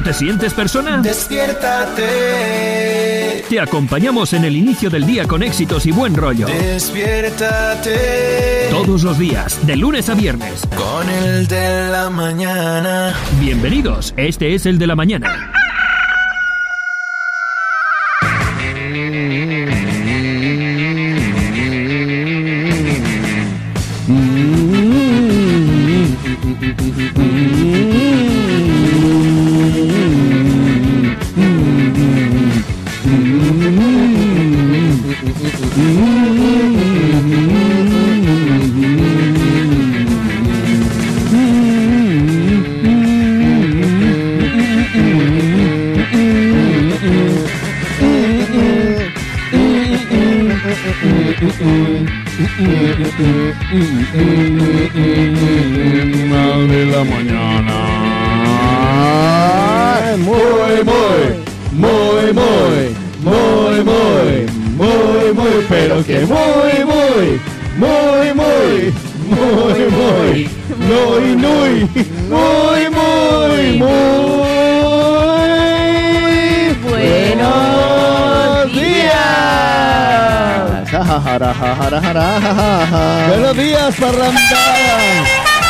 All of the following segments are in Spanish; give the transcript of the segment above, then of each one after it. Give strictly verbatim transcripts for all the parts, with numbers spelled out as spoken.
¿No te sientes persona? Despiértate. Te acompañamos en el inicio del día con éxitos y buen rollo. Despiértate. Todos los días, de lunes a viernes. Con el de la mañana. Bienvenidos, este es el de la mañana. De la mañana. Muy, muy, muy, muy, muy, muy, muy, muy, pero que muy, muy, muy, muy, muy, muy, muy, muy, muy, muy, muy buenos días. Buenos días, parrandadas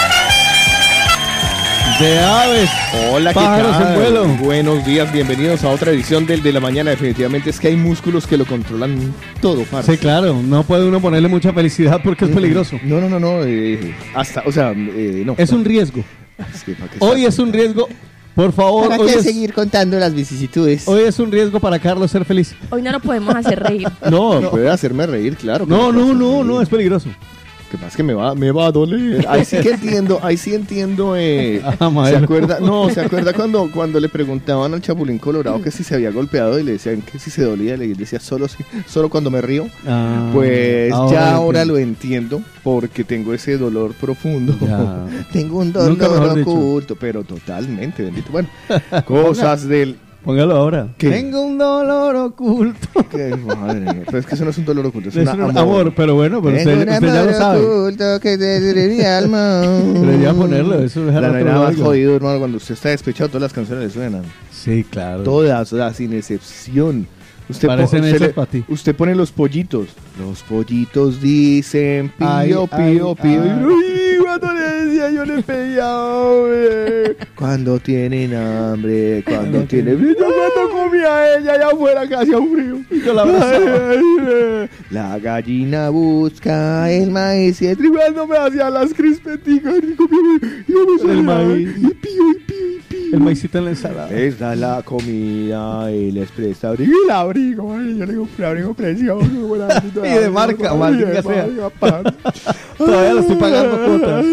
de aves. Hola, ¿qué pájaros tal? En vuelo. Buenos días, bienvenidos a otra edición del de la mañana. Definitivamente es que hay músculos que lo controlan todo, parce. Sí, claro, no puede uno ponerle mucha felicidad porque es peligroso. No, no, no, no, eh, hasta, o sea, eh, no. Es un riesgo. Es que, ¿para qué Hoy está- es un riesgo, por favor. ¿Para hoy qué es, seguir contando las vicisitudes? hoy es un riesgo para Carlos ser feliz. Hoy no lo podemos hacer reír. No, puede hacerme reír, claro. que No, me puede no, hacer no, reír. no, es peligroso. Que pasa es que me va, me va a doler. Ahí sí que entiendo, ahí sí entiendo. Eh, Ah, ¿Se madre. acuerda? No, ¿se acuerda cuando, cuando le preguntaban al Chapulín Colorado que si se había golpeado y le decían que si se dolía? Le decía solo, si, solo cuando me río. Ah, Pues ahora ya lo ahora entiendo. lo entiendo porque tengo ese dolor profundo. Ya. Tengo un Nunca dolor mejor dicho. oculto. Pero totalmente, bendito. Bueno, cosas del... Póngalo ahora. ¿Qué? Tengo un dolor oculto. que, madre mía, pero es que eso no es un dolor oculto, es, Es una un amor. amor, pero bueno, pero Tengo usted, un usted ya lo amor sabe. oculto que te duele mi alma. Debería ponerlo, eso es La algo nena más algo. jodido, hermano, cuando usted está despechado, todas las canciones le suenan. Sí, claro. Todas, o sea, sin excepción. Usted, po- Parecen usted, hechas le- pa' ti. usted pone los pollitos. Los pollitos dicen pío, Ay, pío, ay, pío. ay. Uy, cuando le decía yo le pedía hambre. Cuando tienen hambre, cuando tienen frío. Yo cuando comía ella allá afuera que hacía un frío. Yo la abrazaba. La gallina busca el maíz y el trigo cuando me hacía las crispeticas y comía y yo no El sabía. maíz. Y pío, y pío, y pío. El maicito en la ensalada. Esta es la comida y les presta abrigo. Y el abrigo, ay, yo le compré abrigo precioso. buena bendita, Y de abrigo, marca, ay, maldita de sea. marca, pan. Todavía lo estoy pagando cuotas.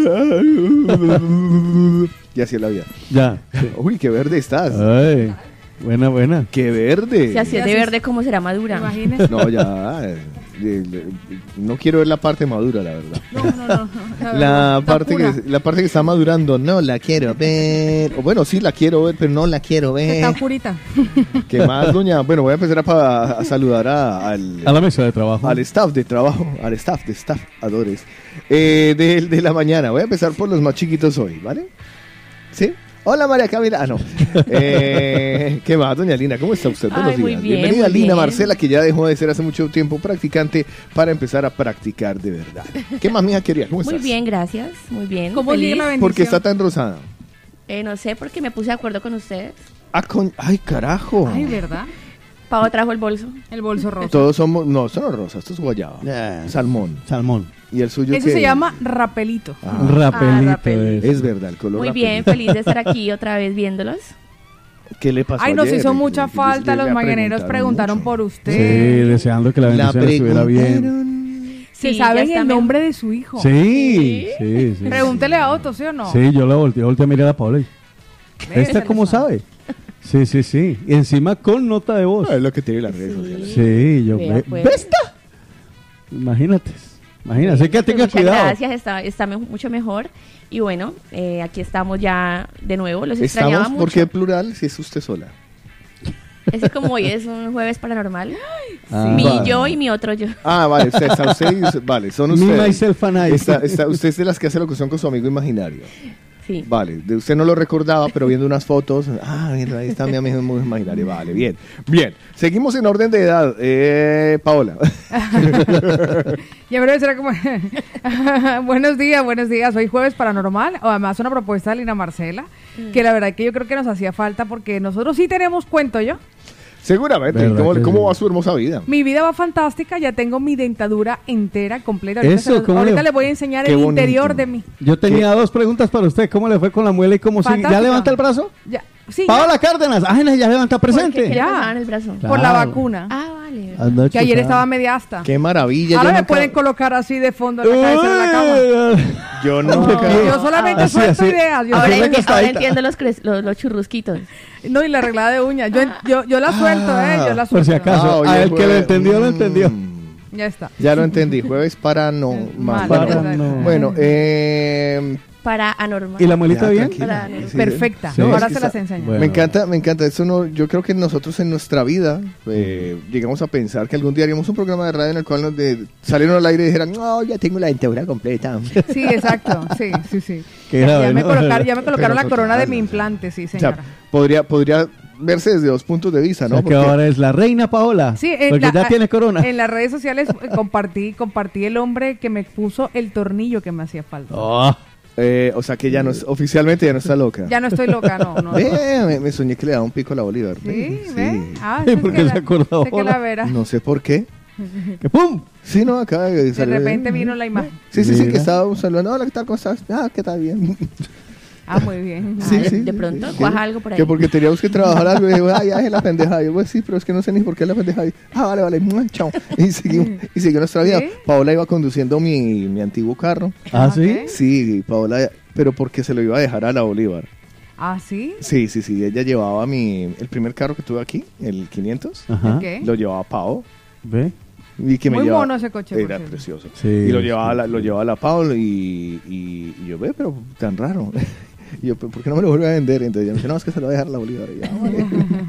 Y así es la vida. Ya. Uy, qué verde estás. Ay, buena, buena. Qué verde. Si así es de verde, ¿cómo será madura? Imagínese. No, ya. eh, eh, no quiero ver la parte madura, la verdad. No, no, no. La Está parte, pura. que, la parte que está madurando, no la quiero ver. O bueno, sí la quiero ver, pero no la quiero Está ver. purita. ¿Qué más, doña? Bueno, voy a empezar a, pa- a saludar a- al, A la mesa de trabajo. al staff de trabajo, al staff de staff, adores, eh, de, de la mañana. Voy a empezar por los más chiquitos hoy, ¿vale? ¿Sí? Hola, María Camila. Ah, no. Eh, ¿Qué más, doña Lina? ¿Cómo está usted? Buenos Ay, muy días. bien, Bienvenida, muy Lina bien. Marcela, que ya dejó de ser hace mucho tiempo practicante para empezar a practicar de verdad. ¿Qué más, mija querida? ¿Cómo Muy estás? bien, gracias. Muy bien. ¿Cómo feliz. sigue la bendición? ¿Por qué está tan rosada? Eh, no sé, porque me puse de acuerdo con ustedes. Ah, con... Ay, carajo. Ay, ¿verdad? Pavo trajo el bolso. El bolso rosa. Todos somos... No, esto no es rosa, esto es guayaba. Ya. Salmón. Salmón. ¿Y el suyo Eso qué? se llama rapelito. Ah, Rapelito. rapelito. es. es verdad, el color Muy rapelito. bien, feliz de estar aquí otra vez viéndolos. ¿Qué le pasó Ay, nos ayer? hizo mucha Les- falta. les- Los le mañaneros preguntaron mucho. por Sí, usted. deseando que la La bendición estuviera bien. preguntaron. Se Sí, ya saben está el mejor. nombre de su hijo. Sí, sí, sí. Pregúntele a Otto, ¿sí o no? Sí, yo la volteé, volteé a mirar a Paula y... Ve, ¿Esta se cómo le sabe. sabe? Sí, sí, sí. Y encima con nota de voz. Ah, es lo que tiene las redes sociales. Sí, yo... Vea, ve- pues. ¿Vesta? Imagínate. Imagínate, que tenga Muchas cuidado. gracias, está, está me- mucho mejor. Y bueno, eh, aquí estamos ya de nuevo. Los Estamos, extrañaba ¿por qué mucho. plural si es usted sola? Ese como hoy es un jueves paranormal. Ah, mi vale. yo y mi otro yo. Ah, vale, usted está usted y usted- vale, son Me, ustedes. myself and I. Está, está- usted es de las que hace locución con su amigo imaginario. Sí. Vale, de usted no lo recordaba, pero viendo unas fotos, ah, mira, ahí está mi amigo imaginario. Vale, bien, bien. Seguimos en orden de edad. Eh, Paola. Ya me será como... buenos días, buenos días. Hoy jueves paranormal. O además una propuesta de Lina Marcela, mm. que la verdad que yo creo que nos hacía falta porque nosotros sí tenemos cuento, ¿yo? Seguramente. ¿Cómo, ¿Cómo sí. va su hermosa vida? Mi vida va fantástica. Ya tengo mi dentadura entera, completa. Ahorita, Eso, los, ahorita le... les voy a enseñar Qué el bonito. interior de mí. Yo tenía ¿Qué? dos preguntas para usted. ¿Cómo le fue con la muela y cómo sigue? ¿Ya levanta el brazo? Ya. Sí, Paola ya. Cárdenas. Ah, ya levanta presente. ¿Qué ya. en el brazo? Por la vacuna. Ah, vale. Ando que ayer chocada. estaba media asta. Qué maravilla. Ahora yo me nunca... pueden colocar así de fondo en la cabeza de la cama. Yo no. No, yo solamente Así, suelto así. ideas. Yo Ahora, soy enti- recostadita. ahora entiendo los, cre- los, los churrusquitos. No, y la arreglada de uñas. Yo, yo, yo la suelto, ¿eh? Yo la suelto. Por si acaso. Ah, oye, a el que jueves. lo entendió, lo Mm. entendió. Ya está. Ya lo entendí. Jueves para no. Mal. Para Para no. Bueno, eh. Para anormal. ¿Y la muelita Ya, bien? tranquila. Para- Sí, Perfecta. Sí. Ahora es que se las está- enseño. Bueno. Me encanta, me encanta. Eso no, yo creo que nosotros en nuestra vida eh, llegamos a pensar que algún día haríamos un programa de radio en el cual nos de, salieron al aire y dijeran, no, ya tengo la dentadura completa. Sí, exacto. Sí, sí, sí. Qué Ya, grave, ya me ¿no? colocaron, ya me colocaron Pero la corona de total, mi o sea. implante, sí, O señora. sea, podría, podría verse desde dos puntos de vista, O ¿no? sea, que Porque- ahora es la reina Paola. Sí, en porque la- ya tiene corona. En las redes sociales eh, compartí, compartí el hombre que me puso el tornillo que me hacía falta. Oh. eh, o sea que ya no es, oficialmente ya no está loca. Ya no estoy loca, no, no. no. Ve, me, me soñé que le daba un pico a la Bolívar. Sí, Ve, ¿ve? Ah, ¿Y es por que qué la- se acordó sé que ahora? la verá. No sé por qué. ¡Que pum! Sí, no, acaba de De salir. repente vino la imagen. Sí, sí, sí, que Mira. estaba saludando. Hola, ¿qué tal? ¿Cómo estás? Ah, ¿qué tal? Bien. Ah, muy bien. Ah, Sí, de, sí, de sí, pronto sí. cuaja algo por ahí. Que porque teníamos que trabajar algo. Y digo, ay, ya es la pendeja. Y yo, pues sí, pero es que no sé ni por qué es la pendeja. Y, ah, vale, vale. mua, Chao. Y seguimos, y siguió nuestra vida. ¿Sí? Paola iba conduciendo mi, mi antiguo carro. ¿Ah, Ok. sí? Sí, Paola, pero porque se lo iba a dejar a la Bolívar. Ah, sí. Sí, sí, sí. Ella llevaba mi, el primer carro que tuve aquí, el quinientos. Ajá. Ok. Lo llevaba a Pau. ¿Ve? Y que me Muy llevaba- mono ese coche, por Era cierto. precioso. Sí, y lo llevaba, sí, la, lo sí. llevaba a la Paul y, y, y yo, ve, pero tan raro. Y yo, ¿por qué no me lo vuelve a vender? Entonces yo me dice, no, es que se lo voy a dejar a la Bolívar. Y yo, ah, vale.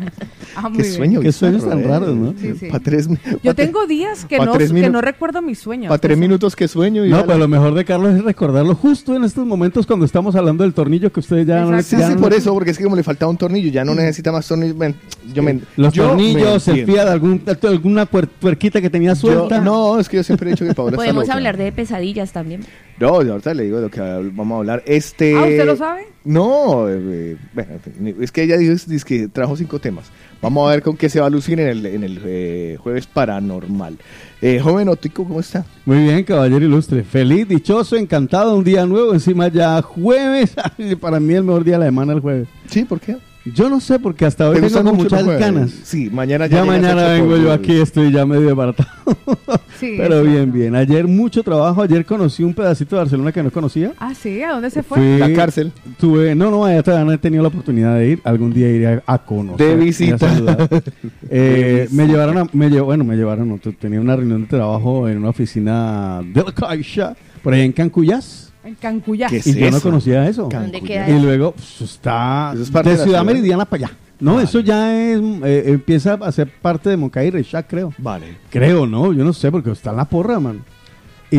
Ah, muy Qué bien. sueño. Qué sueños bizarro, tan ¿eh? raros, ¿no? Sí, sí. Pa' tres, mi- Yo pa' tre- tengo días que pa' no, tres que minu- no recuerdo mis sueños. pa' tres Pues, minutos que sueño. Y No, ya pero la- lo mejor de Carlos es recordarlo justo en estos momentos cuando estamos hablando del tornillo que ustedes ya no le Exacto. Sí, ya sí, no- por eso, porque es que como le faltaba un tornillo, ya no necesita más tornillos. Ven, yo me, Los yo tornillos, me el entiendo. fía de algún, de alguna puer- puerquita que tenía Yo- suelta. no, es que yo siempre he dicho que Paola está Podemos loca. hablar de pesadillas también. No, yo ahorita le digo de lo que vamos a hablar. Este... Ah, ¿usted lo sabe? No, eh, bueno, es que ella dijo dice que trajo cinco temas. Vamos a ver con qué se va a lucir en el, en el eh, jueves paranormal. Eh, joven Otico, ¿cómo está? Muy bien, caballero ilustre. Feliz, dichoso, encantado, un día nuevo. Encima ya jueves. Ay, para mí el mejor día de la semana el jueves. Sí, ¿por qué? Yo no sé, porque hasta hoy ¿Te tengo gustan con mucho los muchas jueves? ganas. Sí, mañana ya Ya llegas mañana hecho vengo polvo. yo aquí, estoy ya medio desbaratado. Sí, Pero es bien, cierto. bien. Ayer mucho trabajo. Ayer conocí un pedacito de Barcelona que no conocía. Ah, sí, ¿a dónde se fue? Fui- La cárcel. Tuve, no, no, allá todavía no he tenido la oportunidad de ir. Algún día iré a, a conocer. De ir a visita. saludar. Eh, De me llevaron a, me llevo, bueno, me llevaron, no, tu- tenía una reunión de trabajo en una oficina de la Caixa, por ahí en Cancuyás. En Cancuyá. ¿Qué es Y yo no eso? conocía eso. Can- ¿Dónde Cancuyá. queda Y eso? luego pues, está Eso es parte de de la Ciudad ciudad. Meridiana para allá. No, Vale. eso ya es, eh, empieza a ser parte de Moncaí Reixac, creo. Vale. Creo, ¿no? Yo no sé, porque está en la porra, man. Y,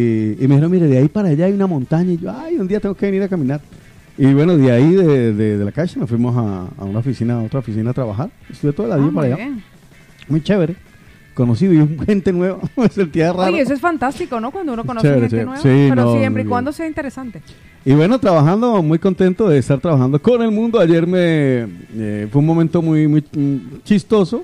y me dijeron, mire, de ahí para allá hay una montaña. Y yo, ay, un día tengo que venir a caminar. Y bueno, de ahí, de, de, de la calle, nos fuimos a, a una oficina, a otra oficina a trabajar. Estuve todo el Ah, día muy para allá. bien. Muy chévere. Conocido y gente nueva. Me sentía raro. Oye, eso es fantástico, ¿no? Cuando uno conoce Chévere, gente chévere. nueva. Sí, pero no, siempre y muy cuando bien. sea interesante. Y bueno, trabajando, muy contento de estar trabajando con el mundo. Ayer me eh, fue un momento muy, muy mm, chistoso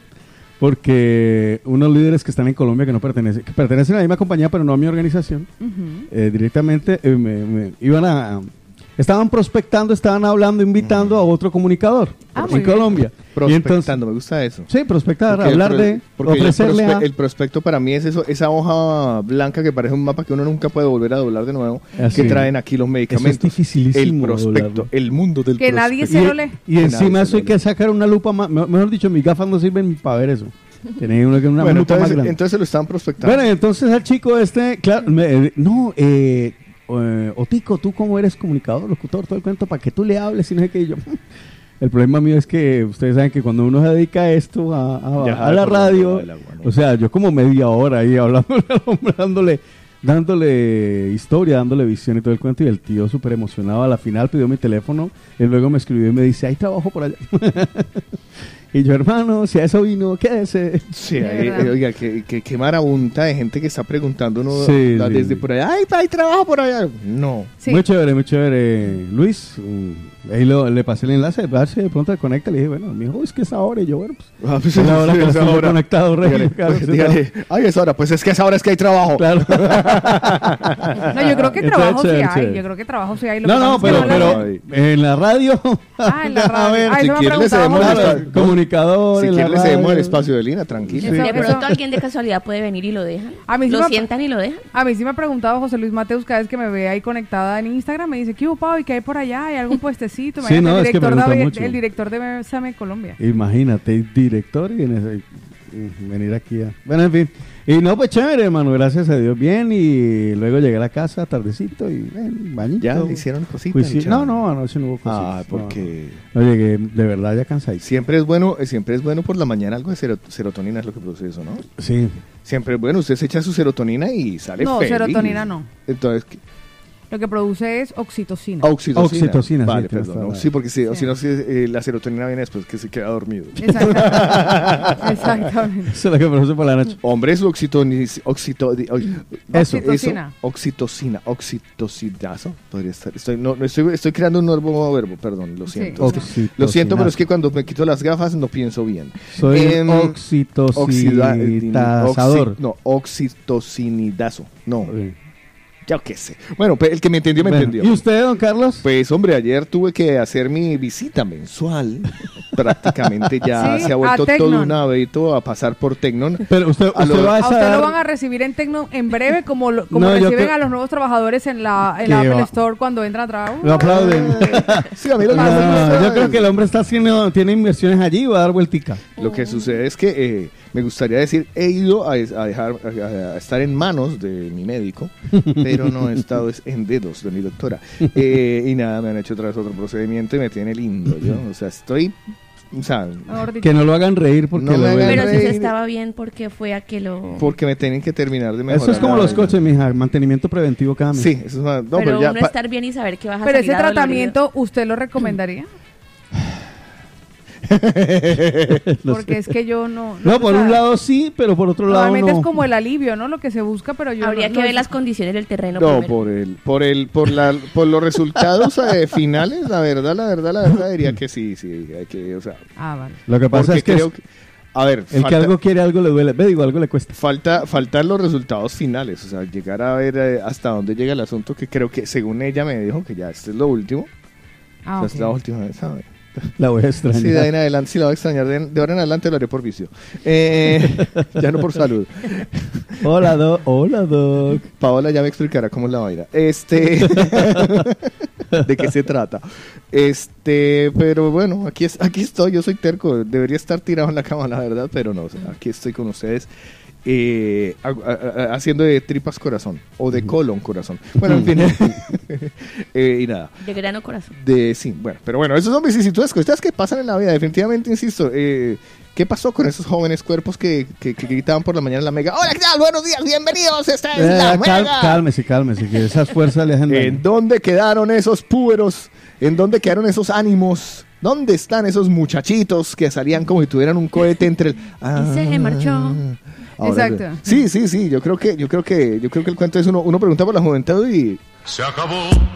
porque unos líderes que están en Colombia que no pertenecen, que pertenecen a la misma compañía pero no a mi organización, Ujú. eh, directamente eh, me, me iban a, estaban prospectando, estaban hablando, invitando a otro comunicador Ah, en muy bien. Colombia. Y Prospectando, entonces, me gusta eso. sí, prospectar, Porque el hablar pro- de, porque el ofrecerle prospe- a... el prospecto para mí es eso, esa hoja blanca que parece un mapa que uno nunca puede volver a doblar de nuevo, Así. que traen aquí los medicamentos. Eso es dificilísimo El prospecto, doblarlo. el mundo del Que prospecto. nadie se lo lee. Y Que encima nadie eso se hay lo que lee. sacar una lupa más, me- mejor dicho, mis gafas no sirven para ver eso. Tienen una, una Bueno, lupa más entonces, grande. entonces lo están prospectando. Bueno, entonces al chico este, claro, me- eh, no, eh, eh, Otico, tú como eres comunicador, locutor, todo el cuento, para que tú le hables y no sé qué. Y yo, el problema mío es que ustedes saben que cuando uno se dedica a esto, a, a- Ya, a la por radio, debajo del agua, ¿no? o sea, yo como media hora ahí hablando, hablándole, dándole historia, dándole visión y todo el cuento, y el tío súper emocionado a la final pidió mi teléfono, y luego me escribió y me dice, hay trabajo por allá. Y yo, hermano, si a eso vino, quédese. Sí, ahí, eh, oiga, qué, qué, qué marabunta de gente que está preguntando uno Sí, la- sí. desde por allá. ¡Ay, hay trabajo por allá! No. Sí. Muy chévere, muy chévere. Luis, um, ahí lo- le pasé el enlace, a ver si de pronto se conecta. Le dije, bueno, me dijo, es que es ahora. Y yo, bueno, pues, Ah, pues, es la hora sí, que es estoy ahora. conectado, rey. Dígale, Claro, sí, dígale, ay, es hora. Pues es que es ahora es que hay trabajo. Claro. No, yo creo que Entonces, trabajo sí chévere, hay. chévere. Yo creo que trabajo sí hay. Lo No, que no, pasa es pero, que no pero la- en la radio. Ah, en la A radio. ver, Ah, si eso me quiere le cedemos preguntábamos. el Claro, espacio. comunicador. Si en la quiere le cedemos el radio. espacio de Lina, tranquilo. Eso- De eso- pronto alguien de casualidad puede venir y lo dejan. A mí sí Lo me- sientan y lo dejan. A mí sí me ha preguntado José Luis Mateus cada vez que me ve ahí conectada en Instagram, me dice, ¿qué hubo, Pau? ¿Y qué hay por allá? ¿Hay algún puestecito? Sí, Imagínate, no, el es que director, pregunta de, mucho. el director de Bésame Colombia. Imagínate, director y vienes ahí, mm, venir aquí a... Bueno, en fin. Y no, pues chévere, hermano, gracias a Dios, bien. Y luego llegué a la casa tardecito y ven, bañito. Ya le hicieron cositas. Pues sí, el no, chavo. no, anoche no hubo cositas. Ah, no, porque No, no llegué de verdad ya cansadito. siempre es bueno, eh, siempre es bueno por la mañana algo de sero- serotonina es lo que produce eso, ¿no? Sí. Siempre es bueno, usted se echa su serotonina y sale No, feliz. serotonina no. Entonces, ¿qué? Lo que produce es oxitocina. Oxitocina. Oxitocina, sí, Vale, tienes perdón. toda no, la- sí, porque si, Sí. si no, si, eh, la serotonina viene después que se queda dormido. Exactamente. Exactamente. Eso es lo que produce por la noche. Hombre, su oxitoniz, oxito, di- oy- Eso. Oxitocina. Eso, oxitocina, oxitocinazo. Podría estar. Estoy, no, no estoy, estoy creando un nuevo verbo, perdón, lo Sí. siento. Oxitocina. Lo siento, pero es que cuando me quito las gafas no pienso bien. Soy Em, Oxida- oxitocinazador. oxi- no, oxitocinidazo. No, Sí. ya qué sé. Bueno, pe- el que me entendió, me Bueno, entendió. ¿y usted, don Carlos? Pues hombre, ayer tuve que hacer mi visita mensual. Prácticamente ya Sí, se ha a vuelto todo Tecnon. un hábito a pasar por Tecnon. Pero usted, A usted lo- va a A usted esa... lo van a recibir en Tecno en breve, como, lo- como No, yo reciben creo- a los nuevos trabajadores en la, en la Que Apple va- Store cuando entran a trabajar. Lo aplauden. Sí, a mí lo que No, me gusta yo es- creo que el hombre está haciendo, tiene inversiones allí y va a dar vueltica. Lo que sucede es que eh, me gustaría decir, he ido a, a dejar a, a estar en manos de mi médico, pero no he estado es- en dedos de mi doctora. Eh, y nada, me han hecho otra vez otro procedimiento y me tiene lindo, yo. O sea, estoy, o sea, Mejor dicho. Que no lo hagan reír porque No me lo hagan ven. Pero si reír. se estaba bien, porque fue a que lo... porque me tienen que terminar de mejorar. Eso es como la los vaina. coches, mija, mantenimiento preventivo cada mes. Sí, eso es una, no, pero pero ya uno pa- estar bien y saber que vas a Pero salir ese adolorido. tratamiento, ¿usted lo recomendaría? Los- Porque es que yo no... No, o por sea, un lado sí, pero por otro lado Normalmente no. es como el alivio, ¿no? Lo que se busca, pero yo... Habría no- que no ver es- las condiciones del terreno no, primero. por el, por el, por la, por los resultados eh, finales, la verdad, la verdad, la verdad diría que sí, sí, hay que, o sea, Ah, vale. Lo que pasa porque es que, creo es- que, a ver, el falta, que algo quiere, algo le duele. Ve, digo, algo le cuesta. falta, faltan los resultados finales, o sea, llegar a ver eh, hasta dónde llega el asunto, que creo que según ella me dijo que ya este es lo último, Ah, o sea, es ok. la última vez, ¿sabes? La voy a extrañar. Sí, de ahí en adelante, sí la voy a extrañar, de, de ahora en adelante lo haré por vicio, eh, ya no por salud. Hola, Doc. Hola, Doc. Paola ya me explicará cómo es la vaina. Este. ¿De qué se trata? Este, pero bueno, aquí, es, aquí estoy, yo soy terco. Debería estar tirado en la cama, la verdad, pero no. O sea, aquí estoy con ustedes. eh, a- a- a- haciendo de tripas corazón o de colon corazón. Bueno, en fin. Eh, y nada. De grano corazón. De, sí, bueno, pero bueno, esos son vicisitudes, cosas que pasan en la vida. Definitivamente, insisto, eh, ¿qué pasó con esos jóvenes cuerpos que, que, que gritaban por la mañana en la mega? Hola, ¿qué tal? Buenos días, bienvenidos, esta es la Eh, cal- mega. cálmese, cálmese, que esas fuerzas le hacen daño. ¿En dónde quedaron esos púberos? ¿En dónde quedaron esos ánimos? ¿Dónde están esos muchachitos que salían como si tuvieran un cohete entre el... Y se marchó. Ahora, Exacto. Sí, sí, sí. Yo creo que, yo creo que, yo creo que el cuento es uno, uno pregunta por la juventud y Se acabó.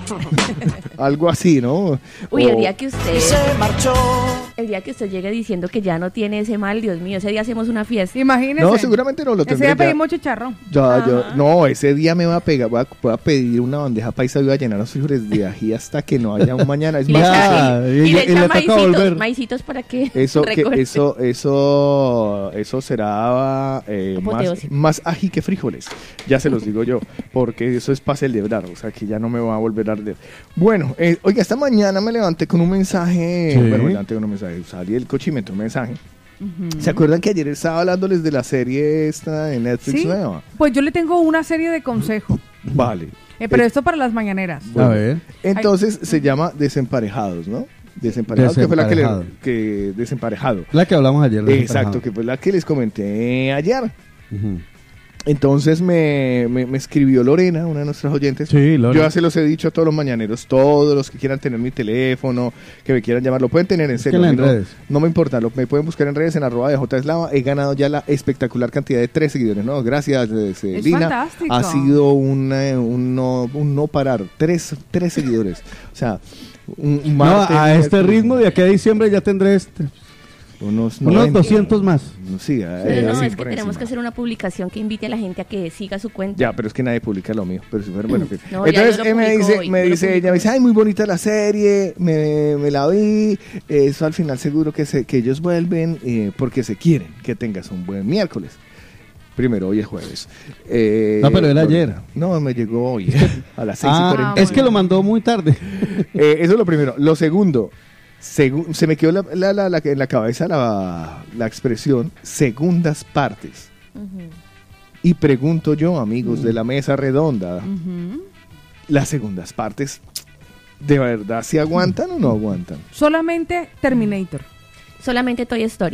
algo así, ¿no? Uy, O- el día que usted... Y se marchó. El día que usted llegue diciendo que ya no tiene ese mal, Dios mío, ese día hacemos una fiesta. Imagínese. No, seguramente no lo Ese tendré. día ya. pedimos chicharrón. Ya, yo- Ajá. no, ese día me va a pegar, voy a, voy a pedir una bandeja paisa y voy a llenar los frijoles de ají hasta que no haya un mañana. Es Y le más, Ya, echa, y- y, y le le echa toca maicitos, volver. maicitos para que eso, que, recorte. eso, eso, eso será eh, más, Apoteósico. más ají que frijoles. Ya se los digo yo, porque eso es para celebrar, o sea que ya no me va a volver a arder. Bueno, eh, oiga, esta mañana me levanté con un mensaje, Sí. bueno, me levanté con un mensaje, salí del coche y me entró un mensaje. ¿Se acuerdan que ayer estaba hablándoles de la serie esta de Netflix Sí. nueva? Pues yo le tengo una serie de consejos. Vale. Eh, pero Eh, esto para las mañaneras. A ver. Entonces se llama Desemparejados, ¿no? Desemparejados, que fue la que, le, Desemparejado. que Desemparejado. La que hablamos ayer. de Exacto, Desemparejado. que fue la que les comenté ayer. Ujú. Entonces me, me, me escribió Lorena, una de nuestras oyentes. Sí, Lorena. Yo ya se los he dicho a todos los mañaneros, todos los que quieran tener mi teléfono, que me quieran llamar, lo pueden tener en serio. en no, redes. no me importa, lo, me pueden buscar en redes en arroba de J Eslava. He ganado ya la espectacular cantidad de tres seguidores, ¿no? Gracias, eh, Es Lina. fantástico. Ha sido un, eh, un, no, un no parar, tres, tres seguidores. O sea, un, un No, martes, a este miércoles, ritmo de aquí a diciembre ya tendré este, unos, unos noventa. doscientos más. Sí, eh, Pero no, así es que por tenemos encima. que hacer una publicación que invite a la gente a que siga su cuenta. Ya, pero es que nadie publica lo mío. Pero si fuera, bueno, en fin. No, ya Entonces yo lo eh, me publico dice, hoy, me yo lo dice publico ella, me dice, hoy. ay, muy bonita la serie, me, me la vi. eh, Eso al final seguro que, se, que ellos vuelven eh, porque se quieren. Que tengas un buen miércoles. Primero, hoy es jueves. Eh, No, pero era ayer. No, me llegó hoy, a las seis y Ah, cuarenta. es que lo mandó muy tarde. Eh, eso es lo primero. Lo segundo, segu- se me quedó la, la- la- la- en la cabeza la, la expresión segundas partes. Ujú. Y pregunto yo, amigos de la mesa redonda, Ujú. las segundas partes, ¿de verdad se aguantan o no aguantan? Solamente Terminator. Solamente Toy Story.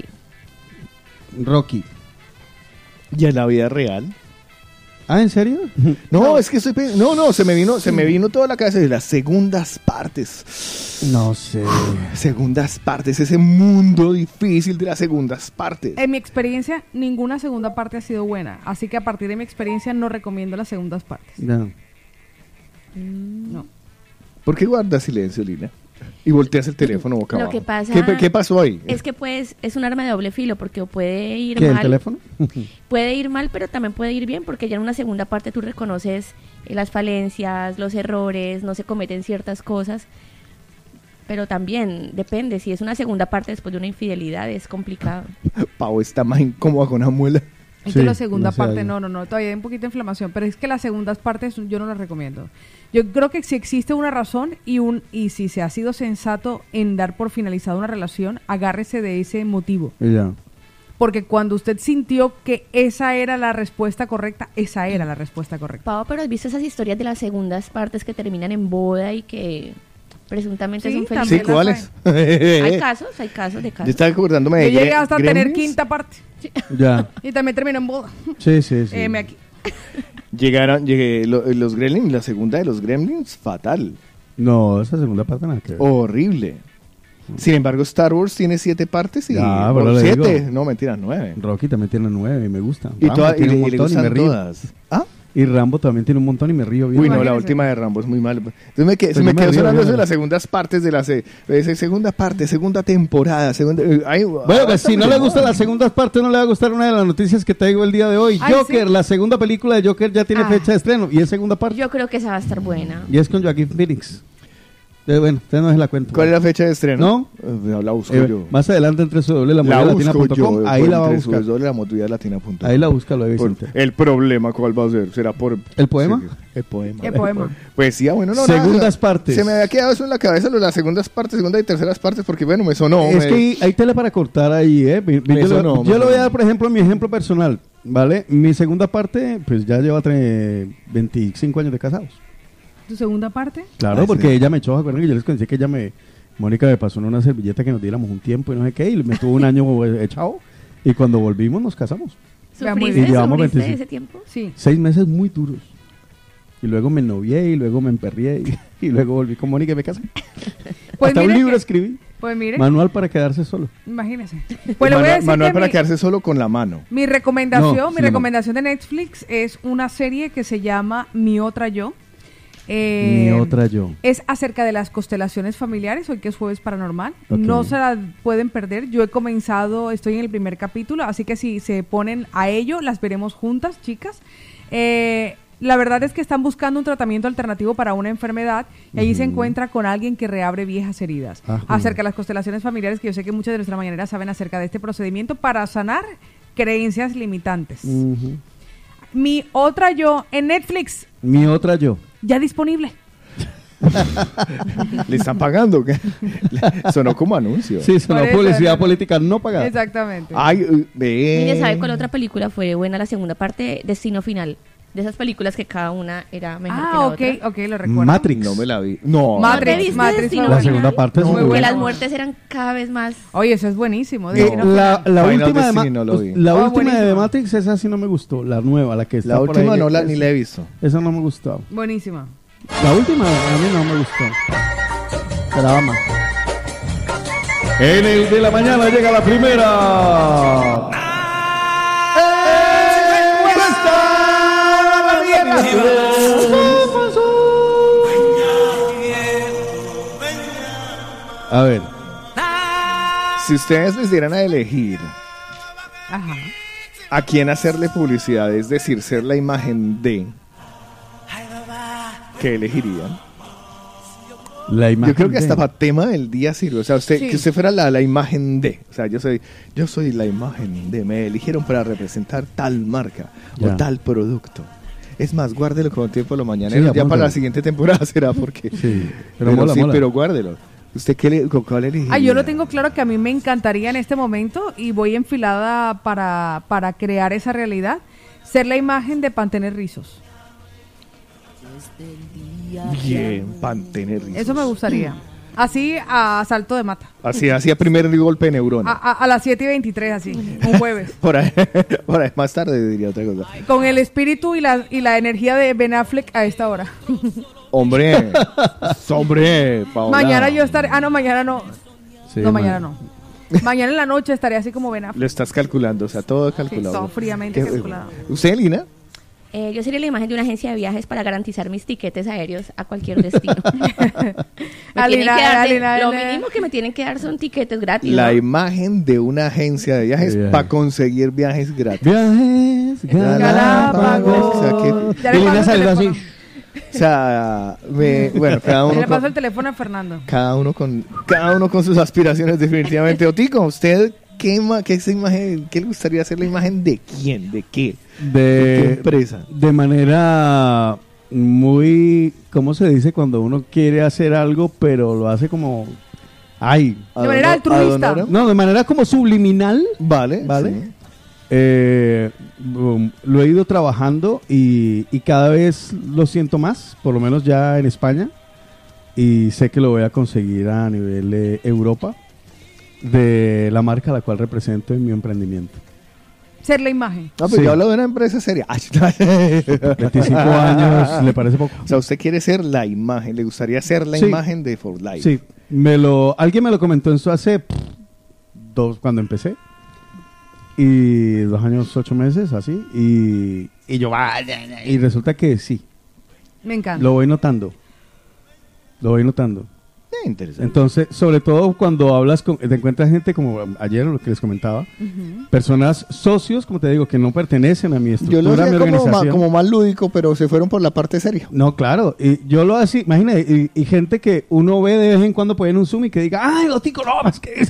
Rocky. ¿Y en la vida real? Ah, ¿en serio? No, es que estoy pe- no, no, se me vino, se me vino toda la cabeza de las segundas partes. No sé. Segundas partes, ese mundo difícil de las segundas partes. En mi experiencia, ninguna segunda parte ha sido buena. Así que a partir de mi experiencia no recomiendo las segundas partes. No. No. ¿Por qué guardas silencio, Lina? Y volteas el teléfono boca Lo abajo. que pasa ¿Qué, qué pasó ahí? Es que pues es un arma de doble filo porque puede ir ¿Qué, el mal. teléfono? Puede ir mal, pero también puede ir bien porque ya en una segunda parte tú reconoces eh, las falencias, los errores, no se cometen ciertas cosas. Pero también depende, si es una segunda parte después de una infidelidad es complicado. Pau está más incómoda con una muela. Es Sí, que la segunda demasiado. parte, no, no, no, todavía hay un poquito de inflamación, pero es que las segundas partes yo no las recomiendo. Yo creo que si existe una razón y un y si se ha sido sensato en dar por finalizada una relación, agárrese de ese motivo. Y ya. Porque cuando usted sintió que esa era la respuesta correcta, esa era la respuesta correcta. Pau, pero ¿has visto esas historias de las segundas partes que terminan en boda y que presuntamente Sí, son también Sí, felices? las ¿cuáles? Hay casos, hay casos de Yo casos. estaba acordándome de Yo llegué Gre- hasta tener Gremlins. quinta parte Ya. y también terminó en boda. Sí, sí, sí. M aquí. Llegaron, llegué, lo- los Gremlins, la segunda de los Gremlins, fatal. No, esa segunda parte nada que ver. Horrible. Sin embargo, Star Wars tiene siete partes y... Ya, o pero le siete, digo. no, mentira, nueve. Rocky también tiene nueve y me gusta. Y, Rambo toda- y tiene le, un y le montón y me gustan río. todas. ¿Ah? Y Rambo también tiene un montón y me río bien. Uy, no, la Imagínese. última de Rambo es muy mala. Entonces me, que- Pues se me yo me quedó río, sonando yo eso de me- las segundas partes de la se- de esa segunda parte, segunda temporada, segunda... eh, ay, Bueno, pues si no le gustan las segundas partes, no le va a gustar una de las noticias que traigo el día de hoy. Ay, Joker, ¿sí? la segunda película de Joker ya tiene Ah. fecha de estreno y es segunda parte. Yo creo que esa va a estar buena. Y es con Joaquin Phoenix. Eh, bueno, usted no se la cuenta. ¿Cuál es la fecha de estreno? ¿No? Eh, la busco Eh, yo. más adelante entre su doble la La latina busco punto yo. com, ahí por la va a entre buscar. sus- la motividad latina punto com. Ahí la busca, lo he Por- visto. el problema, ¿cuál va a ser? ¿Será por... ¿El poema? Sí, el poema. El poema. Poesía, bueno, no, Segundas nada, partes. Se me había quedado eso en la cabeza, lo de las segundas partes, segunda y terceras partes, porque bueno, me sonó. es me- que hay, hay tela para cortar ahí, ¿eh? Mi- mi- Me yo le- sonó, yo me le voy a sonó. dar, por ejemplo, mi ejemplo personal, ¿vale? Mi segunda parte, pues ya lleva tre- veinticinco años de casados. ¿Tu segunda parte? Claro, Ah, porque sí. ella me echó, acuerdan que yo les conté que ella me... Mónica me pasó en una servilleta que nos diéramos un tiempo y no sé qué, y me tuvo un año eh, echado, y cuando volvimos nos casamos. Ya, muy ¿Sufriste, bien. Y llevamos sufriste veinticinco. ese tiempo? Sí. Seis meses muy duros. Y luego me novié, y luego me emperrié, y, y luego volví con Mónica y me casé. Pues Hasta un mire libro que- escribí, Pues mire, manual para quedarse solo. imagínese. Pues le voy a Manual, decir manual que para mi- quedarse solo con la mano. Mi recomendación, No, mi sí, no. recomendación de Netflix es una serie que se llama Mi Otra Yo. Eh, Mi otra yo. Es acerca de las constelaciones familiares, hoy que es jueves paranormal. Ok. No se la pueden perder. Yo he comenzado, estoy en el primer capítulo, así que si se ponen a ello, las veremos juntas, chicas. Eh, la verdad es que están buscando un tratamiento alternativo para una enfermedad y allí se encuentra con alguien que reabre viejas heridas. Ajá. Acerca de las constelaciones familiares, que yo sé que muchas de nuestras mañaneras saben acerca de este procedimiento para sanar creencias limitantes. Ujú. Mi Otra Yo en Netflix, Mi otra yo. ya disponible. Le están pagando. ¿qué? Sonó como anuncio. Sí, sonó Por eso, publicidad ¿no? política no pagada. Exactamente. Ay, eh, ve. Mire, ¿sabe cuál otra película fue buena la segunda parte? Destino Final. de esas películas que cada una era mejor Ah, que la ok, otra. ok, lo recuerdo. Matrix. No me la vi. No. Matrix, ¿No te viste Matrix, Destino fue La buena. segunda parte es No, muy Que buena. las muertes eran cada vez más... Oye, eso es buenísimo. Eh, Destino la Final. la Final última, de, Destiny Ma- no lo vi. la Oh, última de buenísima. Matrix, esa sí no me gustó. La nueva, la que está La por última ahí, no la, esa- ni la he visto. Esa no me gustó. Buenísima. La última a mí no me gustó. Esperaba más. En el de la mañana llega la primera. A ver, Si ustedes les dieran a elegir Ajá. a quién hacerle publicidad, es decir, ser la imagen de, ¿qué elegirían? la imagen. Yo creo que de- hasta para tema del día sirve. O sea, usted, Sí. que usted fuera la, la imagen de. O sea, yo soy, yo soy la imagen de. Me eligieron para representar tal marca Ya. o tal producto. Es más, guárdelo con tiempo de lo mañana. Sí, ya apúntalo. para la siguiente temporada será porque. Sí, pero pero mola, sí, mola. pero guárdelo. ¿Usted qué le, con cuál elegiría? Ah, yo lo tengo claro que a mí me encantaría en este momento y voy enfilada para, para crear esa realidad, ser la imagen de Pantene Rizos. Bien, Pantene Rizos. Eso me gustaría. Así a salto de mata. Así, así a primer golpe de A, neurona. a- a las siete y veintitrés, así, un jueves. Por ahí, por ahí, más tarde diría otra cosa. Con el espíritu y la, y la energía de Ben Affleck a esta hora. Hombre, hombre, Paola. Mañana yo estaré. Ah, no, mañana no. Sí, no, man. mañana no. Mañana en la noche estaré así como Ben Affleck. Lo estás calculando, o sea, todo calculado. todo fríamente Qué- calculado. ¿Usted, Lina? Eh, yo sería la imagen de una agencia de viajes para garantizar mis tiquetes aéreos a cualquier destino. Me Alina, tienen que dar de- Alina, lo Alina. mínimo que me tienen que dar son tiquetes gratis. La ¿no? imagen de una agencia de viajes Viajes. para conseguir viajes gratis. Viajes Galápagos. O sea, que- Ya le Y Lina paso el salió así. teléfono. O sea, me- bueno, cada Ya uno, le paso con, el teléfono a Fernando. cada uno con cada uno con sus aspiraciones definitivamente. Otico, ¿usted qué, ima- qué, esa imagen, qué le gustaría hacer la imagen de quién, de qué, de qué De, empresa? de manera muy, ¿cómo se dice cuando uno quiere hacer algo pero lo hace como, ay, De manera Adonor- altruista. Adonora? no, de manera como subliminal? Vale, Vale. sí. Eh, um, lo he ido trabajando y, y cada vez lo siento más, por lo menos ya en España, y sé que lo voy a conseguir a nivel de Europa, de la marca a la cual represento en mi emprendimiento. Ser la imagen. No, pero Sí. yo hablo de una empresa seria. Ay, veinticinco años, ¿le parece poco? O sea, usted quiere ser la imagen, le gustaría ser la Sí. imagen de For Life. Sí, me lo, alguien me lo comentó eso hace pff, dos, cuando empecé. Y dos años, ocho meses, así. Y, y yo, vaya, y resulta que sí, Me encanta. lo voy notando. Lo voy notando. Eh, interesante. Entonces, sobre todo cuando hablas con, te encuentras gente como ayer, lo que les comentaba, Ujú. personas socios, como te digo, que no pertenecen a mi Yo estructura, lo a mi hacía como, organización. ma- como más lúdico, pero se fueron por la parte seria. No, claro, y yo lo hacía, imagínate, y, y gente que uno ve de vez en cuando por ahí en un Zoom y que diga, ay, lo tico, no, es que es...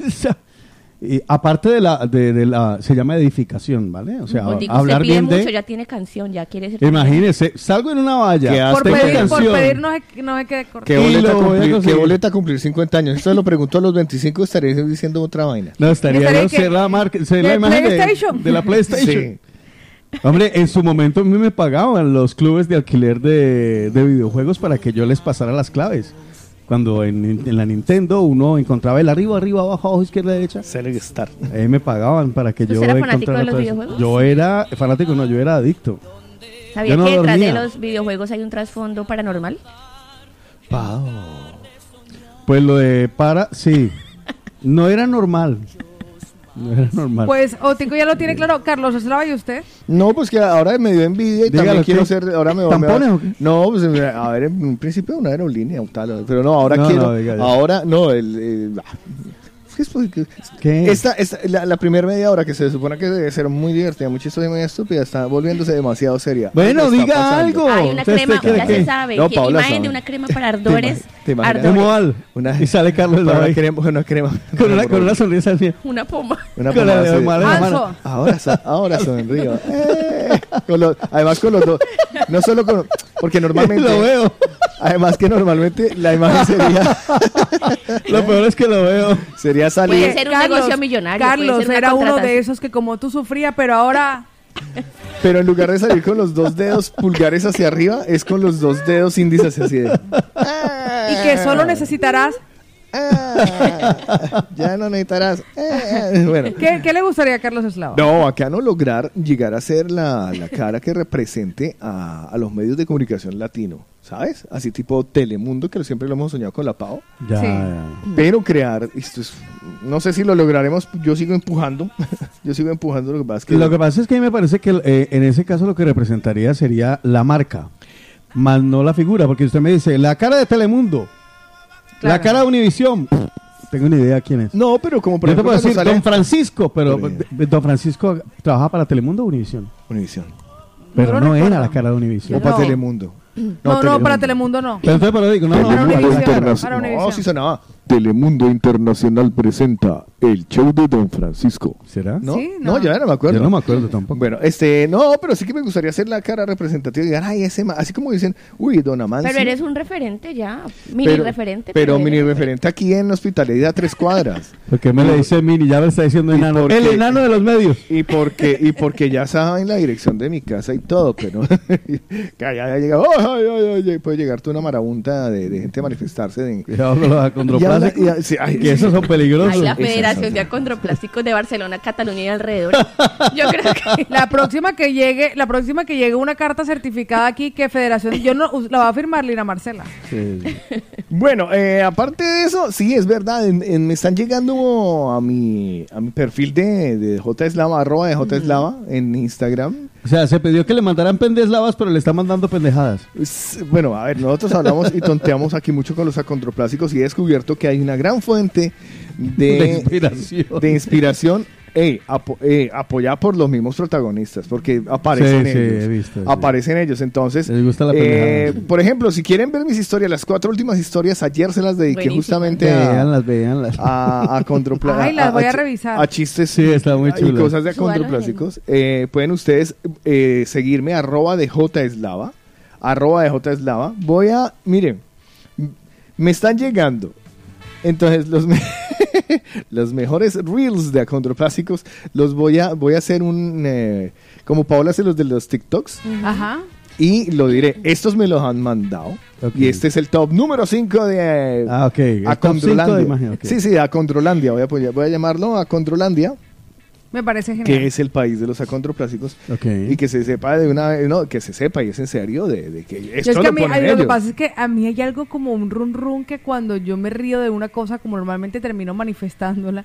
Y aparte de la, de, de la, se llama edificación, ¿vale? O sea, Pues digo, hablar usted pide bien mucho, de... ya tiene canción, ya quiere ser... Imagínese, salgo en una valla, ¿Qué Por Tengo pedir, por canción. pedir no se, no se quede corto. ¿Qué Y boleta, lo voy a cumplir, conseguir. ¿Qué boleta cumplir cincuenta años? Esto lo preguntó a los veinticinco, estaría diciendo otra vaina. No, estaría ¿Estaría yo qué? ser la marca, ser ¿De la imagen de, PlayStation? de la PlayStation. Sí. Hombre, en su momento a mí me pagaban los clubes de alquiler de, de videojuegos para que yo les pasara las claves. Cuando en, en la Nintendo uno encontraba el arriba, arriba, abajo, abajo, izquierda, derecha. Select Star. Ahí me pagaban para que ¿Usted yo era fanático encontrara de los todo eso. videojuegos? Yo era fanático, no, yo era adicto. ¿Sabía yo no que detrás de dormía. los videojuegos hay un trasfondo paranormal? Pau. Pues lo de para, sí, no era normal. No era normal. Pues Otico ya lo tiene claro. Carlos Estrada, ¿y usted? No, pues que ahora me dio envidia y Dígalo, también quiero ¿qué? ser. Ahora me ¿Tampones me- o qué? No, pues a ver, en un principio una aerolínea o tal, pero no, ahora No, quiero. no, diga, diga. Ahora, no, el. el- ah, es porque- ¿Qué? Esta, esta, la, la primera media hora que se supone que debe ser muy divertida, muy chistosa y muy estúpida, está volviéndose demasiado seria. Bueno, Algo está diga pasando. algo. Hay una ¿Usted crema, cree ya que- se sabe, No, que Paola imagen sabe. de una crema para ardores. te imaginas? ardores. ¿Cómo al? Una- Y sale Carlos Una Lavay crema, una crema. con una, con una sonrisa así. Una poma. Una con la pomada de así. Omar en la mano. Manso. Ahora, sa- ahora sonrío. Eh, con los- además con los dos. No solo con... Porque normalmente... Lo veo. Además que normalmente la imagen sería... Lo peor es que lo veo. sería salir... Puede ser un negocio millonario, puede Carlos ser una era uno de contratación. esos que como tú sufría, pero ahora Pero en lugar de salir con los dos dedos pulgares hacia arriba, es con los dos dedos índices hacia de... Y que solo necesitarás... Ah, ya no necesitarás. Ah, bueno. ¿Qué, ¿Qué le gustaría a Carlos Eslava? No, acá no lograr llegar a ser la, la cara que represente a, a los medios de comunicación latino, ¿sabes? Así tipo Telemundo, que siempre lo hemos soñado con la Pau. Ya, Sí. ya. Pero crear, esto es, no sé si lo lograremos, yo sigo empujando, yo sigo empujando, lo que pasa es que... Lo que pasa es que a mí me parece que eh, en ese caso lo que representaría sería la marca, más no la figura, porque usted me dice, la cara de Telemundo, Claro. la cara de Univisión, tengo ni idea quién es. No, pero como por Yo te ejemplo puedo cuando decir sale... Don Francisco, pero Por ejemplo. d- Don Francisco trabaja para Telemundo o Univisión, Univisión. pero No no, lo era recuerdo. la cara de Univisión. O para No. Telemundo. No, no, para Telemundo no. Pero entonces, pero digo, no, no, Para no, Univisión, Internacional. para No, Univisión. sí sonaba. Telemundo Internacional presenta el show de Don Francisco. ¿será? ¿No? Sí, no, no. ya no me acuerdo. Yo no me acuerdo tampoco. Bueno, este, no, pero sí que me gustaría hacer la cara representativa y digan, ay, ese, ma-", así como dicen, uy, Don Amancio. Pero eres un referente ya, mini Pero- referente. Pero eres mini un referente aquí en Hospitalidad Tres Cuadras. Porque me le dice Mini, ya me está diciendo ¿Y enano. por El qué? enano de los medios. Y porque, y porque ya saben la dirección de mi casa y todo, pero que allá ya llega, ay, ay, ay, ay, puede llegarte una marabunta de, de gente a manifestarse. De, Cuidado con los Y habla- acondroplásicos, y- sí, ay, que esos son peligrosos. Hay la Esas Federación son- de Acondroplásticos de Barcelona, Cataluña y alrededor. Yo creo que La próxima que llegue, la próxima que llegue una carta certificada aquí que Federación, yo no la va a firmar Lina Marcela. Sí, sí. Bueno, eh, aparte de eso, sí, es verdad, en- en- me están llegando a mi, a mi perfil de, de Jeslava, arroba de Jeslava en Instagram. O sea, se pidió que le mandaran pendeslavas, pero le está mandando pendejadas. Es- Bueno, a ver, nosotros hablamos y tonteamos aquí mucho con los acondroplásicos y he descubierto que hay una gran fuente de, De inspiración. de inspiración, ey, apo- eh, apoyada por los mismos protagonistas, porque aparecen Sí, sí, ellos. he visto, sí. aparecen ellos, entonces, Les gusta la eh, pendejada, sí. por ejemplo, si quieren ver mis historias, las cuatro últimas historias, ayer se las dediqué Buenísimas. justamente a, Veanlas, veanlas. a, a acondropla- Ay, las voy a chi- revisar. a chistes Sí, está muy y chula. cosas de Súbalo, acondroplásicos. Eh, pueden ustedes eh, seguirme arroba de Jeslava, arroba de Jeslava. Voy a, miren, m- me están llegando. Entonces los me- los mejores reels de acondroplásicos los voy a voy a hacer un eh, como Paola hace los de los TikToks. Ajá. Y lo diré, estos me los han mandado. Ok. Y este es el top número cinco de Ah, ok. El top Acondrolandia. cinco de imagen, ok. Sí, sí, Acondrolandia. Voy a, apoyar- voy a llamarlo Acondrolandia, Me parece que genial. es el país de los acondroplásicos. Ok. Y que se sepa de una vez, no, que se sepa, y es en serio, de, de que Yo esto es que lo a mí, ponen ay, lo que ellos. pasa es que a mí hay algo como un run run que cuando yo me río de una cosa, como normalmente termino manifestándola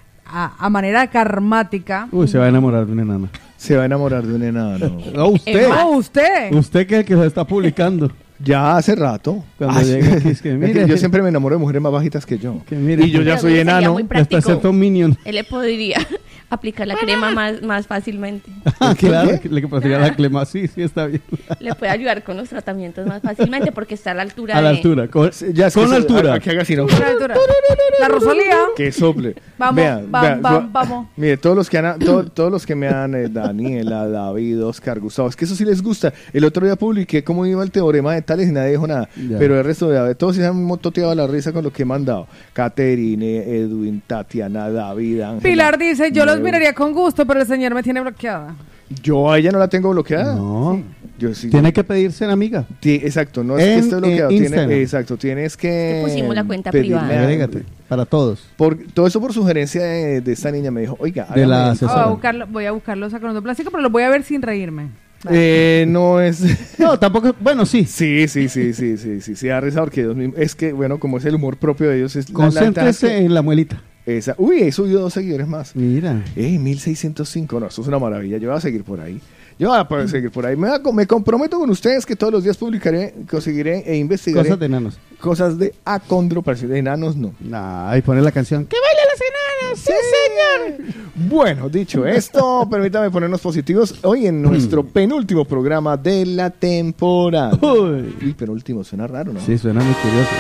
a, a manera karmática. Uy, se va a enamorar de una enana. Se va a enamorar de un enano. No, usted. ¡Oh, usted! Usted que es el que se está publicando. Ya hace rato. Cuando Ah, llega aquí es que, es mire. yo siempre me enamoro de mujeres más bajitas que yo. Que mire. Y yo ya Pero soy sería enano. muy Ya está práctico. excepto un minion. él le podría aplicar la crema más, más fácilmente. ¿Qué, claro, qué? que le pasaría la clema. Sí, sí, está bien. Le puede ayudar con los tratamientos más fácilmente porque está a la altura A la de... altura. Con, Ya es que con se- altura. a- a que haga así, ¿no? Una altura. La Rosalía. Que sople. Vamos, Vean, vam- vean, vam- yo- vamos. Mire, todos los que han, to- todos los que me han, eh, Daniela, David, Oscar, Gustavo, es que eso sí les gusta. El otro día publiqué cómo iba el teorema de Tales y nadie dijo nada. Ya. Pero el resto de todos se han mototeado la risa con lo que he mandado. Caterine, Edwin, Tatiana, David, Ángela. Pilar dice, yo los Neu. miraría con gusto, pero el señor me tiene bloqueada. Yo a ella no la tengo bloqueada. No. Yo sí. Tiene que pedirse en amiga. Ti- exacto, no es En, que esté bloqueado. eh, tiene- Instagram. exacto, tienes que. Te pusimos la cuenta pedirle privada. a- Agrégate. Para todos. Por, todo eso por sugerencia de, de esta niña me dijo, oiga, De la hágame- asesora. Ah, voy, a buscarlo, voy a buscar los acondroplásicos, pero los voy a ver sin reírme. Eh, no es. No, tampoco. Bueno, sí. Sí, sí, sí, sí, sí, sí, sí, da risa porque ellos mismos- es que, bueno, como es el humor propio de ellos, es la- la ventaja es Concéntrese que en la muelita. esa, uy, he subido dos seguidores más. Mira. Ey, mil seiscientos cinco, no, eso es una maravilla, yo voy a seguir por ahí. Yo voy a poder seguir por ahí. Me, voy a co- me comprometo con ustedes que todos los días publicaré, conseguiré e investigaré Cosas de enanos. cosas de acondroplasia. De enanos no. Nah, y poner la canción. ¡Que bailen los enanos! ¡Sí, señor! Bueno, dicho esto, permítame ponernos positivos hoy en nuestro penúltimo programa de la temporada. Uy. Y penúltimo, suena raro, ¿no? Sí, suena muy curioso.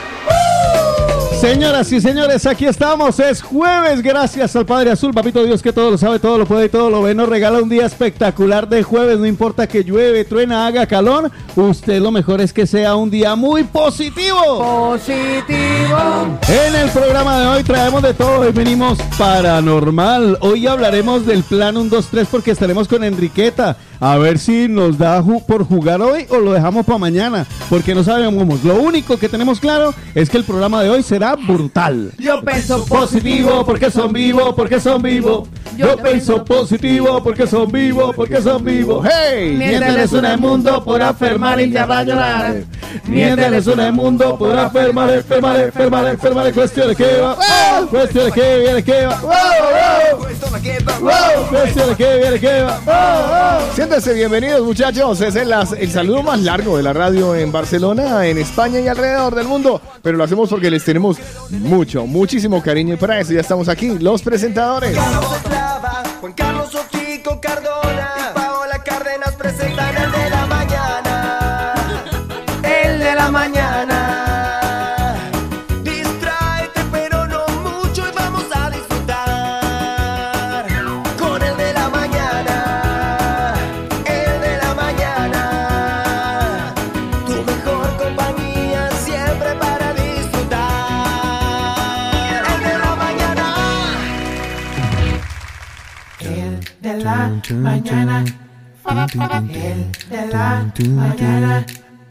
Señoras y señores, aquí estamos. Es jueves, gracias al Padre Azul, Papito Dios que todo lo sabe, todo lo puede y todo lo ve. Nos regala un día espectacular de jueves. No importa que llueve, truena, haga calor. Usted lo mejor es que sea un día muy positivo. Positivo. En el programa de hoy traemos de todo. Hoy venimos paranormal. Hoy hablaremos del plan uno dos tres porque estaremos con Enriqueta A ver si nos da ju- por jugar hoy o lo dejamos para mañana, porque no sabemos. Lo único que tenemos claro es que el programa de hoy será brutal. Yo pienso Positivo, porque son vivos, porque son vivos. Yo pienso positivo, porque son vivos, porque son vivos. ¡Hey! Mientras es un mundo por afirmar y ya va a llorar. Mientras es un mundo por afirmar, enfermar, enfermar, enfermar. Cuestiones que va, cuestiones que viene, que va. Cuestiones que viene, que va. Siéntense bienvenidos, muchachos. Es el, el saludo más largo de la radio en Barcelona, en España y alrededor del mundo. Pero lo hacemos porque les tenemos mucho, muchísimo cariño y para eso ya estamos aquí, los presentadores. Juan Carlos Otico Cardona y Paola Cárdenas presentan el de la mañana. El de la mañana. Distráete pero no mucho y vamos a disfrutar con el de la mañana. El de la mañana. Tu mejor compañía siempre para disfrutar. El de la mañana. El de la mañana. El de la mañana.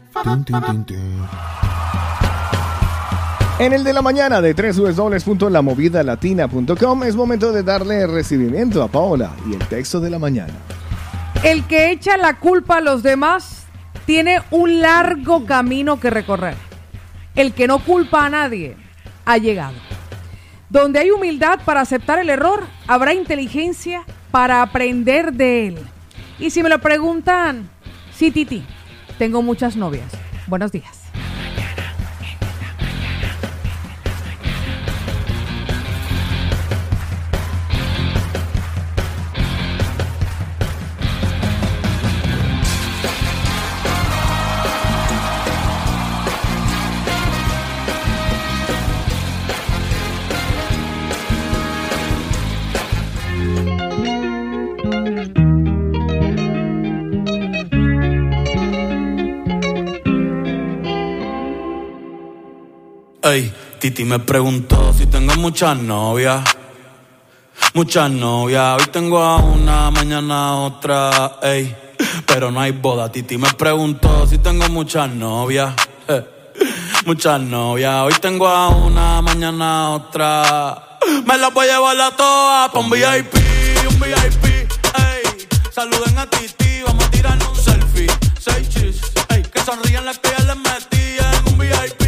En el de la mañana de doble u doble u doble u punto la movida latina punto com es momento de darle recibimiento a Paola y el texto de la mañana. El que echa la culpa a los demás tiene un largo camino que recorrer. El que no culpa a nadie ha llegado. Donde hay humildad para aceptar el error, habrá inteligencia para aprender de él. Y si me lo preguntan, sí, Titi, tengo muchas novias. Buenos días. Ey, Titi me preguntó si tengo muchas novias. Muchas novias, hoy tengo a una, mañana a otra, ey. Pero no hay boda, Titi me preguntó si tengo muchas novias. Eh, muchas novias, hoy tengo a una, mañana a otra. Me las voy a llevar a todas pa' un V I P, un V I P, ey. Saluden a Titi, vamos a tirar un selfie. Seis chis, ey, que sonrían las que ya les metí en un V I P.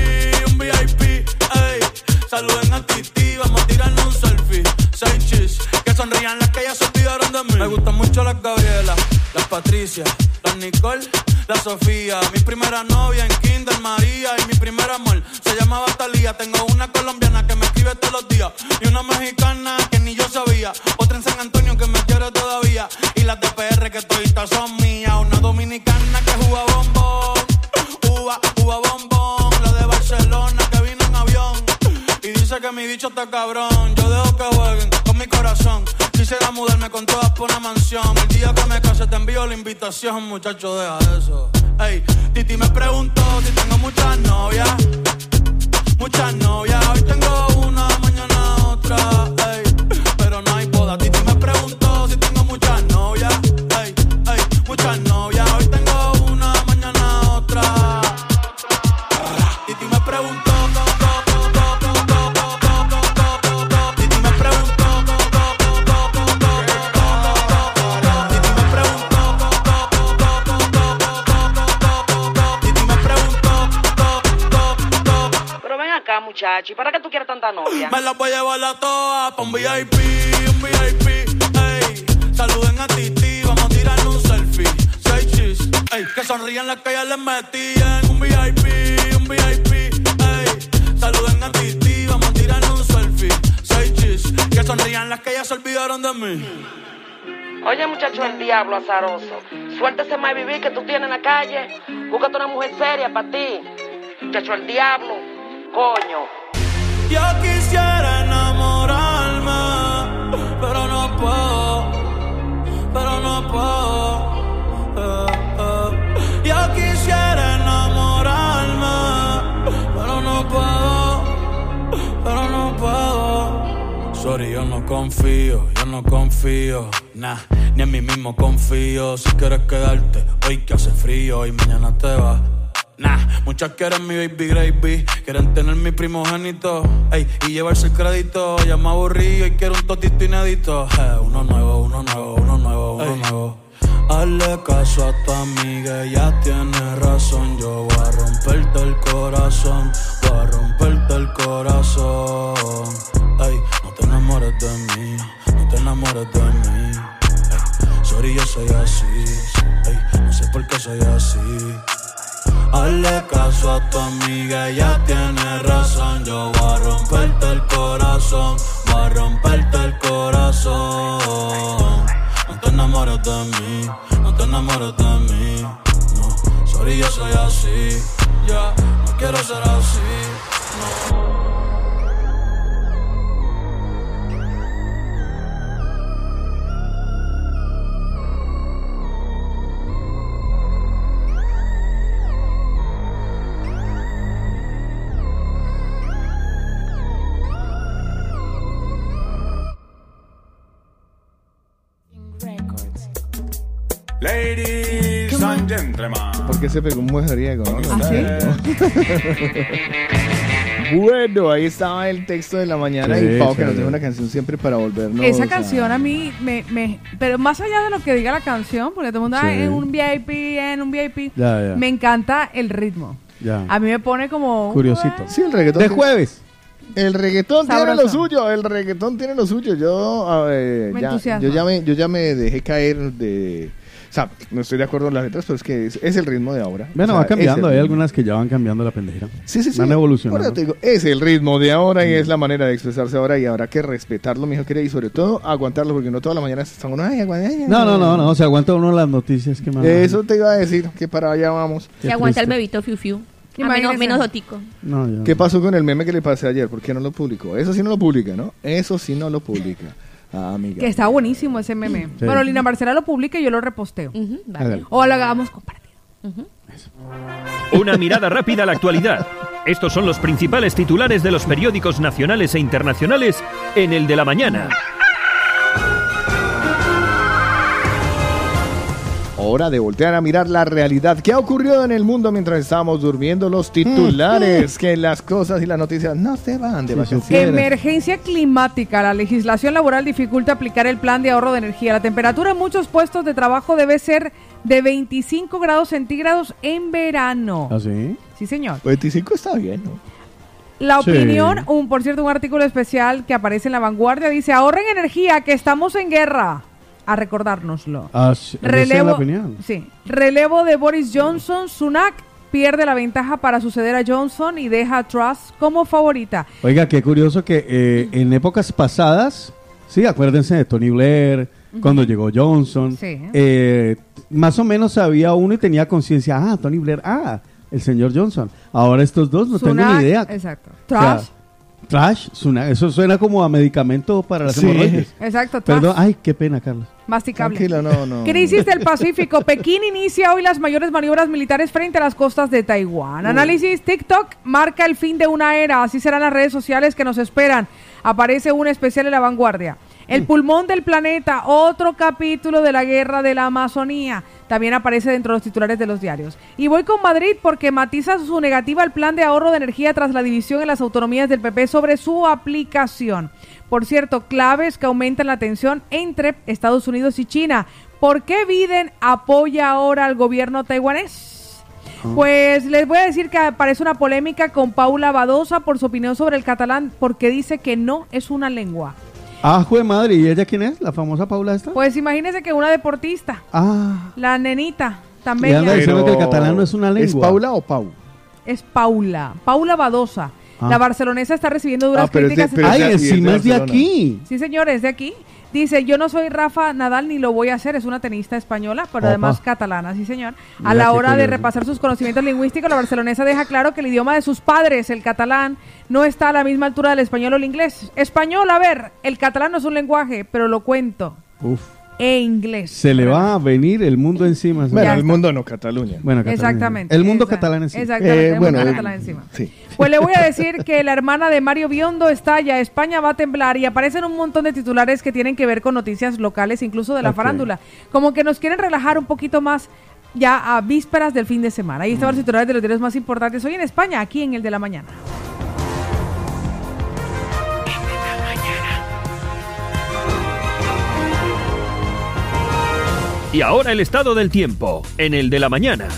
Saluden a Titi, vamos a tirarnos un selfie. Seis chis, que sonrían las que ya se olvidaron de mí. Me gustan mucho las Gabriela, las Patricia, las Nicole, la Sofía. Mi primera novia en Kinder María y mi primer amor se llamaba Talía. Tengo una colombiana que me escribe todos los días y una mexicana que ni yo sabía. Otra en San Antonio que me quiere todavía y las de P R que toditas son mías. Una dominicana que juega bombón, uva, uva bombón. La de Barcelona que vino en avión y dice que mi bicho está cabrón. Yo dejo que jueguen con mi corazón. Quisiera mudarme con todas por una mansión. El día que me case te envío la invitación, muchacho, deja eso. Ey, Titi me preguntó si tengo muchas novias. Muchas novias, hoy tengo una, mañana otra. Ey, pero no hay boda. Titi me preguntó si tengo muchas novias. Ey, ey, muchas novias, hoy tengo una, mañana otra. Titi me preguntó. Muchacho, ¿y para qué tú quieres tanta novia? Me las voy a llevar a todas pa' un V I P, un V I P, ey. Saluden a Titi, vamos a tirarle un selfie. Seis chis, ey. Que sonrían las que ya les metí en un V I P, un V I P, ey. Saluden a Titi, vamos a tirarle un selfie. Seis chis, que sonrían las que ya se olvidaron de mí. Oye, muchacho, el diablo azaroso. Suéltese más vivir que tú tienes en la calle. Búscate una mujer seria para ti. Muchacho, el diablo. Coño. Yo quisiera enamorarme, pero no puedo, pero no puedo. Eh, eh. Yo quisiera enamorarme, pero no puedo, pero no puedo. Sorry, yo no confío, yo no confío, nah, ni en mí mismo confío. Si quieres quedarte, hoy que hace frío y mañana te vas. Nah, muchas quieren mi baby gravy, quieren tener mi primogénito, ey, y llevarse el crédito. Ya me aburrí y quiero un totito inédito. Eh, uno nuevo, uno nuevo, uno nuevo, uno ey. nuevo. Hazle caso a tu amiga, ella tiene razón. Yo voy a romperte el corazón, voy a romperte el corazón. Ey, no te enamores de mí, no te enamores de mí. Ey, sorry, yo soy así, ey, no sé por qué soy así. Hazle caso a tu amiga, ella tiene razón. Yo voy a romperte el corazón, voy a romperte el corazón. No te enamores de mí, no te enamores de mí. No, sorry, yo soy así. Ya, yeah, no quiero ser así. No. Ladies and gentlemen. ¿Por qué se pegó un mujeriego, no? ¿Ah, sí? Bueno, ahí estaba el texto de la mañana Sí, y Pau que chévere. nos deja una canción siempre para volvernos. Esa a- canción a mí me, me... Pero más allá de lo que diga la canción, porque todo el mundo, Sí. "Ay, en un V I P, en un V I P", Ya, ya. me encanta el ritmo. Ya. A mí me pone como... Curiosito. Sí, el reggaetón. De tiene- jueves. El reggaetón tiene Sabroso. lo suyo, el reggaetón tiene lo suyo. Yo, a ver, Me ya, entusiasma. yo, ya me, yo ya me dejé caer de... O sea, no estoy de acuerdo con las letras, pero es que es, es el ritmo de ahora. Bueno, O sea, va cambiando. es el Hay ritmo. algunas que ya van cambiando la pendejera. Sí, sí, sí. Van evolucionando. Por eso te digo, es el ritmo de ahora y es la manera de expresarse ahora y habrá que respetarlo, mijo querido, y sobre todo aguantarlo, porque no todas las mañanas están uno, ay, aguanta, ay, No, no, ay". no, no. Se aguanta uno las noticias que más. Eso te iba a decir, que para allá vamos. Se aguanta el bebito fiu fiu. A menos, Imagínese. menos otico. No, ya. ¿Qué pasó con el meme que le pasé ayer? ¿Por qué no lo publicó? Eso sí no lo publica, ¿no? Eso sí no lo publica. Ah, amiga. Que está buenísimo ese meme. Sí. Bueno, Lina Marcela lo publica y yo lo reposteo. Ujú, vale. Hágale. O lo hagamos compartido. Ujú. Una mirada rápida a la actualidad. Estos son los principales titulares de los periódicos nacionales e internacionales en el de la mañana. Hora de voltear a mirar la realidad. ¿Qué ha ocurrido en el mundo mientras estábamos durmiendo? Los titulares. Que las cosas y las noticias no se van de Sí, vacaciones. Emergencia climática. La legislación laboral dificulta aplicar el plan de ahorro de energía. La temperatura en muchos puestos de trabajo debe ser de veinticinco grados centígrados en verano. ¿Ah, sí? Sí, señor. veinticinco está bien, ¿no? La Sí. opinión, un por cierto, un artículo especial que aparece en La Vanguardia dice: ahorren energía, que estamos en guerra. A recordárnoslo. Ah, sí. Esa es la Relevo, opinión. sí, relevo de Boris Johnson. Sunak pierde la ventaja para suceder a Johnson y deja a Truss como favorita. Oiga, qué curioso que eh, en épocas pasadas, sí, acuérdense de Tony Blair, cuando llegó Johnson, Sí. eh, más o menos sabía uno y tenía conciencia, ah, Tony Blair, ah, el señor Johnson. Ahora estos dos no tengo Sunak, ni idea. Exacto. O sea, Truss, Trash, Sunak, eso suena como a medicamento para las Sí. hemorroides. exacto. Truss, Perdón, ay, qué pena, Carlos. masticable. Tranquilo, no, no. Crisis del Pacífico. Pekín inicia hoy las mayores maniobras militares frente a las costas de Taiwán. Análisis: TikTok marca el fin de una era. Así serán las redes sociales que nos esperan. Aparece un especial en La Vanguardia. El pulmón del planeta, otro capítulo de la guerra de la Amazonía. También aparece dentro de los titulares de los diarios. Y voy con Madrid porque matiza su negativa al plan de ahorro de energía tras la división en las autonomías del P P sobre su aplicación. Por cierto, claves que aumentan la tensión entre Estados Unidos y China. ¿Por qué Biden apoya ahora al gobierno taiwanés? Pues les voy a decir que aparece una polémica con Paula Badosa por su opinión sobre el catalán, porque dice que no es una lengua. Ah, jue madre, ¿y ella quién es? ¿La famosa Paula esta? Pues imagínense que una deportista, Ah, la nenita, y también anda diciendo que el catalán no es una lengua. ¿Es Paula o Pau? es Paula, Paula Badosa. Ah. La barcelonesa está recibiendo duras Ah, pero es de- críticas. pero Ay, es de- y es de encima es de Barcelona. aquí. Sí, señores, de aquí. Dice: yo no soy Rafa Nadal ni lo voy a hacer, es una tenista española, pero Opa. además catalana, sí señor. A Mira la qué hora de curioso. repasar sus conocimientos lingüísticos, la barcelonesa deja claro que el idioma de sus padres, el catalán, no está a la misma altura del español o el inglés. Español, a ver, el catalán no es un lenguaje, pero lo cuento. Uf. e inglés. Se le va a venir el mundo encima. Bueno, Ya el está. mundo no, Cataluña. Bueno, Cataluña. Exactamente. El mundo Esa- catalán encima. Exactamente, Eh, el bueno, mundo eh, catalán encima. sí. Pues le voy a decir que la hermana de Mario Biondo estalla, España va a temblar y aparecen un montón de titulares que tienen que ver con noticias locales, incluso de la Ok. farándula. Como que nos quieren relajar un poquito más ya a vísperas del fin de semana. Ahí estaban los titulares de los diarios más importantes hoy en España, aquí en el de la mañana. Y ahora el estado del tiempo, en el de la mañana.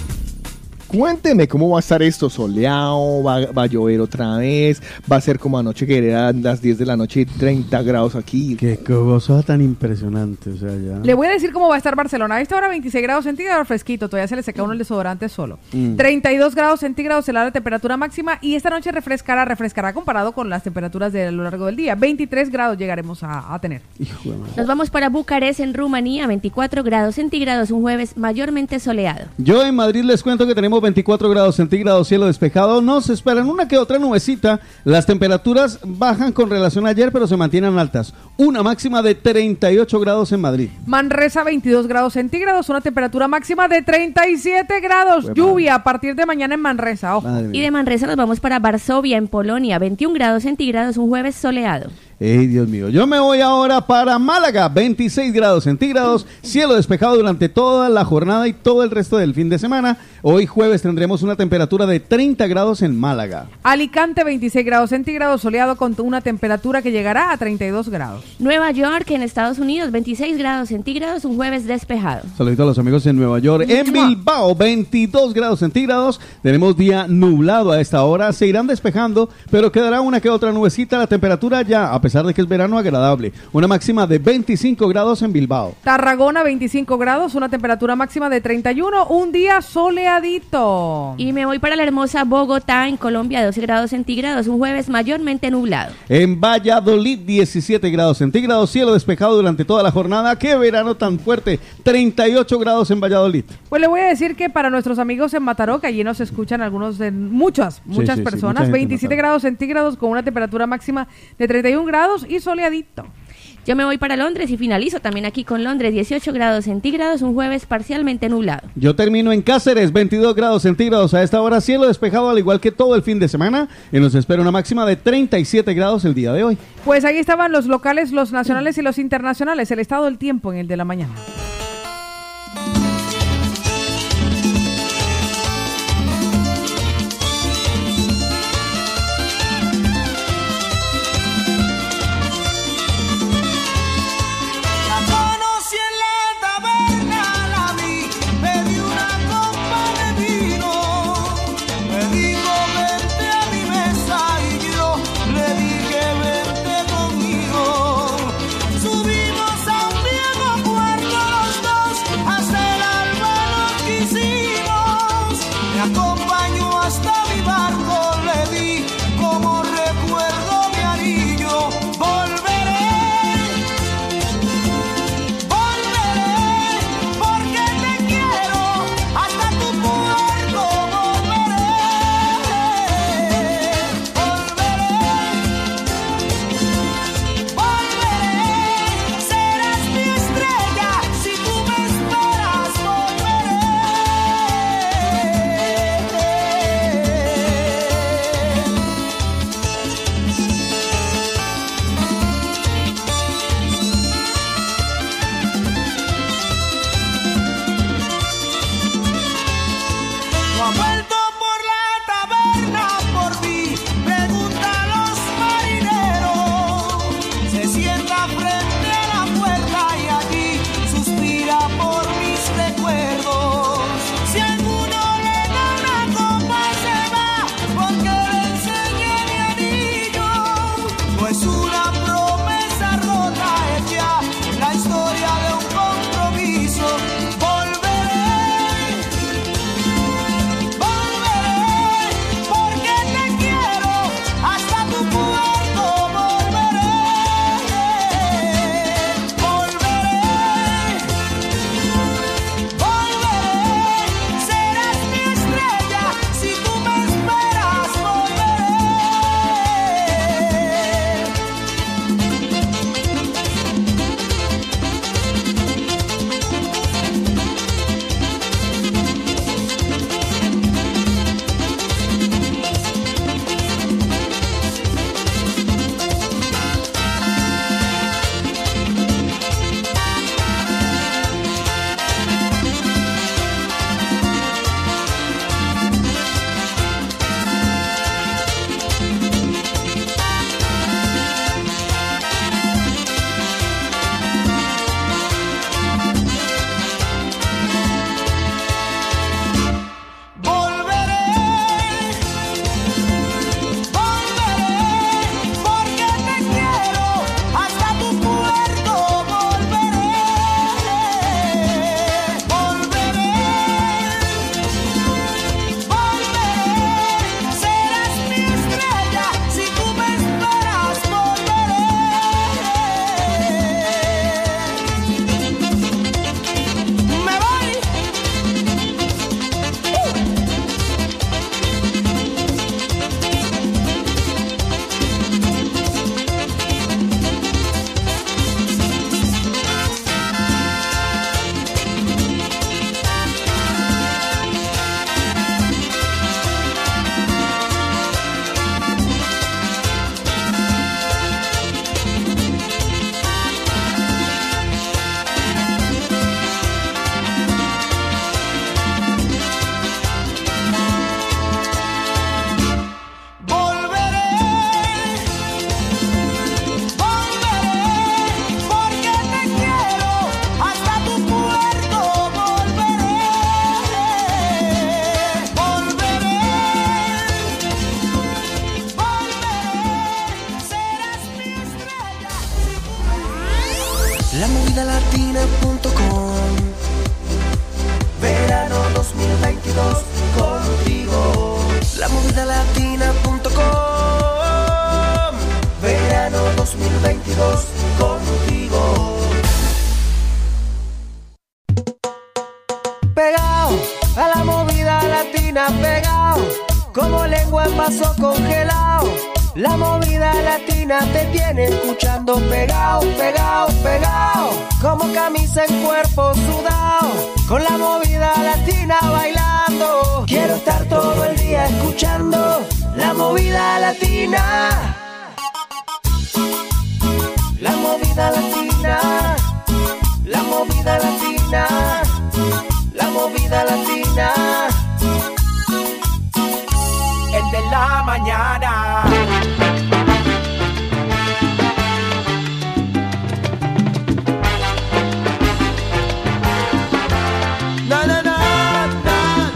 Cuénteme cómo va a estar esto, soleado, va, va a llover otra vez, va a ser como anoche que eran las diez de la noche y treinta grados aquí. Qué cosa tan impresionante, o sea, ya. Le voy a decir cómo va a estar Barcelona. A esta hora veintiséis grados centígrados, fresquito, todavía se le seca uno el desodorante solo. Mm. treinta y dos grados centígrados será la temperatura máxima y esta noche refrescará, refrescará comparado con las temperaturas de a lo largo del día. veintitrés grados llegaremos a, a tener. Hijo de madre. Nos vamos para Bucarest, en Rumanía, veinticuatro grados centígrados, un jueves mayormente soleado. Yo en Madrid les cuento que tenemos veinticuatro grados centígrados, cielo despejado. Nos esperan una que otra nubecita. Las temperaturas bajan con relación a ayer, pero se mantienen altas. Una máxima de treinta y ocho grados en Madrid. Manresa, veintidós grados centígrados, una temperatura máxima de treinta y siete grados. Pues Lluvia a partir de mañana en Manresa. Ojo. Madre Y mía. de Manresa nos vamos para Varsovia, en Polonia, veintiún grados centígrados, un jueves soleado. Ey, Dios mío. Yo me voy ahora para Málaga, veintiséis grados centígrados, cielo despejado durante toda la jornada y todo el resto del fin de semana. Hoy jueves tendremos una temperatura de treinta grados en Málaga. Alicante, veintiséis grados centígrados, soleado con una temperatura que llegará a treinta y dos grados. Nueva York, en Estados Unidos, veintiséis grados centígrados, un jueves despejado. Saludito a los amigos en Nueva York. En Bilbao, veintidós grados centígrados. Tenemos día nublado a esta hora. Se irán despejando, pero quedará una que otra nubecita. La temperatura ya, a pesar de que es verano, agradable. Una máxima de veinticinco grados en Bilbao. Tarragona, veinticinco grados, una temperatura máxima de treinta y uno, un día soleadito. Y me voy para la hermosa Bogotá, en Colombia, doce grados centígrados, un jueves mayormente nublado. En Valladolid, diecisiete grados centígrados. Cielo despejado durante toda la jornada. ¡Qué verano tan fuerte! treinta y ocho grados en Valladolid. Pues le voy a decir que para nuestros amigos en Mataró, que allí nos escuchan algunos, de, muchas, muchas sí, sí, personas, mucha gente en veintisiete Mataró. grados centígrados con una temperatura máxima de treinta y un grados y soleadito. Yo me voy para Londres y finalizo también aquí con Londres, dieciocho grados centígrados, un jueves parcialmente nublado. Yo termino en Cáceres, veintidós grados centígrados a esta hora, cielo despejado al igual que todo el fin de semana, y nos espera una máxima de treinta y siete grados el día de hoy. Pues ahí estaban los locales, los nacionales y los internacionales, el estado del tiempo en el de la mañana. La conocí en la taberna, la vi, me dio una copa de vino, me dijo vente a mi mesa y yo le dije vente conmigo. Subimos a un viejo puerto los latina punto com. Verano dos mil veintidós contigo. La movida latina punto com. Verano dos mil veintidós contigo. Pegao a la movida latina, pegao como lengua en vaso congelado. La movida latina te tiene escuchando, pegao, pegao, pegao, como camisa en cuerpo sudado, con la movida latina bailando. Quiero estar todo el día escuchando la movida latina. La movida latina, la movida latina, la movida latina. El de la mañana. Na, na, na, na, na.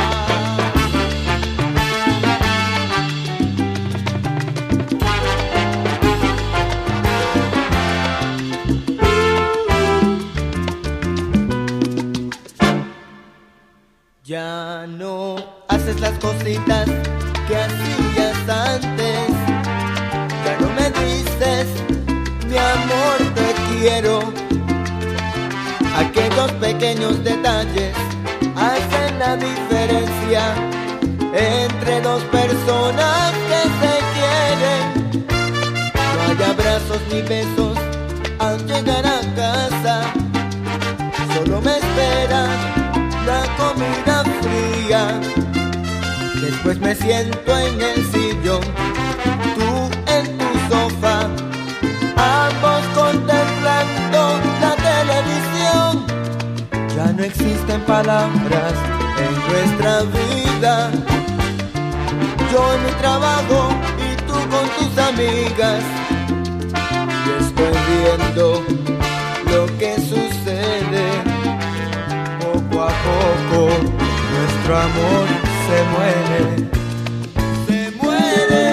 Ya no haces las cositas que hacías antes. Ya no me dices, mi amor, te quiero. Aquellos pequeños detalles hacen la diferencia entre dos personas que se quieren. No hay abrazos ni besos al llegar a casa. Solo me espera la comida fría. Después me siento en el sillón, tú en tu sofá, ambos contemplando la televisión. Ya no existen palabras en nuestra vida. Yo en mi trabajo y tú con tus amigas. Y estoy viendo lo que sucede. Poco a poco nuestro amor se muere, se muere,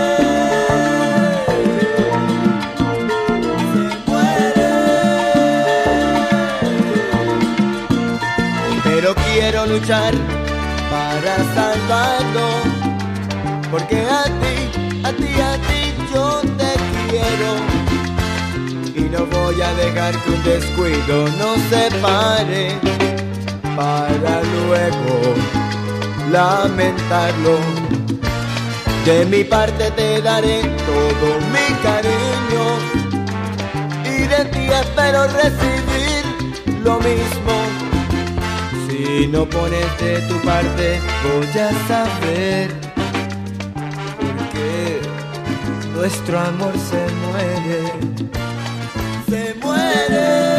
se muere. Pero quiero luchar para salvarlo, porque a ti, a ti, a ti yo te quiero. Y no voy a dejar que un descuido nos separe, para luego lamentarlo. De mi parte te daré todo mi cariño, y de ti espero recibir lo mismo. Si no pones de tu parte, voy a saber por qué nuestro amor se muere, se muere.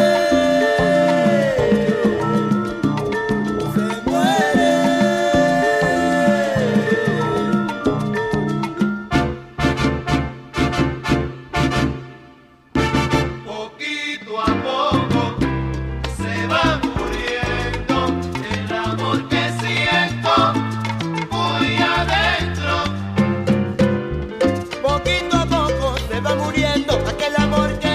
Poquito a poco se va muriendo aquel amor que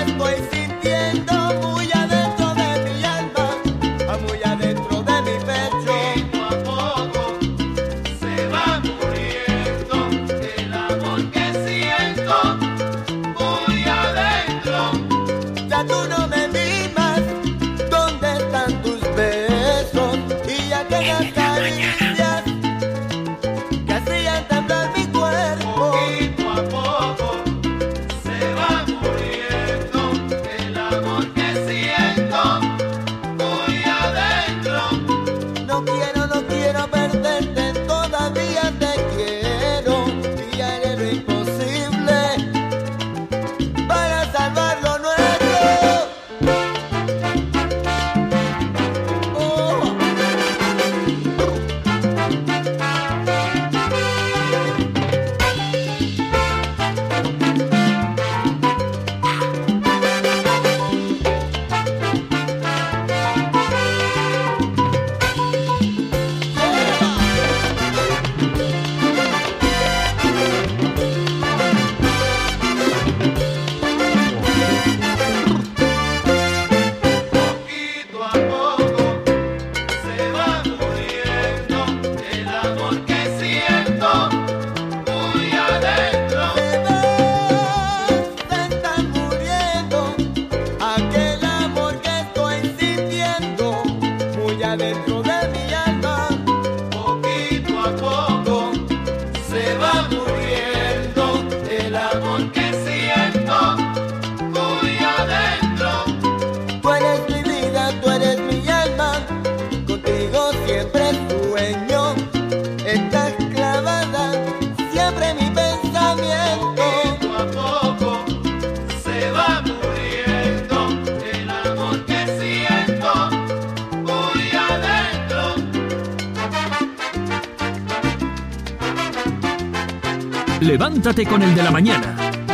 Levántate con el de la mañana.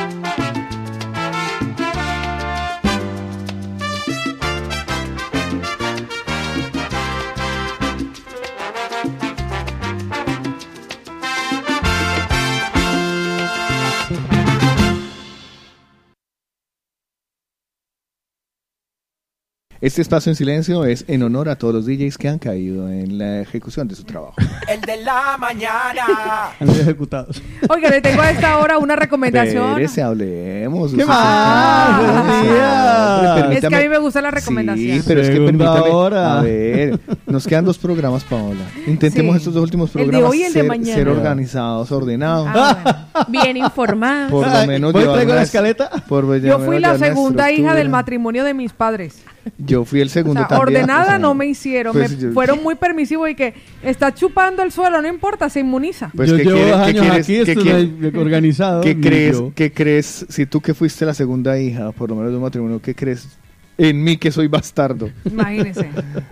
Este espacio en silencio es en honor a todos los D Js que han caído en la ejecución de su trabajo. El de la mañana. Han sido ejecutados. Oiga, le tengo a esta hora una recomendación. Espérese, hablemos. ¿Qué usted- más? Buenos días. Hombre, Es que a permítame- mí me gusta la recomendación. Sí, pero es que Segunda permítame. hora. A ver, nos quedan dos programas, Paola. Intentemos Sí. estos dos últimos El de programas hoy y el de ser, mañana. ser organizados, ordenados. Ah, bueno. Bien informada. Por lo menos ¿Voy llevar traigo la una- escaleta? por lo Yo menos fui la llevar una segunda hija estructura. del matrimonio de mis padres. Yo fui el O segundo sea, también. ordenada o sea, no me hicieron. pues me yo- fueron muy permisivos y que está chupando el suelo, no importa, se inmuniza. Pues, yo ¿qué llevo quieres- dos qué años quieres- aquí, qué esto quieres- no es organizado. ¿Qué ni crees, yo. ¿Qué crees, si tú que fuiste la segunda hija, por lo menos de un matrimonio, qué crees en mí que soy bastardo? Imagínese.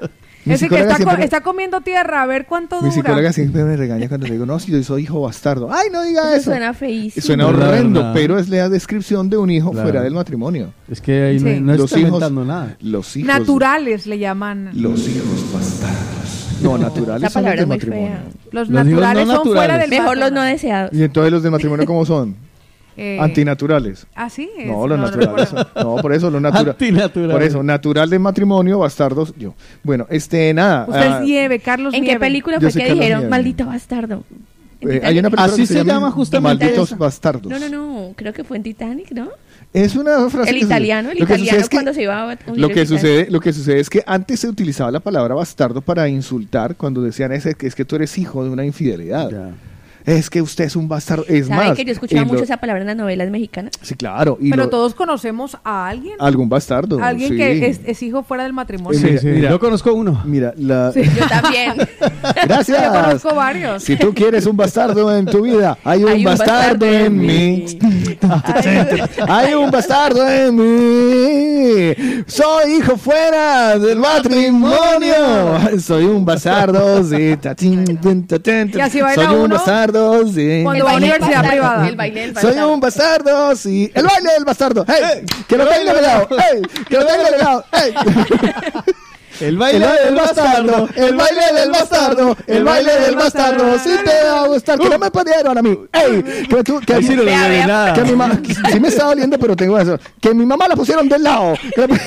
Mi Ese que psicóloga está, co- siempre me- está comiendo tierra, a ver cuánto Mi dura. psicóloga siempre me regaña cuando le digo, no, si yo soy hijo bastardo. Ay, no diga Eso eso. suena feísimo. Suena No, la horrendo, verdad. pero es la descripción de un hijo Claro. fuera del matrimonio. Es que ahí no, Sí. no Los está hijos- inventando nada. Los hijos. Naturales le llaman. Los hijos bastardos. No, naturales Esa son los palabra del es muy matrimonio. fea. Los Los hijos naturales no son fuera naturales. del Mejor los no matrimonio. deseados. ¿Y entonces los del matrimonio cómo son? Eh, Antinaturales. Ah, sí. es- No, los no naturales. recuerdo. son- No, por eso, los naturales. Antinaturales. Por eso, natural de matrimonio, bastardos, yo. Bueno, este, nada. Usted ah, es Nieve, Carlos ¿En Nieve. qué película Yo fue soy que Carlos dijeron Nieve. maldito bastardo? ¿En eh, Titanic? hay una película Así que se llama justamente Malditos esa. bastardos. No, no, no, creo que fue en Titanic, ¿no? Es una frase El que sucede. italiano, el Lo que sucede italiano es que- cuando se iba a unir Lo el que Titanic. sucede, lo que sucede es que antes se utilizaba la palabra bastardo para insultar cuando decían ese que es que tú eres hijo de una infidelidad. Ya. Es que usted es un bastardo. Es ¿Saben más, que yo escuchaba en mucho lo- esa palabra en las novelas mexicanas? Sí, claro. Y Pero lo- todos conocemos a alguien. algún bastardo. Alguien sí. que es, es hijo fuera del matrimonio. Sí, Sí, sí, mira. yo conozco uno. Mira, la... Sí. Yo también. Gracias. Yo conozco varios. Si tú quieres un bastardo en tu vida, hay un, Hay un bastardo, bastardo en en mí. mí. Hay un bastardo en mí. Soy hijo fuera del matrimonio. Soy un bastardo. Sí. Ta, tin, tin, ta, tin, ta. Y así baila Soy un uno bastardo. Sí. cuando va a baile del universidad bastardo, privada. El baile del Soy bastardo. un bastardo, sí. El baile del bastardo. ¡Hey! ¡Que lo tenga legado! ¡Hey! ¡Que lo tenga legado! ¡Hey! El El baile del bastardo, el baile del bastardo, el baile del bastardo. Si te va a gustar, que no me pudieron a mí. ¡Ey! Que tú, que Ahí sí no le Vea, debe vea. nada. que mi mamá, sí me está doliendo, pero tengo eso. Que mi mamá la pusieron del lado. Que la-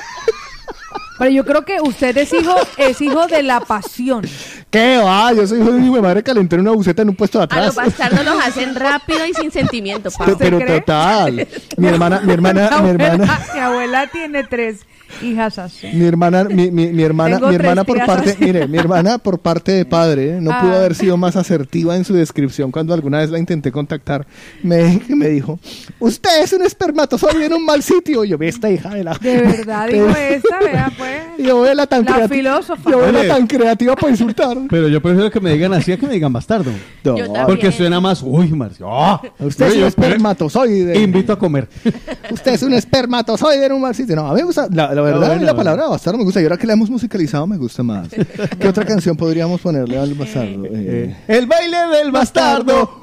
Pero yo creo que usted es hijo, es hijo de la pasión. ¿Qué va? Yo soy hijo de mi madre que le entré en una buceta en un puesto de A los atrás. bastardos los hacen rápido y sin sentimiento, Pe- Pau. Pero cree? total. Mi hermana, mi hermana, mi hermana. Mi abuela tiene tres hijas así. Mi hermana, mi, mi, mi hermana, Tengo mi hermana tres por tías parte, así. mire, mi hermana por parte de padre no Ah. pudo haber sido más asertiva en su descripción cuando alguna vez la intenté contactar. Me, me dijo, usted es un espermatozoide en un mal sitio. Yo, ve esta hija de la... De verdad, digo esta, vea pues. Yo veo la tan La creativa. filósofa. Yo veo la Oye. tan creativa para insultar. Pero yo prefiero que me digan así a que me digan bastardo. No, Yo también. Porque suena más, uy, Marcio. ¡Ah! usted es Oye, un yo espermatozoide. invito a comer. Usted es un espermatozoide en un mal sitio. No, a mí me gusta, la, la verdad, No, a mí bueno, la palabra bastardo me gusta. Y ahora que la hemos musicalizado me gusta más. ¿Qué otra canción podríamos ponerle al bastardo? Eh, El baile del bastardo.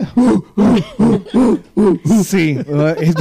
sí. uh, es-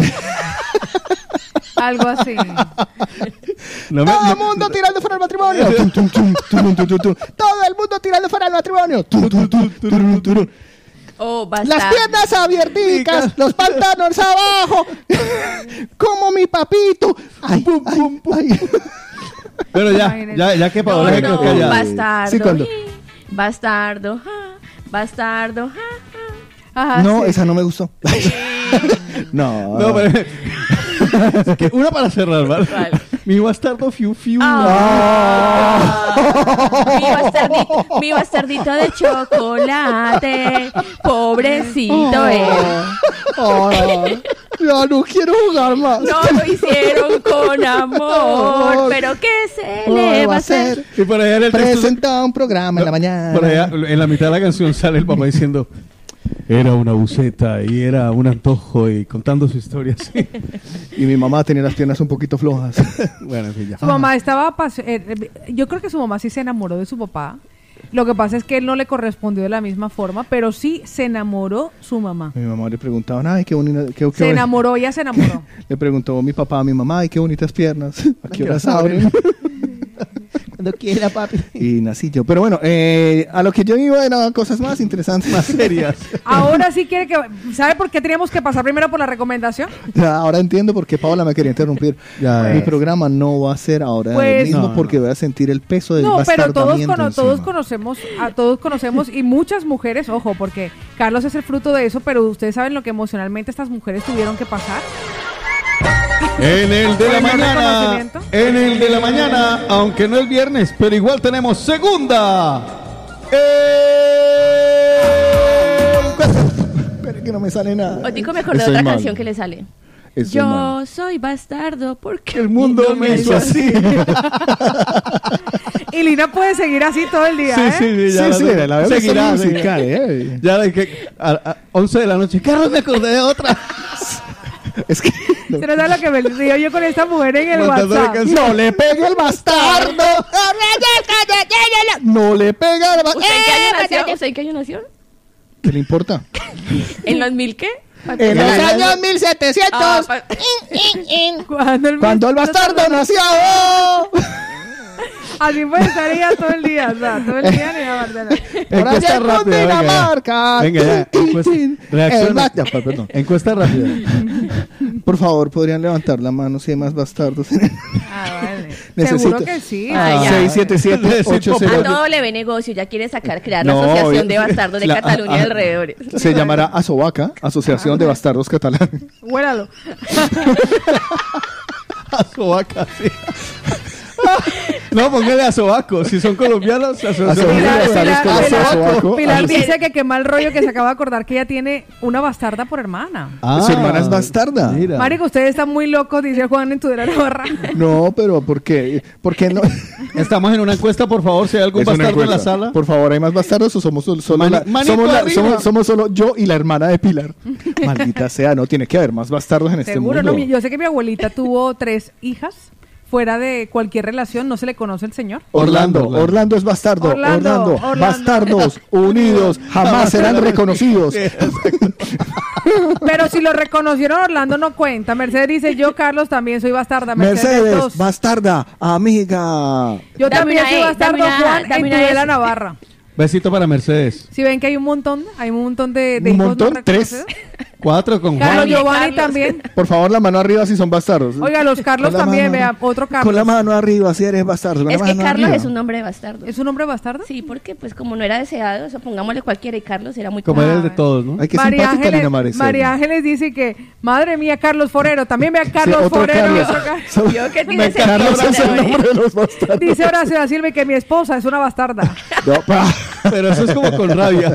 Algo así. No me- Todo no- el mundo tirando fuera del matrimonio. Tum, tum, tum, tum, tum, tum, tum. Todo el mundo tirando fuera del matrimonio. Tum, tum, tum, tum, tum. Oh, Las bastardo. piernas abierticas, los pantanos abajo, como mi papito. Ay, ay, ay. Pero ya, Imagínate. ya, ya que No, Paola se no, quedó callada. bastardo. Sí, cuando- Bastardo, ja, bastardo, ja, ja. Ajá, No, sí. esa no me gustó. No. No, pero... Es que una para cerrar, ¿vale? ¿Cuál? Mi bastardo fiu fiu. Ah. Mi, bastardito, mi bastardito de chocolate, pobrecito él. Ay, ya no quiero jugar más. No lo hicieron con amor, pero ¿qué se le va a hacer? Y por allá en el texto... Presenta un programa en la mañana. Por allá, en la mitad de la canción sale el papá diciendo... Era una buceta y era un antojo y contando su historia así. Y mi mamá tenía las piernas un poquito flojas. Bueno, en fin, ya. Su mamá estaba apasio- eh, eh, yo creo que su mamá sí se enamoró de su papá Lo que pasa es que él no le correspondió de la misma forma, pero sí se enamoró su mamá. Mi mamá le preguntaba, ay, qué bonita. Qué, qué Se enamoró, ella se enamoró. Le preguntó mi papá a mi mamá, ay, qué bonitas piernas. ¿A qué horas abren? Cuando quiera, papi. Y nací yo. Pero bueno, eh, a lo que yo iba eran cosas más interesantes, más serias. Ahora sí quiere que... ¿Sabe por qué teníamos que pasar primero por la recomendación? Ya, ahora entiendo por qué Paola me quería interrumpir. Ya, Mi pues. programa no va a ser ahora Pues- el mismo No, no. porque voy a sentir el peso del No, pero todos, bastardamiento cono- encima. todos conocemos, a todos conocemos y muchas mujeres, ojo, porque Carlos es el fruto de eso, pero ustedes saben lo que emocionalmente estas mujeres tuvieron que pasar. En el de la Bueno, mañana, reconocimiento. en el de la mañana, aunque no es viernes, pero igual tenemos segunda. Espera que no me sale nada. Otico me acordé de Estoy otra mal. canción que le sale. Estoy Yo mal. soy bastardo porque El mundo me hizo así. Y Lina puede seguir así todo el día, Sí, ¿eh? sí, ya Sí, la- sí, la veo que seguirá, está sí. musical, eh. Ya de que a, a once de la noche, Carlos, me acordé de otra. Es que ¿Se no sabe lo que me río yo con esta mujer en el Mandando la WhatsApp? canción. no le pegue el bastardo. No le pega el ¿Usted en qué año nació? bastardo. ¿Usted en qué año nació? ¿Qué le importa? ¿En los mil qué? En los Ah, años mil setecientos, pa- Cuando el, cuando el bastardo nació. Así puede estar ella todo el día, o sea, todo el día ni a Barcelona. Por allá Encuesta en rápida, venga, ya. Cundinamarca. Venga, ya, encuesta, El reacciona. ba- ya, pa- perdón. Encuesta rápida. Por favor, ¿podrían levantar la mano si hay más bastardos? Ah, vale. Necesito- Seguro que sí. Ah, ya. seis siete siete ocho A cero. todo le ve negocio, ya quiere sacar, crear la No, asociación eh, de bastardos de la- Cataluña y ah, alrededores. Se llamará Asobaca, Asociación de Bastardos Catalanes. Huélalo. A sobaca, sí. No, póngale a sobaco. Si son colombianos, a sobaco. Asobaco, Pilar, bastardos Pilar, con Pilar, Asobaco. Pilar dice que qué mal rollo que se acaba de acordar que ella tiene una bastarda por hermana. Ah, Su hermana es bastarda. Mira. Marico, ustedes están muy locos, dice Juan en Tudela Navarra. No, pero ¿por qué? ¿Por qué no? Estamos en una encuesta, por favor, si hay algún Es una bastardo en la encuesta. sala. Por favor, ¿hay más bastardos o somos solo, solo Mani- la- manito somos, la- arriba. somos, somos solo yo y la hermana de Pilar? Maldita sea, no, tiene que haber más bastardos en este Seguro, mundo. no, mi- yo sé que mi abuelita tuvo tres hijas. Fuera de cualquier relación, ¿no se le conoce el señor? Orlando, Orlando, Orlando, es bastardo. Orlando, Orlando, Orlando. bastardos unidos jamás serán reconocidos. Pero si lo reconocieron, Orlando no cuenta. Mercedes dice, yo, Carlos, también soy bastarda. Mercedes, Mercedes, dos. bastarda, amiga. Yo Dame también una soy E, bastardo, dame una A, Juan, dame en una Tudela S. Navarra. Besito para Mercedes. Si ven que hay un montón, hay un montón de, de Un hijos no montón, tres. reconocidos. Cuatro con Carlos Juan. Giovanni Carlos. también. Por favor, la mano arriba si son bastardos. Oiga, los Carlos Con la también, mano vea, arriba. otro Carlos. Con la mano arriba si eres bastardo. con la Es que mano Carlos arriba. es un nombre de bastardo. ¿Es un hombre bastardo? Sí, porque pues como no era deseado, o sea, pongámosle cualquiera y Carlos era muy Como común. era el de todos, ¿no? Ay, qué María simpática Ángeles, Lina Maricel. María Ángeles dice que, madre mía, Carlos Forero, también vea Sí, Carlos otro Forero. y Carlos. otro Car- Solo- Yo que tiene Me- ese Carlos nombre, es el María. nombre de los bastardos. Dice Horacio da Silva que mi esposa es una bastarda. No, pa. Pero eso es como con rabia.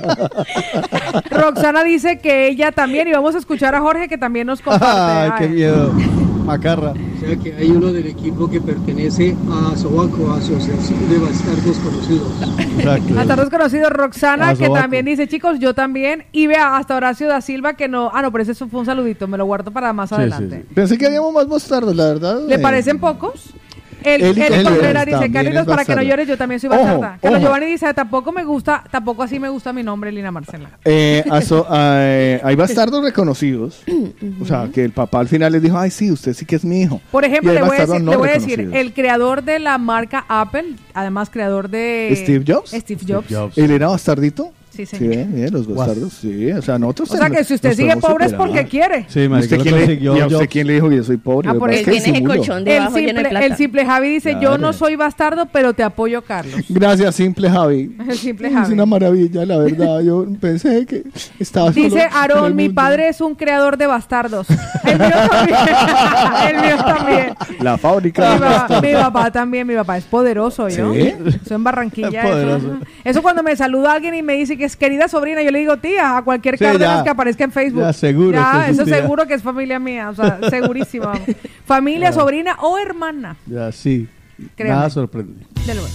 Roxana dice que ella también, y vamos a escuchar a Jorge que también nos comparte. Ay, qué Ay. miedo. Macarra. O sea que hay uno del equipo que pertenece a Sobaco, Asociación de Bastardos Conocidos. Exacto. Bastardos conocidos, Roxana, Ah, que sobaco. también dice, chicos, yo también. Y vea, hasta Horacio da Silva que no. Ah, no, pero ese fue un saludito, me lo guardo para más Sí, adelante. sí, sí. Pensé que habíamos más bastardos, la verdad. ¿Le Eh, parecen pocos? El, Eli el Contreras Contreras dice, también Carlitos, es para que no bastardo. llores, yo también soy Ojo, bastarda. Carlos ojo. Giovanni dice, tampoco me gusta, tampoco así me gusta mi nombre, Lina Marcela. Eh, aso- eh, hay bastardos reconocidos. O sea, que el papá al final les dijo, ay, sí, usted sí que es mi hijo. Por ejemplo, Y hay le voy a bastardos decir, no le voy a decir reconocidos. el creador de la marca Apple, además creador de... ¿Steve Jobs? Steve Jobs. Jobs. ¿Él era bastardito? Sí, Sí, señor. bien, bien, los bastardos, sí. O sea, nosotros... O sea que si usted nos sigue podemos pobre es superar. porque quiere. Sí, ¿Usted marica, quién lo le, consiguió ¿Y a usted yo. quién le dijo que yo soy pobre? Ah, Lo por que él pasa es que tiene ese disimulo. colchón El debajo lleno de simple, plata. el simple Javi dice, yo Claro. no soy bastardo, pero te apoyo, Carlos. Gracias, simple Javi. El simple Es Javi. una maravilla, la verdad. Yo pensé que estaba solo Dice en el Aarón, mi mundo. padre es un creador de bastardos. El mío también. El mío también. La Mi fábrica de papá, bastardos. mi papá también, mi papá es poderoso, ¿yo? ¿Sí? Eso en Barranquilla. Es poderoso. Eso, eso cuando me saluda alguien y me dice que es querida sobrina, yo le digo tía, a cualquier Sí, Cárdenas ya. que aparezca en Facebook. Ya, seguro Ya, que es eso su tía. seguro que es familia mía, o sea, segurísima. Familia, sobrina o hermana. Ya, sí. Créame. Nada sorprende. De nuevo.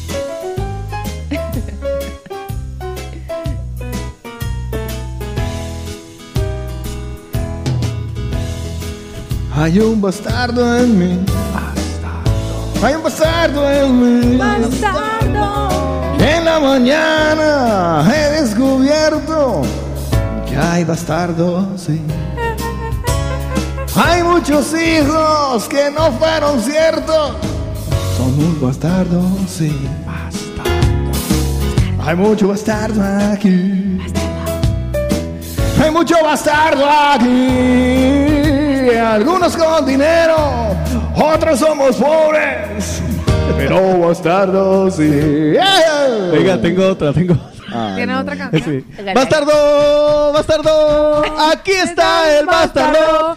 Hay un bastardo en mí. Hay un bastardo en mí. Bastardo. En En la mañana he descubierto que hay bastardos, sí. Hay muchos hijos que no fueron ciertos. Son un bastardo, sí. Bastardo. Hay mucho bastardo aquí. Bastardo. Hay mucho bastardo aquí. Algunos con dinero, otros somos pobres. Pero bastardos, sí. Yeah. Venga, tengo otra, tengo otra. Ah, ¿Tiene no. otra canción? Sí. ¡Bastardo! ¡Bastardo! ¡Aquí está el bastardo!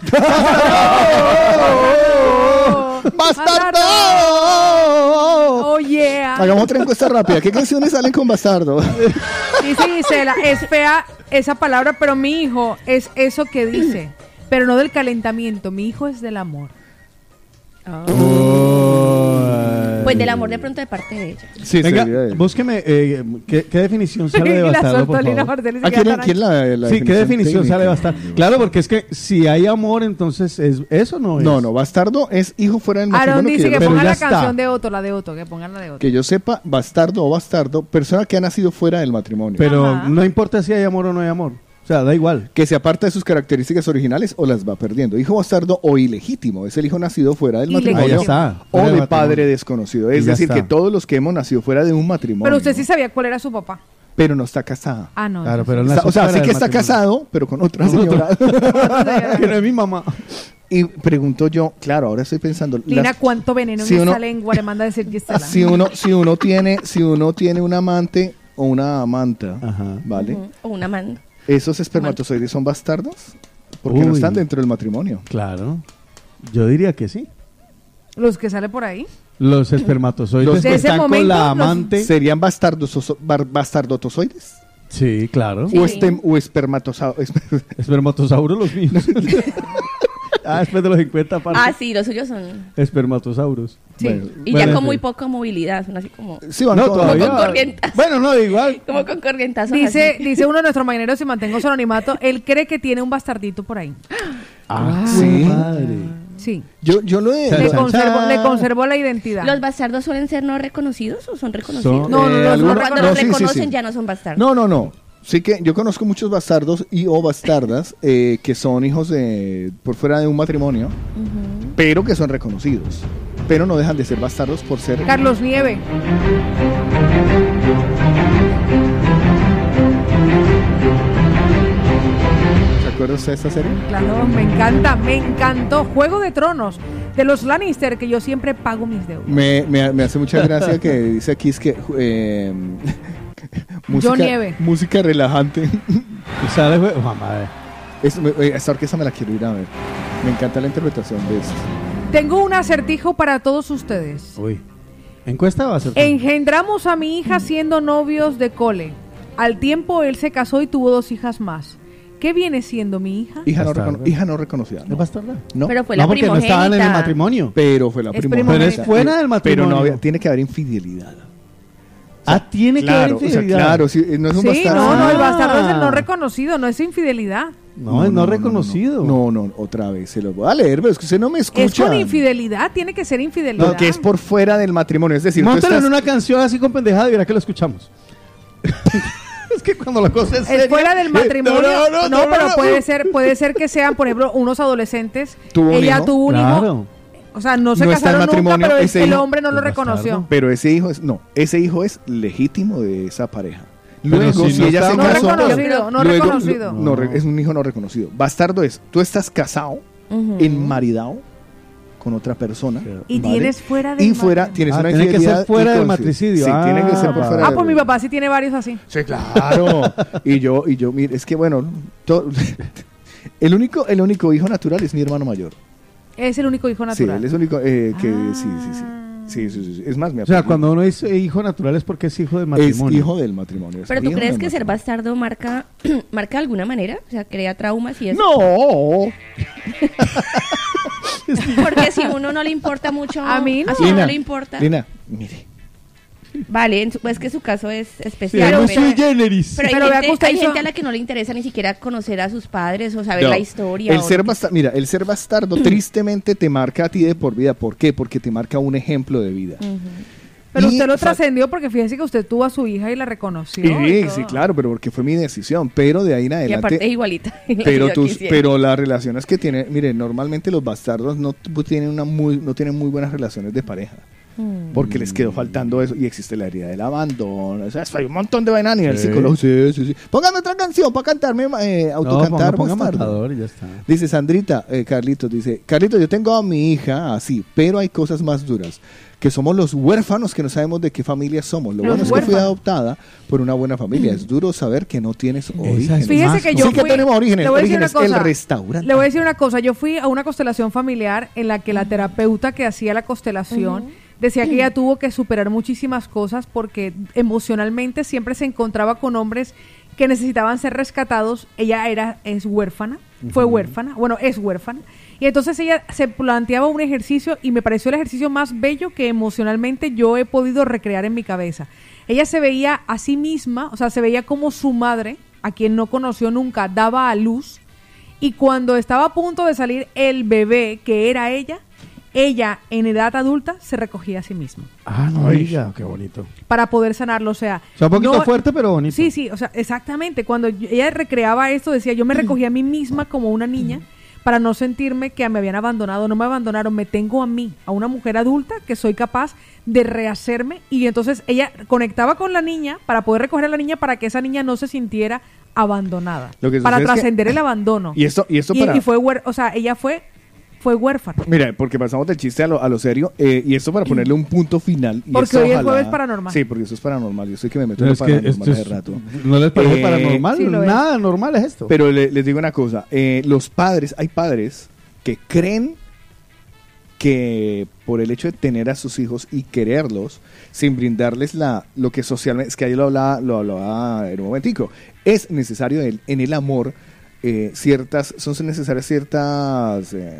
¡Bastardo! ¡Bastardo! ¡Oh, yeah! Hagamos otra encuesta rápida. ¿Qué canciones salen con bastardo? Dice Gisela, es fea esa palabra, pero mi hijo es eso que dice. Pero no del calentamiento, mi hijo es del amor. Oh. Pues del amor de pronto de parte de ella. Sí, venga, búsqueme eh, ¿qué, qué definición sale de bastardo, por favor? ¿A quién, quién la, la sí, ¿qué definición técnica sale de bastardo? Claro, porque es que si hay amor, entonces es, eso no es. No, no, bastardo es hijo fuera del matrimonio. Aaron dice que, que pongan la está. canción de Otto, la de Otto, que pongan la de Otto. Que yo sepa, bastardo o bastardo, persona que ha nacido fuera del matrimonio. Pero Ajá. no importa si hay amor o no hay amor. O sea, da igual. Que se aparta de sus características originales o las va perdiendo. Hijo bastardo o ilegítimo. Es el hijo nacido fuera del matrimonio. Ah, está, o de matrimonio. Padre desconocido. Es decir, está. que todos los que hemos nacido fuera de un matrimonio. Pero usted sí sabía cuál era su papá. Pero no está casada. Ah, no. Claro, pero está, o sea, sí que está matrimonio. casado, pero con otra con señora. Que no es mi mamá. Y pregunto yo, claro, ahora estoy pensando. Lina, las, ¿cuánto veneno si en uno, esa lengua le manda a decir Gisela? Si uno, si uno tiene, si uno tiene un amante o una amanta, Ajá. ¿vale? Uh-huh. O una amante. ¿Esos espermatozoides son bastardos? Porque Uy, no están dentro del matrimonio. Claro. Yo diría que sí. ¿Los que salen por ahí? Los espermatozoides los que están momento, con la amante. Los... ¿Serían bastardos, bastardotozoides? Sí, claro. Sí. O, este, o espermatosauros. Espermatosauros los míos. Ah, después de los cincuenta partes. Ah, sí, los suyos son espermatosauros. Sí. Bueno, y bueno, ya con sí. muy poca movilidad, son así como sí, van no, como con corrientazos. Bueno, no, igual. Como con corrientazos. Dice, dice uno de nuestros marineros, si mantengo su anonimato, él cree que tiene un bastardito por ahí. Ah, sí. Madre. Sí. Yo, yo lo he... Le conservó, le conservó la identidad. ¿Los bastardos suelen ser no reconocidos o son reconocidos? Son, no, no, eh, no, no, cuando no, los sí, reconocen sí, sí. ya no son bastardos. No, no, no. Sí que yo conozco muchos bastardos y o bastardas eh, que son hijos de por fuera de un matrimonio, uh-huh. pero que son reconocidos. Pero no dejan de ser bastardos por ser... Carlos Nieve. ¿Se acuerda usted de esta serie? Claro, me encanta, me encantó. Juego de Tronos, de los Lannister, que yo siempre pago mis deudas. Me, me, me hace mucha gracia que dice aquí es que... Eh, música, Yo Nieve. Música relajante. ¿Sale? Oh, madre. Es, esta orquesta me la quiero ir a ver. Me encanta la interpretación de esto. Tengo un acertijo para todos ustedes. Uy. ¿Encuesta o acertijo? Engendramos a mi hija siendo novios de cole. Al tiempo él se casó y tuvo dos hijas más. ¿Qué viene siendo mi hija? Hija no, recono- hija no reconocida. ¿No bastarda? No. Pero fue la no, porque primogénita. no estaban en el matrimonio. Pero fue la Es primogénita. Pero es fuera del matrimonio. Pero no había, tiene que haber infidelidad. Ah, tiene claro, que haber infidelidad. O sea, claro, sí, no es un sí, bastardo. no, no, el Ah. bastardo es el no reconocido, no es infidelidad. No, No, es no, no, reconocido. No, no, no, otra vez se lo voy a leer, pero es que usted no me escucha. Es con infidelidad, tiene que ser infidelidad. No, que es por fuera del matrimonio, es decir, tú Móntalo estás... en una canción así con pendejada y verá que lo escuchamos. Es que cuando la cosa es Es seria, fuera del matrimonio. No, No, no, no, no, pero no. puede ser, puede ser que sean, por ejemplo, unos adolescentes. ¿Tuvo un Ella hijo? tuvo un Claro. hijo. O sea, no se No está en casaron nunca, matrimonio, pero ese el hijo- hombre no lo el reconoció. bastardo. Pero ese hijo es, no, ese hijo es legítimo de esa pareja. Pero Luego, si si, no ella está- se No casó, reconocido, no luego- reconocido. no, re- es un hijo no reconocido. Bastardo es, tú estás casado, Uh-huh. enmaridado con otra persona. Y ¿vale? tienes fuera del Y fuera, matrimonio. tienes Ah, una tiene que ser infidelidad fuera y del con- matricidio. Sí, tiene que ser por Ah, fuera Ah, del- pues mi papá sí tiene varios así. Sí, claro. y yo, y yo, mire, es que bueno, to- el único, el único hijo natural es mi hermano mayor. Es el único hijo natural. Sí, él es el único eh, que Ah. sí, sí, sí. Sí, sí, sí, sí. Es más, me O sea, apellido. cuando uno es hijo natural es porque es hijo del es matrimonio. hijo del matrimonio. es Pero tú hijo crees del que ser matrimonio. bastardo marca marca de alguna manera, o sea, crea traumas y eso. No. Porque si a uno no le importa mucho, A mí no. si a uno Lina, no le importa. Lina, mire. Vale, en su- pues que su caso es Sí, especial. no pero, sui generis. pero hay, Pero vea gente, que usted hay hizo- gente a la que no le interesa ni siquiera conocer a sus padres o saber No, la historia. El o ser lo que- bastardo, mira, el ser bastardo tristemente te marca a ti de por vida. ¿Por qué? Porque te marca un ejemplo de vida. Ujú. Pero Y usted lo fa- trascendió porque fíjese que usted tuvo a su hija y la reconoció. Sí, y sí, todo. claro, pero porque fue mi decisión. Pero de ahí en Y adelante. aparte es igualita. la que Pero yo tus, quisiera. pero las relaciones que tienen, mire, normalmente los bastardos no t- tienen una muy, no tienen muy buenas relaciones de pareja. Mm. Porque les quedó faltando eso y existe la herida del abandono. O sea, hay un montón de vainas a nivel Sí. psicológico. Sí, sí, sí. Póngame otra canción para cantarme, eh, autocantar. No, ponga, ponga bastardo. Matador y ya está. Dice Sandrita, eh, Carlitos, dice, Carlitos, yo tengo a mi hija así, pero hay cosas más duras, que somos los huérfanos que no sabemos de qué familia somos. Lo Los bueno es que fui huérfanos. adoptada por una buena familia. Es duro saber que no tienes orígenes. Fíjese Más que yo sí que fui, tenemos orígenes, le voy a decir una orígenes, el cosa, restaurante. Le voy a decir una cosa, yo fui a una constelación familiar en la que la terapeuta que hacía la constelación decía que ella tuvo que superar muchísimas cosas porque emocionalmente siempre se encontraba con hombres que necesitaban ser rescatados. Ella era es huérfana, fue huérfana, bueno, es huérfana. Y entonces ella se planteaba un ejercicio y me pareció el ejercicio más bello que emocionalmente yo he podido recrear en mi cabeza. Ella se veía a sí misma, o sea, se veía como su madre, a quien no conoció nunca, daba a luz. Y cuando estaba a punto de salir el bebé, que era ella, ella en edad adulta se recogía a sí misma Ah, no, Ay. diga, qué bonito. para poder sanarlo. O sea, O sea, un poquito no- fuerte, pero bonito. Sí, sí, o sea, exactamente. Cuando yo- ella recreaba esto, decía, yo me recogí a mí misma como una niña para no sentirme que me habían abandonado. No me abandonaron, me tengo a mí, a una mujer adulta que soy capaz de rehacerme. Y entonces ella conectaba con la niña para poder recoger a la niña para que esa niña no se sintiera abandonada. Lo que Para sucede es que- trascender el abandono. Y esto, y esto Y, para... y fue, huer- o sea, ella fue, fue huérfana. Mira, porque pasamos del chiste a lo, a lo serio, eh, y esto para ponerle un punto final. Y Porque esto hoy es ojalá- jueves paranormal. Sí, porque eso es paranormal. Yo sé que me meto Pero en lo es que paranormal esto hace es- rato. ¿No les parece Eh, paranormal? sí lo es. Nada normal es esto. Pero le- les digo una cosa, eh, los padres, hay padres que creen que por el hecho de tener a sus hijos y quererlos, sin brindarles la lo que socialmente, es que ahí lo hablaba, lo hablaba en un momentico, es necesario el- en el amor eh, ciertas, son necesarias ciertas eh,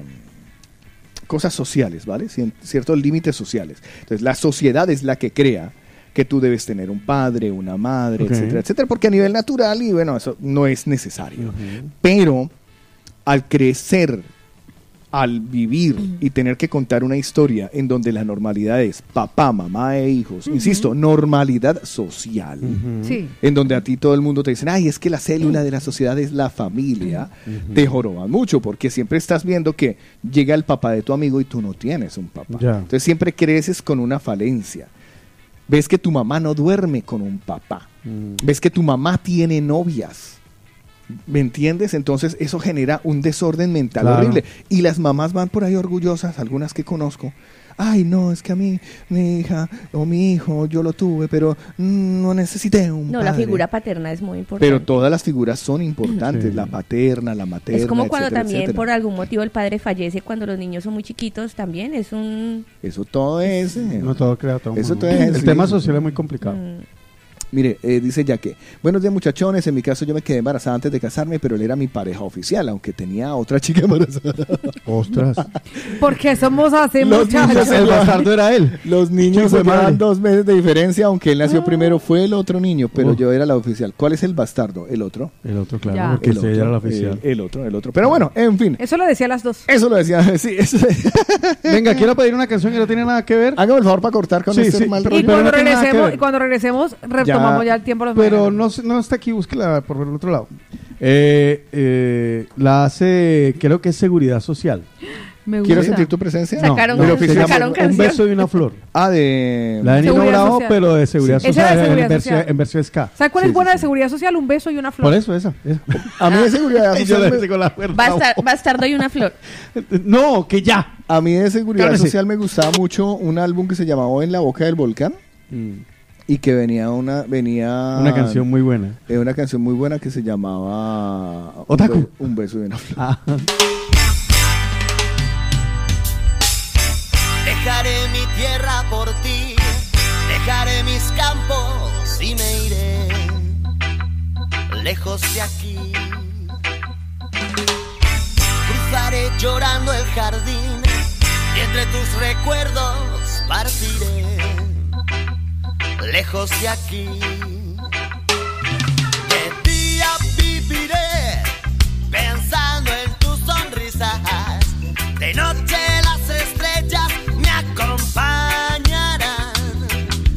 cosas sociales, ¿vale? Cien- ciertos límites sociales. Entonces la sociedad es la que crea que tú debes tener un padre, una madre, Ok. etcétera, etcétera, porque a nivel natural, y bueno, eso no es necesario. Pero al crecer, al vivir y tener que contar una historia en donde la normalidad es papá, mamá e hijos, insisto, normalidad social, Sí. en donde a ti todo el mundo te dice, ay, es que la célula de la sociedad es la familia, te joroban mucho porque siempre estás viendo que llega el papá de tu amigo y tú no tienes un papá. Ya. Entonces siempre creces con una falencia. Ves que tu mamá no duerme con un papá. Ves que tu mamá tiene novias. ¿Me entiendes? Entonces eso genera un desorden mental Claro. horrible. Y las mamás van por ahí orgullosas, algunas que conozco. Ay, no, es que a mí, mi hija o mi hijo, yo lo tuve, pero mm, no necesité un No, padre. la figura paterna es muy importante. Pero todas las figuras son importantes, Sí. la paterna, la materna, es como cuando etcétera, también etcétera. por algún motivo el padre fallece cuando los niños son muy chiquitos, también es un... Eso todo es... eh, No todo crea todo. Eso mundo. todo es- El sí. tema social es muy complicado. mm, Mire, eh, dice ya que, buenos días muchachones, en mi caso yo me quedé embarazada antes de casarme, pero él era mi pareja oficial, aunque tenía otra chica embarazada. Ostras. Porque somos así, Los muchachos. niños- El bastardo era él. Los niños Hijo se de madre. llevan dos meses de diferencia, aunque él nació primero, fue el otro niño, pero Oh. yo era la oficial. ¿Cuál es el bastardo? El otro. El otro, claro, Ya. porque El usted otro, era la oficial. El, el otro, el otro. Pero bueno, en fin. Eso lo decía las dos. Eso lo decía, sí. Eso. Venga, quiero pedir una canción que no tiene nada que ver. Hágame el favor para cortar con Sí, este sí, mal pero- Y rollo. pero cuando no tiene nada que regresemos, ver. y cuando regresemos, retomamos ya, el tiempo de los Pero mañaneros. no, sé- no está aquí, búsquela por el otro lado. Eh, eh, la hace, creo que es Seguridad Social. Me ¿Quieres gusta. sentir tu presencia? Sacaron- Pero se oficial- llama sacaron Un canción. beso y una flor. Ah, de... La de Nino Seguridad Bravo, Social. pero de Seguridad Sí. Esa Social, de Seguridad en, versión, Social. en versión ska. ¿Sabes cuál Sí, es buena sí, de sí. seguridad social? Un beso y una flor. Por eso, esa. esa. A mí de seguridad Y yo social... le me- digo la verdad. Bastar- bastardo y una flor. No, que ya. A mí de seguridad Claro que sí. social me gustaba mucho un álbum que se llamaba En la boca del volcán y que venía una venía Una canción muy buena. eh, una canción muy buena que se llamaba Un Otaku. be- Un beso y una flor. Ah. Dejaré mi tierra por ti, dejaré mis campos y me iré lejos de aquí. Cruzaré llorando el jardín y entre tus recuerdos partiré lejos de aquí. De día viviré pensando en tus sonrisas, de noche las estrellas me acompañarán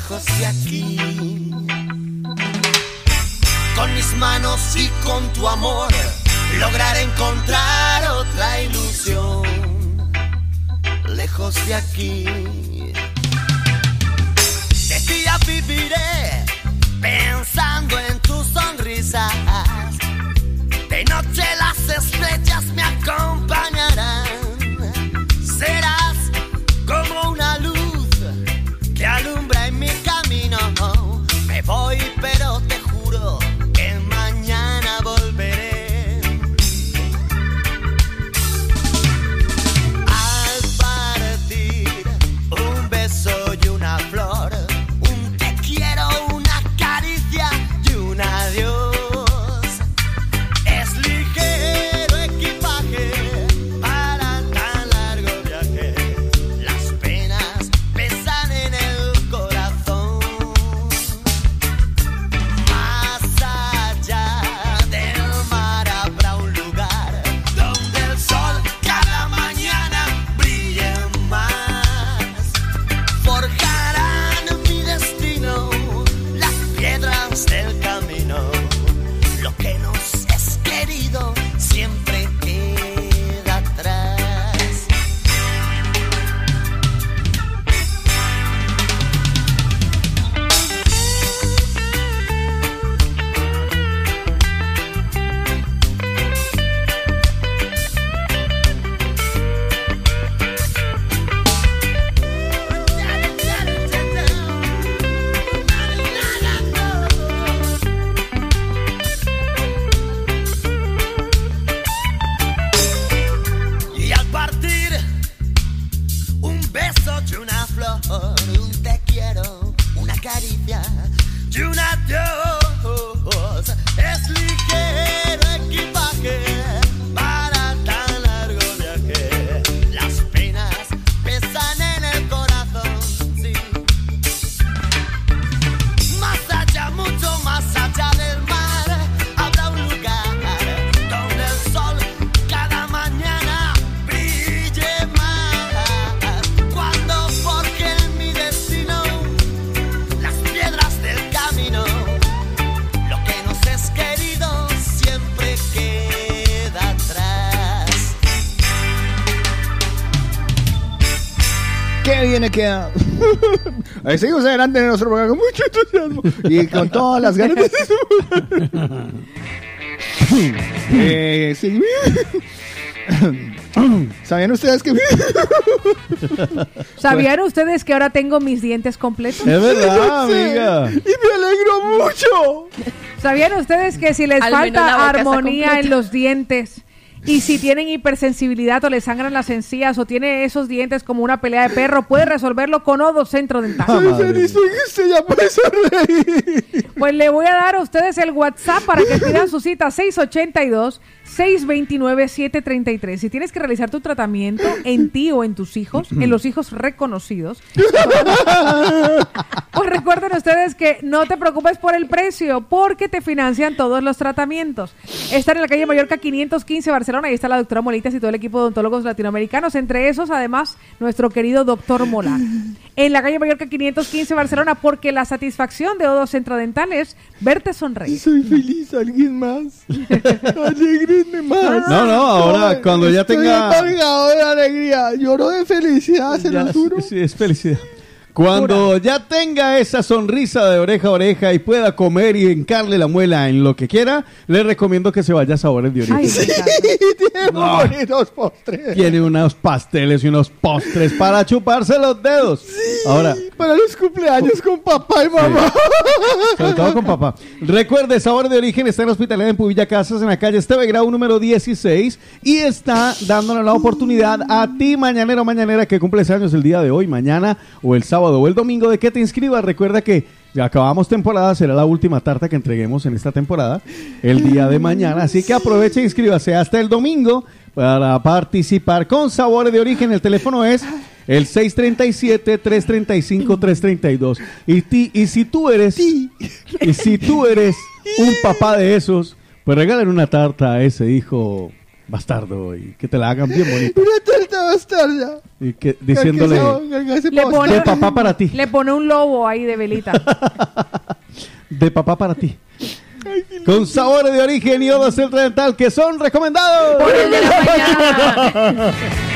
lejos de aquí. Con mis manos y con tu amor lograré encontrar otra ilusión. Lejos de aquí. De día viviré pensando en tus sonrisas. De noche las estrellas me acompañarán. Serás como una luz que alumbra en mi camino. Me voy, pero te juro que mañana volveré. Al partir, un beso y una flor, un te quiero, una caricia y un adiós. Es ligero equipaje para tan largo viaje. Las penas pesan en el corazón. Más allá del mar habrá un lugar donde el sol cada mañana brille más. Forjarán mi destino las piedras del camino. Lo que nos es querido siempre queda atrás. Y al partir, un beso y una flor, un te quiero, una caricia y un adiós. Es ligero equipaje para tan largo viaje. Las penas pesan en el corazón, sí. Más allá, mucho más allá del mar, habrá un lugar donde el sol cada mañana brille más. Cuando forje mi destino las piedras del camino, lo que nos es querido siempre queda atrás. ¿Qué viene queda? Ahí seguimos adelante en nuestro programa con mucho entusiasmo y con todas las ganas de... eh, sí. ¿Sabían ustedes que... ¿Sabían ustedes que ahora tengo mis dientes completos? Es verdad, Sí, amiga. y me alegro mucho. ¿Sabían ustedes que si les Al menos la falta boca está armonía completa. en los dientes y si tienen hipersensibilidad o les sangran las encías o tiene esos dientes como una pelea de perro, puede resolverlo con Odo Centro Dental? Ah, madre Feliz soy que usted ya puede sonreír. Pues le voy a dar a ustedes el WhatsApp para que pidan su cita seis ocho dos, seis dos nueve, siete tres tres. Si tienes que realizar tu tratamiento en ti o en tus hijos, en los hijos reconocidos, pues recuerden ustedes que no te preocupes por el precio porque te financian todos los tratamientos. Están en la calle Mallorca quinientos quince Barcelona. Ahí está la doctora Molitas y todo el equipo de odontólogos latinoamericanos. Entre esos, además, nuestro querido doctor Molar. En la calle Mallorca quinientos quince Barcelona, porque la satisfacción de Odo Centro Dental es verte sonreír. Soy feliz, alguien más. Alégrenme más. No, no, ahora Estoy- cuando ya estoy tenga... embargado de alegría. Lloro de felicidad, se Ya, lo juro. sí, es felicidad. Cuando ya tenga esa sonrisa de oreja a oreja y pueda comer y hincarle la muela en lo que quiera, le recomiendo que se vaya a Sabores de Origen. Ay, me encanta. Tiene muy No. bonitos postres. Tiene unos pasteles y unos postres para chuparse los dedos. Ahora, Para los cumpleaños con papá y mamá. sobre todo con papá. Recuerde, Sabor de Origen está en la hospitalidad en Pubilla Casas, en la calle Esteve Grau número dieciséis, y está dándole la oportunidad a ti, mañanero o mañanera, que cumples años el día de hoy, mañana o el sábado o el domingo, de que te inscribas. Recuerda que ya acabamos temporada, será la última tarta que entreguemos en esta temporada el día de mañana, así que aproveche e inscríbase hasta el domingo para participar con Sabores de Origen. El teléfono es el seis tres siete, tres tres cinco, tres tres dos. Y, ti, y si tú eres y si tú eres un papá de esos, pues regalen una tarta a ese hijo bastardo y que te la hagan bien bonita. Una tarta puedo estar ya. Y que, diciéndole, Le pone, de papá para ti. le pone un lobo ahí de velita. De papá para ti. Con sabores de origen y odas Centro Dental que son recomendados. Por el de la mañana.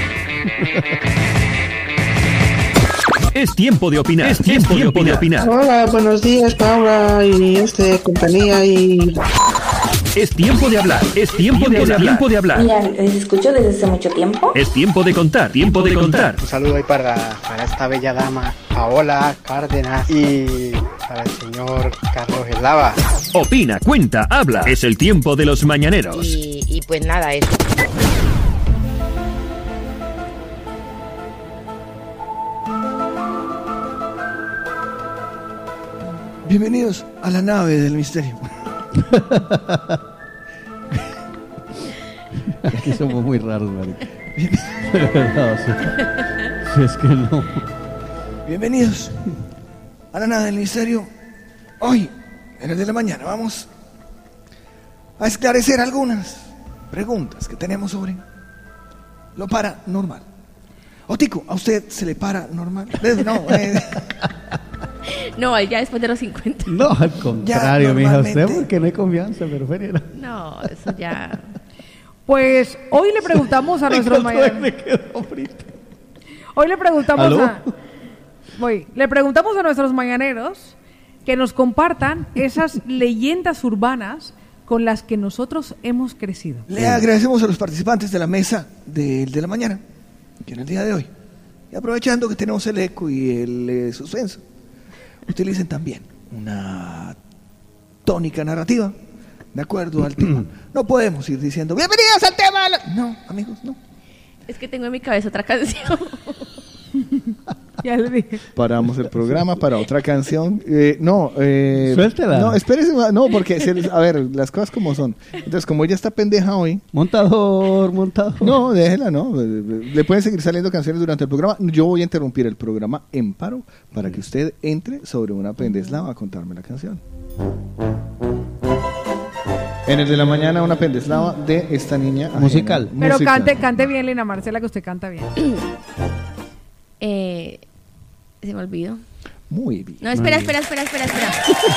Es tiempo de opinar. Es tiempo, es tiempo de, opinar. de opinar. Hola, buenos días, Paula y este compañía y... Es tiempo de hablar. Es tiempo, es tiempo de, de hablar. Tiempo de hablar. Mira, les escucho desde hace mucho tiempo. Es tiempo de contar. Tiempo de contar. Un saludo ahí para, para esta bella dama, Paola Cárdenas, y para el señor Carlos Eslava. Opina, cuenta, habla. Es el tiempo de los mañaneros. Y, y pues nada, eso. Bienvenidos a la nave del misterio. Aquí somos muy raros, marica. No, sí. Sí, es que no. Bienvenidos a la nave del misterio. Hoy, en el de la mañana, vamos a esclarecer algunas preguntas que tenemos sobre lo paranormal. Otico, ¿a usted se le para normal? No, eh. No, ya después de los cincuenta. No, al contrario, mija, usted porque no hay confianza, pero Feriera. No, eso ya. Pues hoy le preguntamos a nuestros mañaneros. Hoy le preguntamos ¿Aló? a voy, le preguntamos a nuestros mañaneros que nos compartan esas leyendas urbanas con las que nosotros hemos crecido. Le agradecemos a los participantes de la mesa del de la mañana, que en el día de hoy, y aprovechando que tenemos el eco y el eh, suspenso, utilicen también una tónica narrativa de acuerdo al tema. No podemos ir diciendo bienvenidos al tema. No, amigos, no. Es que tengo en mi cabeza otra canción. Ya le dije. Paramos el programa para otra canción. Eh, no, eh, Suéltela. No, espérese, no, porque se, a ver, las cosas como son. Entonces, como ella está pendeja hoy. Montador, montador. No, déjela, no. Le pueden seguir saliendo canciones durante el programa. Yo voy a interrumpir el programa en paro para que usted entre sobre una pendeslava a contarme la canción. En el de la mañana, una pendeslava de esta niña musical. Pero musical. cante, cante bien, Lina Marcela, que usted canta bien. eh, se me olvidó. Muy bien. No, espera, espera, espera, espera, espera.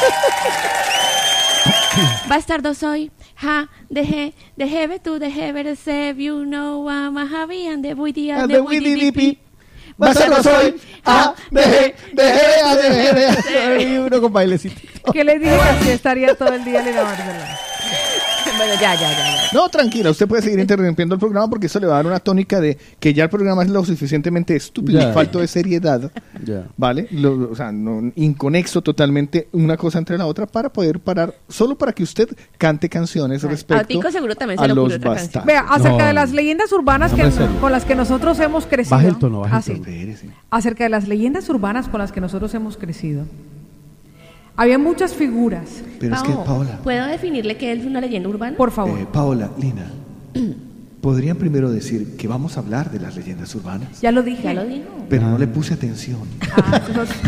Bastardo soy, ja, dejé, dejé tú, dejé ver ese, you know, I'm a happy and the witty and the witty dippy. Bastardo soy, ja, dejé, dejé, dejé, Y uno con bailecito. ¿Qué les dije que así estaría todo el día Lina Marcela? Bueno, ya, ya, ya, ya. No, tranquila, usted puede seguir interrumpiendo el programa porque eso le va a dar una tónica de que ya el programa es lo suficientemente estúpido Ya. y falto de seriedad, Ya. ¿vale? Lo- o sea, no, inconexo totalmente una cosa entre la otra para poder parar, solo para que usted cante canciones A respecto Tico seguro también a se le los ocurre otra bastardos. Vea, acerca No, de las leyendas urbanas no, que, en serio. con las que nosotros hemos crecido. Baja el tono, baja el Ah, sí. tono. Espérese. Acerca de las leyendas urbanas con las que nosotros hemos crecido. Había muchas figuras. Pero es que, Pao, Paola, ¿puedo definirle qué es una leyenda urbana? Por favor. eh, Paola, Lina, ¿podrían primero decir que vamos a hablar de las leyendas urbanas? Ya lo dije. Ya lo dijo. Pero no le puse atención. Ah, eso es-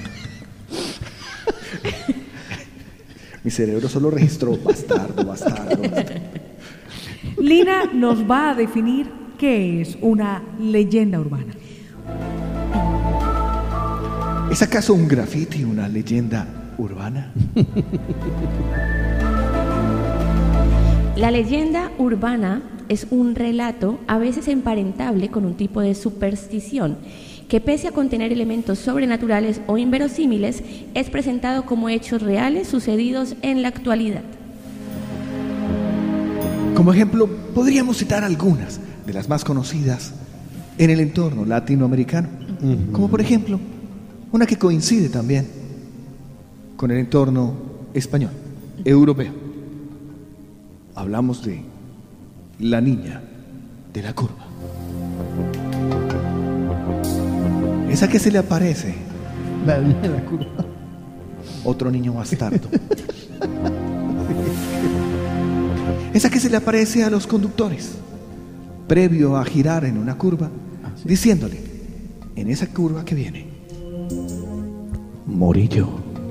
Mi cerebro solo registró bastardo, bastardo, bastardo. Lina nos va a definir qué es una leyenda urbana. ¿Es acaso un graffiti una leyenda urbana? La leyenda urbana es un relato a veces emparentable con un tipo de superstición que pese a contener elementos sobrenaturales o inverosímiles es presentado como hechos reales sucedidos en la actualidad. Como ejemplo, podríamos citar algunas de las más conocidas en el entorno latinoamericano, como por ejemplo, una que coincide también con el entorno español, europeo. Hablamos de la niña de la curva. Esa que se le aparece, La niña de la curva. otro niño bastardo. Esa que se le aparece a los conductores, previo a girar en una curva, diciéndole, en esa curva que viene, Morillo.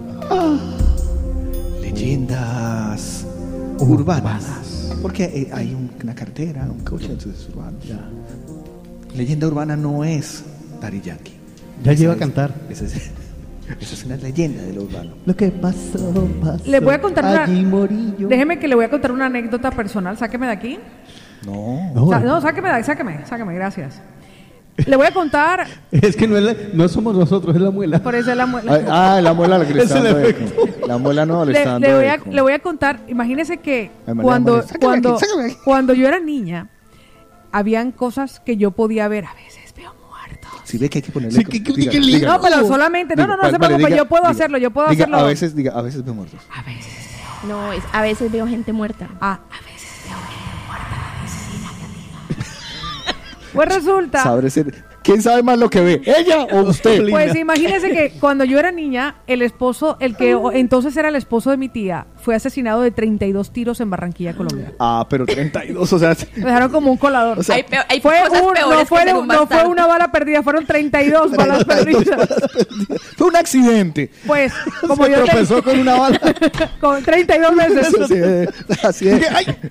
Leyendas urbanas. Porque eh, hay un- una carretera, un coche, entonces urbano. Leyenda urbana no es Daddy Yankee. Ya Esa lleva a es- cantar. Esa es, esa es una leyenda de lo urbano. Lo que pasó, pasó. Le voy a contar una... Allí morí yo. Déjeme que le voy a contar una anécdota personal. Sáqueme de aquí. No. No, Sa- no, sáqueme de aquí, sáqueme, sáqueme, gracias. Le voy a contar... es que no, es la- no somos nosotros, es la muela. Por eso es la muela. Ay, ah, la muela la que le Es está el dando efecto. eco. La muela no le Le, está dando le voy a, eco. le voy a contar, imagínese que Ay, María, cuando, María, sácame cuando, aquí, sácame aquí. cuando yo era niña, habían cosas que yo podía ver a veces, veo muertos. Si ve que hay que ponerle Sí, eco, que- que- diga, que- diga. No, pero solamente, no, no, no Diga, se vale, preocupe, diga, yo puedo diga. hacerlo, yo puedo Diga, hacerlo. A veces, diga, a veces veo muertos. A veces. No, es, a veces veo gente muerta. Ah, a veces veo gente muerta. Pues resulta... Sabré ser- ¿Quién sabe más lo que ve? ¿Ella o usted? Pues imagínese que cuando yo era niña, el esposo, el que o- entonces era el esposo de mi tía, fue asesinado de treinta y dos tiros en Barranquilla, Colombia. Ah, pero treinta y dos, o sea... Lo dejaron como un colador. O sea, hay peo- hay fue cosas un- peores no que fue, ser un no fue bastardo. una bala perdida, fueron treinta y dos balas perdidas. Fue un accidente. Pues, como Se yo te- tropezó con una bala. con treinta y dos veces. Así es. Así es.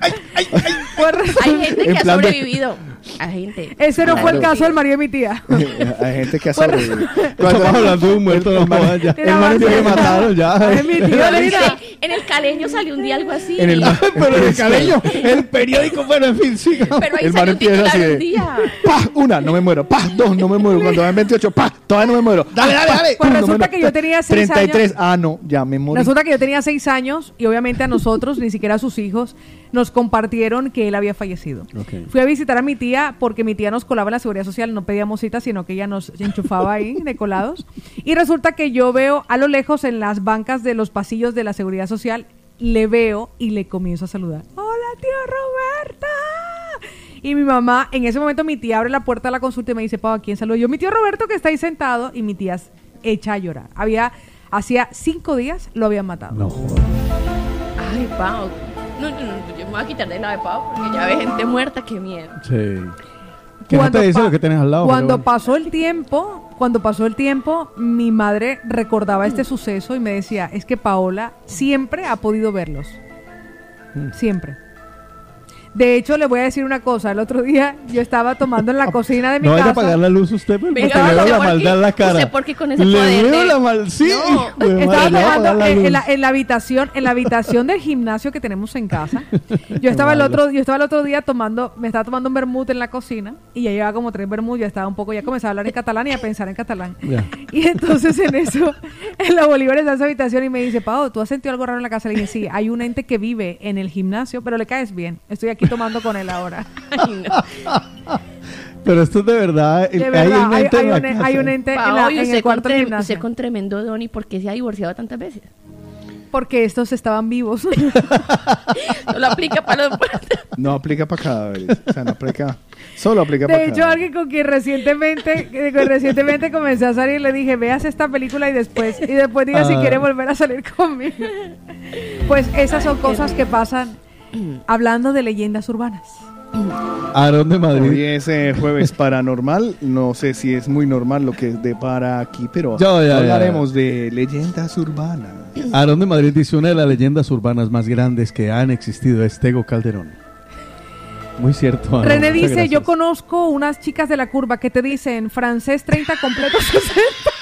Pues resulta- Hay gente En que ha plan de- sobrevivido. Hay gente. Ese no fue el Claro. caso del marido de mi tía. Hay gente que ha sobrevivido. Estamos hablando de un muerto, no jodas ya. Mira, El man Marcela. que mataron ya. Ay, mi tío, Yo mira. dije, en el Caleño salió un día algo así. En el- Pero en el caleño, el periódico, bueno, en fin, siga. Pero ahí El man salió un empieza titular así de- un día. ¡Pah! Una, no me muero. ¡Pah! Dos, no me muero. Cuando van veintiocho, ¡pah! Todavía no me muero. Dale, dale, ¡Pah! dale. Pues No me resulta muero. que yo tenía seis treinta y tres. años. Ah, no, ya me morí. Resulta que yo tenía seis años y obviamente a nosotros, ni siquiera a sus hijos, nos compartieron que él había fallecido. Ok. Fui a visitar a mi tía porque mi tía nos colaba en la Seguridad Social, no pedíamos citas, sino que ella nos enchufaba ahí de colados. Y resulta que yo veo a lo lejos en las bancas de los pasillos de la Seguridad Social, le veo y le comienzo a saludar. ¡Hola, tío Roberta! Y mi mamá, en ese momento mi tía abre la puerta de la consulta y me dice, Pau, ¿a quién saludo? Yo, mi tío Roberto que está ahí sentado, y mi tía echa a llorar. Había, hacía cinco días lo habían matado. No jodas. Ay, Pau. No, no, no, yo me voy a quitar de la de Pau porque ya ve gente muerta, qué miedo. Sí. Que no te dice pa- lo que tienes al lado. Cuando pero bueno. pasó el tiempo, cuando pasó el tiempo, mi madre recordaba este suceso y me decía, es que Paola siempre ha podido verlos. Mm. Siempre. De hecho, le voy a decir una cosa. El otro día yo estaba tomando en la cocina de mi No vaya a casa. apagar la luz usted, pues, porque Venga, le veo ¿usted la por qué? maldad en la cara. ¿Usted por qué con ese Le poder veo de- la maldad. Sí. No. hijo de Estaba madre, le voy a tomando apagar la en, en la, luz. en la habitación, en la habitación del gimnasio que tenemos en casa. Yo estaba el Qué otro, yo estaba el otro día tomando, me estaba tomando un vermut en la cocina y ya llevaba como tres vermut, ya estaba un poco, ya comenzaba a hablar en catalán y a pensar en catalán. Ya. Y entonces en eso, en la Bolívar está en esa habitación y me dice, Pau, ¿tú has sentido algo raro en la casa? Le dije, sí, hay un ente que vive en el gimnasio, pero le caes bien. Estoy aquí tomando con él ahora. Ay, no. Pero esto es de verdad. el- De hay verdad, un hay, ente hay en la un, casa. hay un ente en, Pau, la- y en usted el cuarto con del trem- gimnasio. usted con tremendo don, ¿y por qué se ha divorciado tantas veces? Porque estos estaban vivos. No lo aplica para los No aplica para cadáveres. O sea, no aplica. Solo aplica De para hecho, cadáveres. alguien con quien recientemente, que con- recientemente comencé a salir, le dije, veas esta película y después, y después diga si Ah. quiere volver a salir conmigo. Pues esas son cosas que pasan hablando de leyendas urbanas. Aarón de Madrid. Hoy es eh, jueves paranormal. No sé si es muy normal lo que depara aquí, pero Ya, ya, ya. hablaremos de leyendas urbanas. Aarón de Madrid dice: una de las leyendas urbanas más grandes que han existido es Tego Calderón. Muy cierto. Aarón, René muchas dice, gracias. yo conozco unas chicas de la curva que te dicen francés treinta completo sesenta.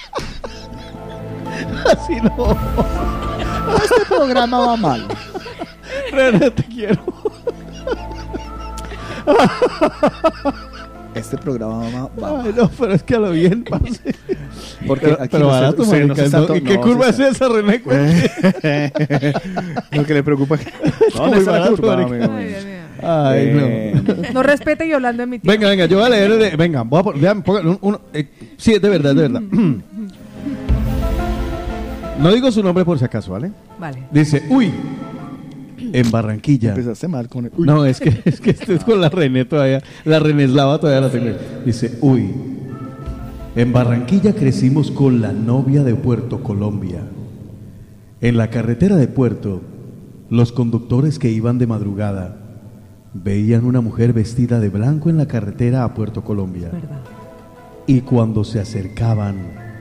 Así no. Este programa va mal. René, te quiero. Este programa va mal. Ay, no, pero es que a lo bien, parce. Porque Pero, aquí pero no se- barato, usted no marica, se está ¿no? to- ¿Y qué no, curva se es está- esa, René? Cuente. Lo que le preocupa es que... ¿Dónde muy está la barato, curva, marica. amigo? Ay, Dios mío. Ay, Eh, no. No respete y hablando de mi tío. Venga, venga, yo voy a leer. de- venga, voy a poner. Vean, pongan un- uno, eh, sí, es de verdad, es de verdad. No digo su nombre por si acaso, ¿vale? Vale. Dice: uy, en Barranquilla. Empezaste mal con el... Uy. No, es que, es que estoy con la René todavía. La René Eslava todavía la tengo. Dice: uy, en Barranquilla crecimos con la novia de Puerto Colombia. En la carretera de Puerto, los conductores que iban de madrugada veían una mujer vestida de blanco en la carretera a Puerto Colombia. Verdad. Y cuando se acercaban,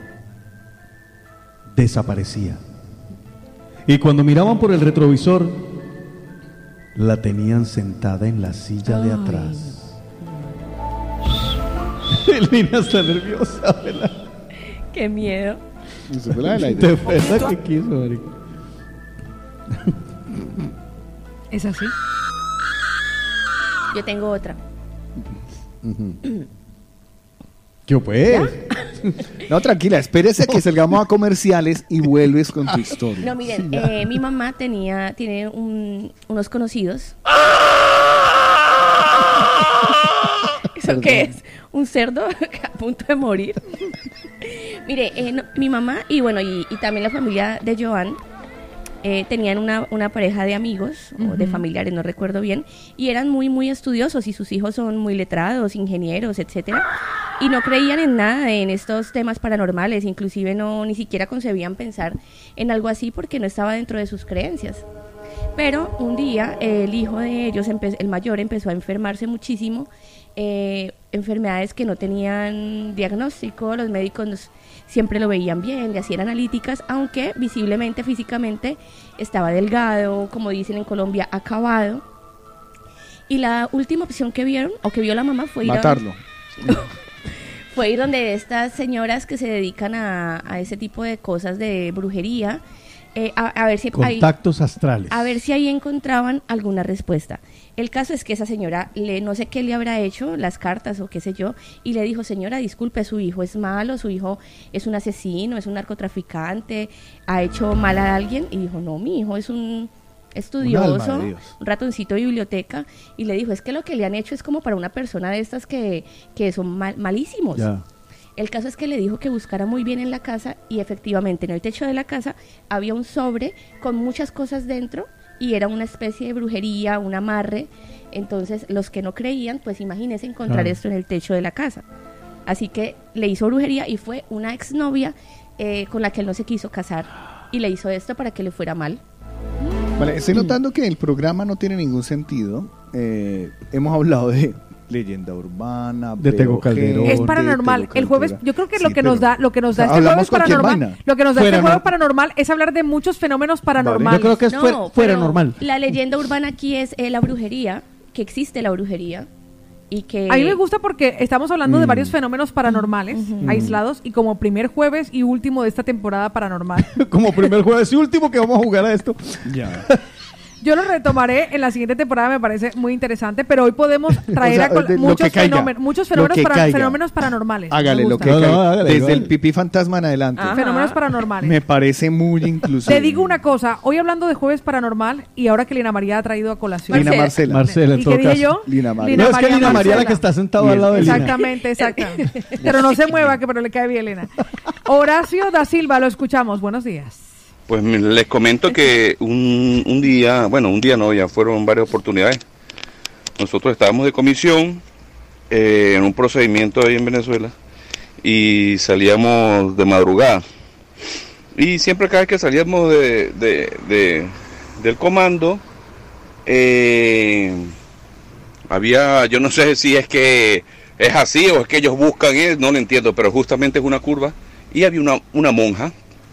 desaparecía. Y cuando miraban por el retrovisor, la tenían sentada en la silla de Ay. atrás. Lina está nerviosa, ¿verdad? Qué miedo. Eso fue la del aire. De verdad que quiso, marica. ¿Es así? Yo tengo otra. ¿Qué pues? No, tranquila, espérese que salgamos a comerciales y vuelves con tu historia. No, miren, eh, mi mamá tenía, tiene un- unos conocidos. ¿Eso qué es? ¿Un cerdo a punto de morir? Mire, eh, no, mi mamá y bueno, y, y también la familia de Joan eh, tenían una, una pareja de amigos o de Ujú. familiares, no recuerdo bien, y eran muy, muy estudiosos y sus hijos son muy letrados, ingenieros, etcétera, y no creían en nada en estos temas paranormales, inclusive no ni siquiera concebían pensar en algo así porque no estaba dentro de sus creencias. Pero un día eh, el hijo de ellos, empe- el mayor, empezó a enfermarse muchísimo, eh, enfermedades que no tenían diagnóstico, los médicos nos- siempre lo veían bien, le hacían analíticas, aunque visiblemente, físicamente, estaba delgado, como dicen en Colombia, acabado. Y la última opción que vieron, o que vio la mamá, fue ir a- Matarlo. fue ir donde estas señoras que se dedican a, a ese tipo de cosas de brujería, eh, a, a ver si hay- Contactos astrales. a ver si ahí encontraban alguna respuesta. El caso es que esa señora, le, no sé qué le habrá hecho, las cartas o qué sé yo, y le dijo, señora, disculpe, su hijo es malo, su hijo es un asesino, es un narcotraficante, ha hecho mal a alguien. Y dijo, no, mi hijo es un estudioso, alma de Dios. un ratoncito de biblioteca. Y le dijo, es que lo que le han hecho es como para una persona de estas que, que son mal- malísimos. Ya. El caso es que le dijo que buscara muy bien en la casa y efectivamente en el techo de la casa había un sobre con muchas cosas dentro y era una especie de brujería, un amarre. Entonces los que no creían, pues imagínense encontrar Claro. esto en el techo de la casa. Así que le hizo brujería y fue una exnovia eh, con la que él no se quiso casar y le hizo esto para que le fuera mal. Vale, estoy notando que el programa no tiene ningún sentido. Eh, hemos hablado de leyenda urbana, De Tego B O G, Calderón. Es de paranormal. El jueves, yo creo que lo Sí, que nos pero- da, lo que nos da o sea, este jueves hablamos cualquier paranormal, vaina. lo que nos da Fuera este jueves no- paranormal es hablar de muchos fenómenos paranormales. Yo creo que es fuera, fuera pero normal. La leyenda urbana aquí es eh, la brujería, que existe la brujería y que... A mí me gusta porque estamos hablando de Mm. varios fenómenos paranormales aislados y como primer jueves y último de esta temporada paranormal. Como primer jueves y último que vamos a jugar a esto. Ya. Yo lo retomaré en la siguiente temporada, me parece muy interesante, pero hoy podemos traer O sea, a col- de- lo muchos, que caiga. fenómenos, muchos Lo fenómenos, que para- caiga. fenómenos paranormales. Hágale Me lo gusta. que No, no, caiga. hágale, Desde hágale. el pipí fantasma en adelante. Ajá. Fenómenos paranormales. Me parece muy inclusive. Te digo una cosa, hoy hablando de jueves paranormal y ahora que Lina María ha traído a colación. Lina Marcela. Marcela, en ¿Y todo qué dije caso. yo? Lina María. No, es que Lina María la Marcela. que está sentada Y al el- lado de Lina. Exactamente, exactamente. Pero no se mueva, que pero le cae bien, Elena. Horacio da Silva, lo escuchamos. Buenos días. Pues me- les comento que un, un día, bueno, un día no, ya fueron varias oportunidades. Nosotros estábamos de comisión eh, en un procedimiento ahí en Venezuela y salíamos de madrugada. Y siempre cada vez que salíamos de, de- de- del comando, eh, había, yo no sé si es que es así o es que ellos buscan, eh, no lo entiendo, pero justamente es una curva y había una, una monja.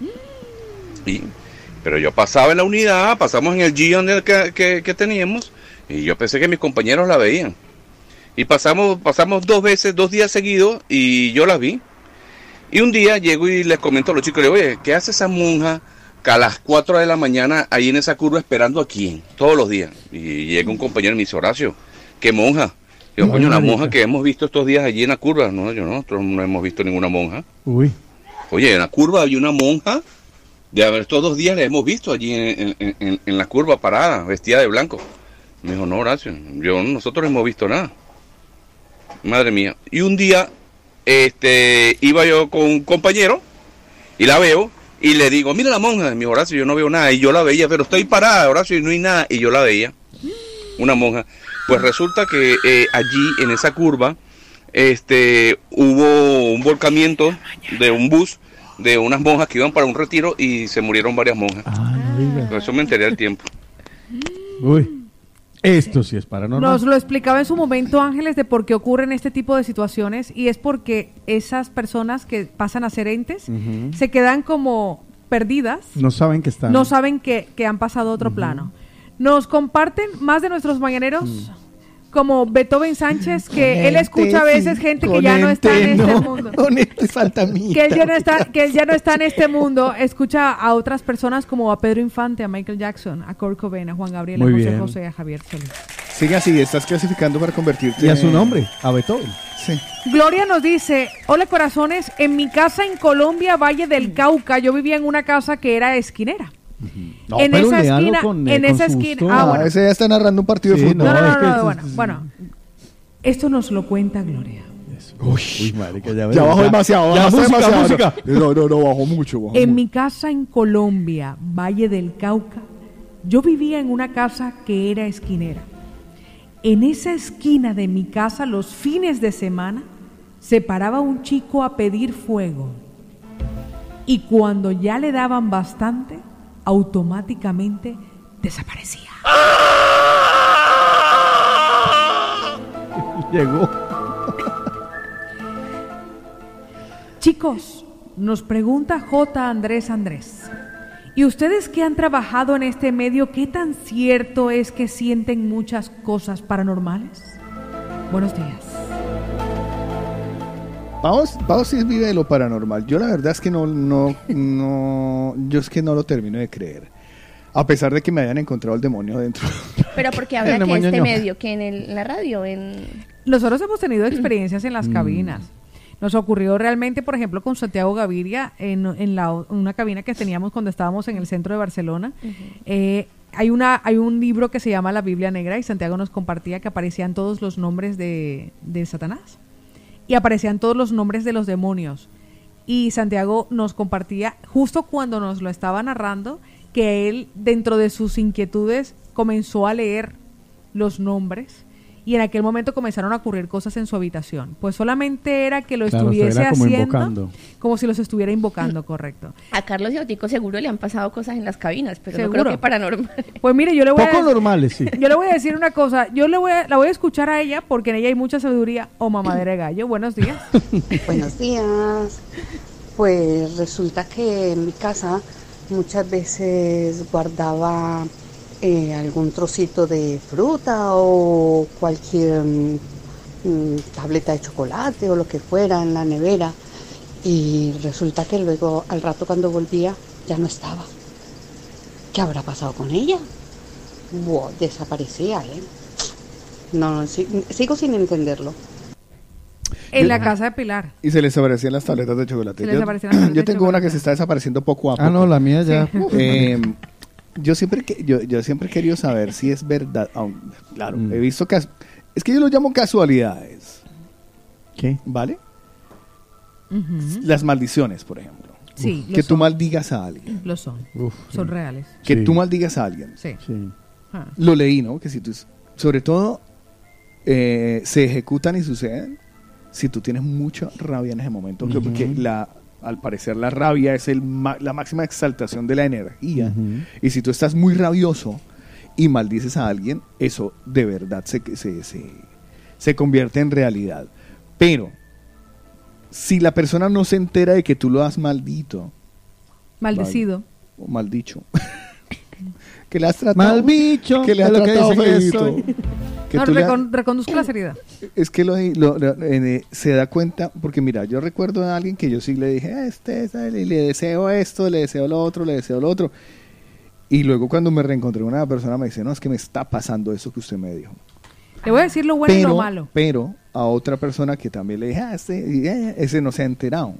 Y- pero yo pasaba en la unidad, pasamos en el guión del que, que, que teníamos y yo pensé que mis compañeros la veían. Y pasamos, pasamos dos veces, dos días seguidos y yo la vi. Y un día llego y les comento a los chicos, le digo, oye, ¿qué hace esa monja que a las cuatro de la mañana ahí en esa curva esperando a quién? Todos los días. Y llega un compañero y me dice, Horacio, ¿qué monja? Yo, No, coño, la marica. monja que hemos visto estos días allí en la curva. No, yo no, nosotros no hemos visto ninguna monja. Uy. Oye, en la curva había una monja, de haber estos dos días la hemos visto allí en, en- en- en la curva parada, vestida de blanco. Me dijo, no, Horacio, yo, nosotros no hemos visto nada. Madre mía. Y un día, este, iba yo con un compañero y la veo y le digo, mira la monja. Me dijo, Horacio, yo no veo nada. Y yo la veía, pero estoy parada, Horacio, y no hay nada. Y yo la veía, una monja. Pues resulta que eh, allí, en esa curva, este, hubo un volcamiento de un bus de unas monjas que iban para un retiro y se murieron varias monjas. Por eso me enteré al tiempo. Uy. Esto sí es paranormal. Nos lo explicaba en su momento Ángeles de por qué ocurren este tipo de situaciones y es porque esas personas que pasan a ser entes Ujú. se quedan como perdidas, No saben que están. no saben que, que han pasado a otro plano. Nos comparten más de nuestros mañaneros. como Beethoven Sánchez, que él escucha a veces gente que ya no está en este mundo. Con este fantasmita. Que él ya no está, que él ya no está en este mundo, escucha a otras personas como a Pedro Infante, a Michael Jackson, a Kurt Cobain, a Juan Gabriel, Muy a José bien. José, a Javier Solís. Sigue así, estás clasificando para convertirte Y a su en- nombre, a Beethoven. Sí. Gloria nos dice, hola corazones, en mi casa en Colombia, Valle del Cauca, yo vivía en una casa que era esquinera. No, en pero esa léalo esquina, con, eh, en con esa susto. esquina, ah, Ah, bueno. ese ya está narrando un partido Sí, de fútbol. No, no, es no, que no, es- bueno, es- bueno. Esto nos lo cuenta Gloria. Uy, marica, ya, Ya ves, bajó demasiado. Ya, bajó música, demasiado. música. No, no, no, bajó mucho. Bajó En mucho. mi casa en Colombia, Valle del Cauca, yo vivía en una casa que era esquinera. En esa esquina de mi casa, los fines de semana, se paraba un chico a pedir fuego. Y cuando ya le daban bastante, automáticamente desaparecía. Llegó. Chicos, nos pregunta J. Andrés Andrés. ¿Y ustedes que han trabajado en este medio, qué tan cierto es que sienten muchas cosas paranormales? Buenos días. Vamos, vamos si vive de lo paranormal. Yo la verdad es que no, no, no, yo es que no lo termino de creer. A pesar de que me hayan encontrado el demonio dentro. Pero porque habla El que demonio este no. medio, que en, el- en la radio, en... Nosotros hemos tenido experiencias en las cabinas. Nos ocurrió realmente, por ejemplo, con Santiago Gaviria, en, en la, una cabina que teníamos cuando estábamos en el centro de Barcelona. Eh, hay, una, hay un libro que se llama La Biblia Negra y Santiago nos compartía que aparecían todos los nombres de, de Satanás y aparecían todos los nombres de los demonios. Y Santiago nos compartía, justo cuando nos lo estaba narrando, que él, dentro de sus inquietudes, comenzó a leer los nombres y en aquel momento comenzaron a ocurrir cosas en su habitación. Pues solamente era que lo Claro, estuviese era como haciendo invocando. como si los estuviera invocando, correcto. A Carlos y a Otico seguro le han pasado cosas en las cabinas, pero Seguro. no creo que paranormal. Pues mire, yo le voy Poco a normales, sí. yo le voy a decir una cosa, yo le voy a, la voy a escuchar a ella porque en ella hay mucha sabiduría o mamadera de gallo. Buenos días. Buenos días. Pues resulta que en mi casa muchas veces guardaba eh, algún trocito de fruta o cualquier mm, mm, tableta de chocolate o lo que fuera en la nevera y resulta que luego al rato cuando volvía ya no estaba. ¿Qué habrá pasado con ella? Buah, desaparecía, ¿eh? No, sí- sigo sin entenderlo. En Yo- la casa de Pilar. Y se les desaparecían las tabletas de chocolate. Se les Yo, desaparecían las tabletas yo de tengo una chocolate. que se está desapareciendo poco a poco. Ah, no, la mía ya. Sí. Eh, yo siempre que yo, yo siempre he querido saber si es verdad. aun- claro, Mm. he visto cas- es que yo lo llamo casualidades, ¿Qué? ¿vale? Ujú. Las maldiciones, por ejemplo. Sí, lo Que tú son. maldigas a alguien. Lo son. Uf, Son sí. reales. Que Sí. tú maldigas a alguien. Sí. Sí. Ah. Lo leí, ¿no? Que si tú, sobre todo, eh, se ejecutan y suceden si tú tienes mucha rabia en ese momento. Ujú. Porque la, al parecer la rabia es el ma- la máxima exaltación de la energía. Ujú. Y si tú estás muy rabioso y maldices a alguien, eso de verdad se, se, se, se convierte en realidad. Pero, si la persona no se entera de que tú lo has maldito, Maldecido. o maldicho, que le has tratado, Mal bicho, que le has es lo que tratado dicen que feíto, soy. que No, tú le has- recon- reconduzco la seriedad. es que lo, lo- lo- eh, se da cuenta, porque mira, yo recuerdo a alguien que yo sí le dije, "Ah, este, este, le, le deseo esto, le deseo lo otro, le deseo lo otro. Y luego cuando me reencontré con una persona me dice, no, es que me está pasando eso que usted me dijo. Le voy a decir lo bueno y pero, lo malo. pero a otra persona que también le dije, ah, este, y, eh, ese no se ha enterado.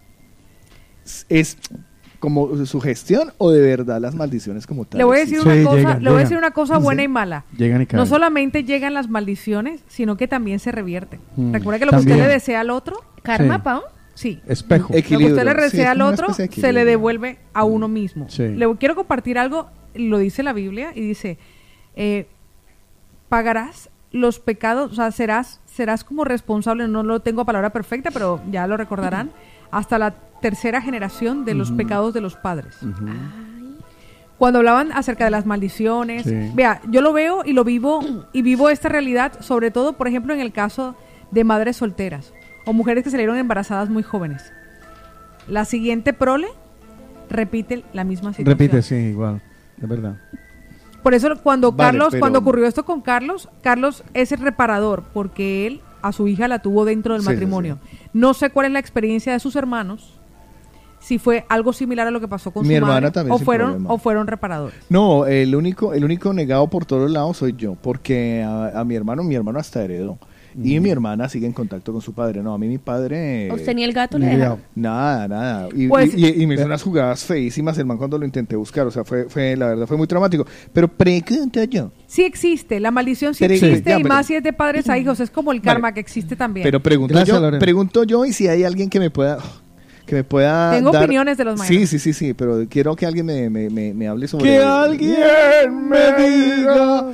Es- Es como su gestión o de verdad las maldiciones como tal. Le voy a decir existen? una Sí, cosa, llegan, le voy a llegan. decir una cosa buena Sí. y mala. Llegan y caen. No solamente llegan las maldiciones, sino que también se revierten. Mm. Recuerda que lo que También. usted le desea al otro, Karma, Sí. Pau. sí. Espejo. Lo que Equilibrio. usted le Sí, desea es al como una otro, especie de se le equilibrio. devuelve a uno mismo. Sí. Le quiero compartir algo, lo dice la Biblia, y dice, eh, pagarás los pecados, o sea, serás, serás como responsable, no lo tengo a palabra perfecta, pero ya lo recordarán, hasta la tercera generación de los Ujú. pecados de los padres. Ujú. Cuando hablaban acerca de las maldiciones, Sí. vea, yo lo veo y lo vivo y vivo esta realidad, sobre todo, por ejemplo, en el caso de madres solteras o mujeres que salieron embarazadas muy jóvenes. La siguiente prole repite la misma situación. Repite, sí, igual. Es verdad. Por eso cuando Vale, Carlos, pero- cuando ocurrió esto con Carlos, Carlos es el reparador, porque él a su hija la tuvo dentro del Sí, sí, matrimonio. No sé cuál es la experiencia de sus hermanos, si fue algo similar a lo que pasó con Mi su hermana madre, también o sin fueron, problema. o fueron reparadores. No, el único, el único negado por todos lados soy yo, porque a, a mi hermano, mi hermano hasta heredó. Y mi hermana sigue en contacto con su padre. No, a mí mi padre... ¿A usted ni el gato le deja? Nada, nada. Y, Pues- y- y- y me hizo unas jugadas feísimas el man cuando lo intenté buscar. O sea, fue, fue la verdad, fue muy traumático. Pero pregunta yo. Sí existe, la maldición sí Pero- existe, ya, y pero- más si es de padres a hijos, es como el Vale. karma que existe también. Pero pregunto Gracias, yo, Lorena. pregunto yo y si hay alguien que me pueda... Que me pueda Tengo dar- opiniones de los Sí, mayores. sí, sí, sí, pero quiero que alguien me, me, me, me hable sobre... Que alguien me diga.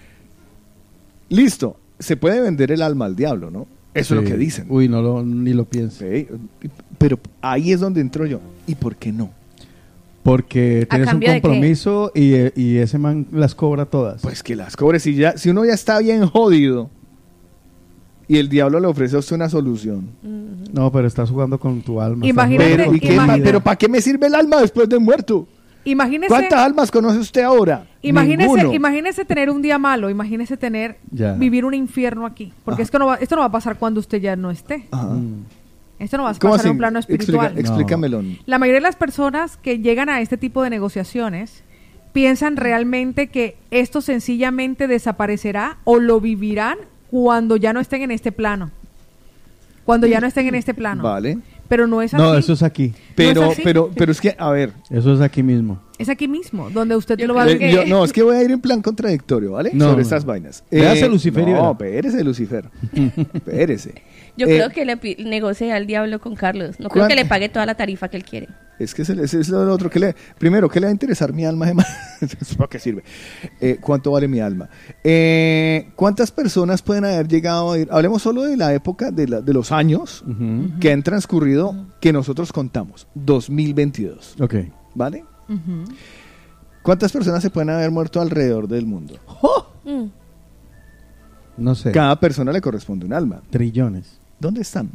Listo, se puede vender el alma al diablo, ¿no? Eso es lo Sí. que dicen. Uy, no lo, ni lo pienso. Sí, pero ahí es donde entro yo. ¿Y por qué no? Porque ¿A tienes un cambio de qué? compromiso y, eh, y ese man las cobra todas. Pues que las cobre. Si, ya, si uno ya está bien jodido y el diablo le ofrece a usted una solución. No, pero estás jugando con tu alma. estás Imagínate- jugando Pero, con ¿y tu qué vida. más? ¿Pero para qué me sirve el alma después de muerto? Imagínese, ¿Cuántas almas conoce usted ahora? imagínese, Ninguno. imagínese tener un día malo, imagínese tener, Ya. vivir un infierno aquí. Porque es que no va, esto no va a pasar cuando usted ya no esté. Ajá. Mm. Esto no va a ¿Cómo pasar así? en un plano espiritual. Explica- explícamelo. La mayoría de las personas que llegan a este tipo de negociaciones piensan realmente que esto sencillamente desaparecerá o lo vivirán cuando ya no estén en este plano. Cuando ya no estén en este plano. Vale. Pero no es aquí. No, eso es aquí. Pero, ¿No es así? pero, pero es que, a ver. Eso es aquí mismo. Es aquí mismo, donde usted lo va a eh, ver. yo- no, es que voy a ir en plan contradictorio, ¿vale? No, Sobre no. estas vainas. Véase Lucifer y No, verá. espérese, Lucifer. Espérese. Yo Eh, creo que le pi- negocie al diablo con Carlos. No creo ¿cuán- que le pague toda la tarifa que él quiere. Es que ese, ese es lo otro que le... Primero, ¿qué le va a interesar mi alma? ¿Para qué sirve? Eh, ¿Cuánto vale mi alma? Eh, ¿Cuántas personas pueden haber llegado a ir? Hablemos solo de la época, de, la- de los años Ujú. que han transcurrido, que nosotros contamos. dos mil veintidós. Ok. ¿Vale? Ujú. ¿Cuántas personas se pueden haber muerto alrededor del mundo? Mm. No sé. Cada persona le corresponde un alma. Trillones. ¿Dónde están?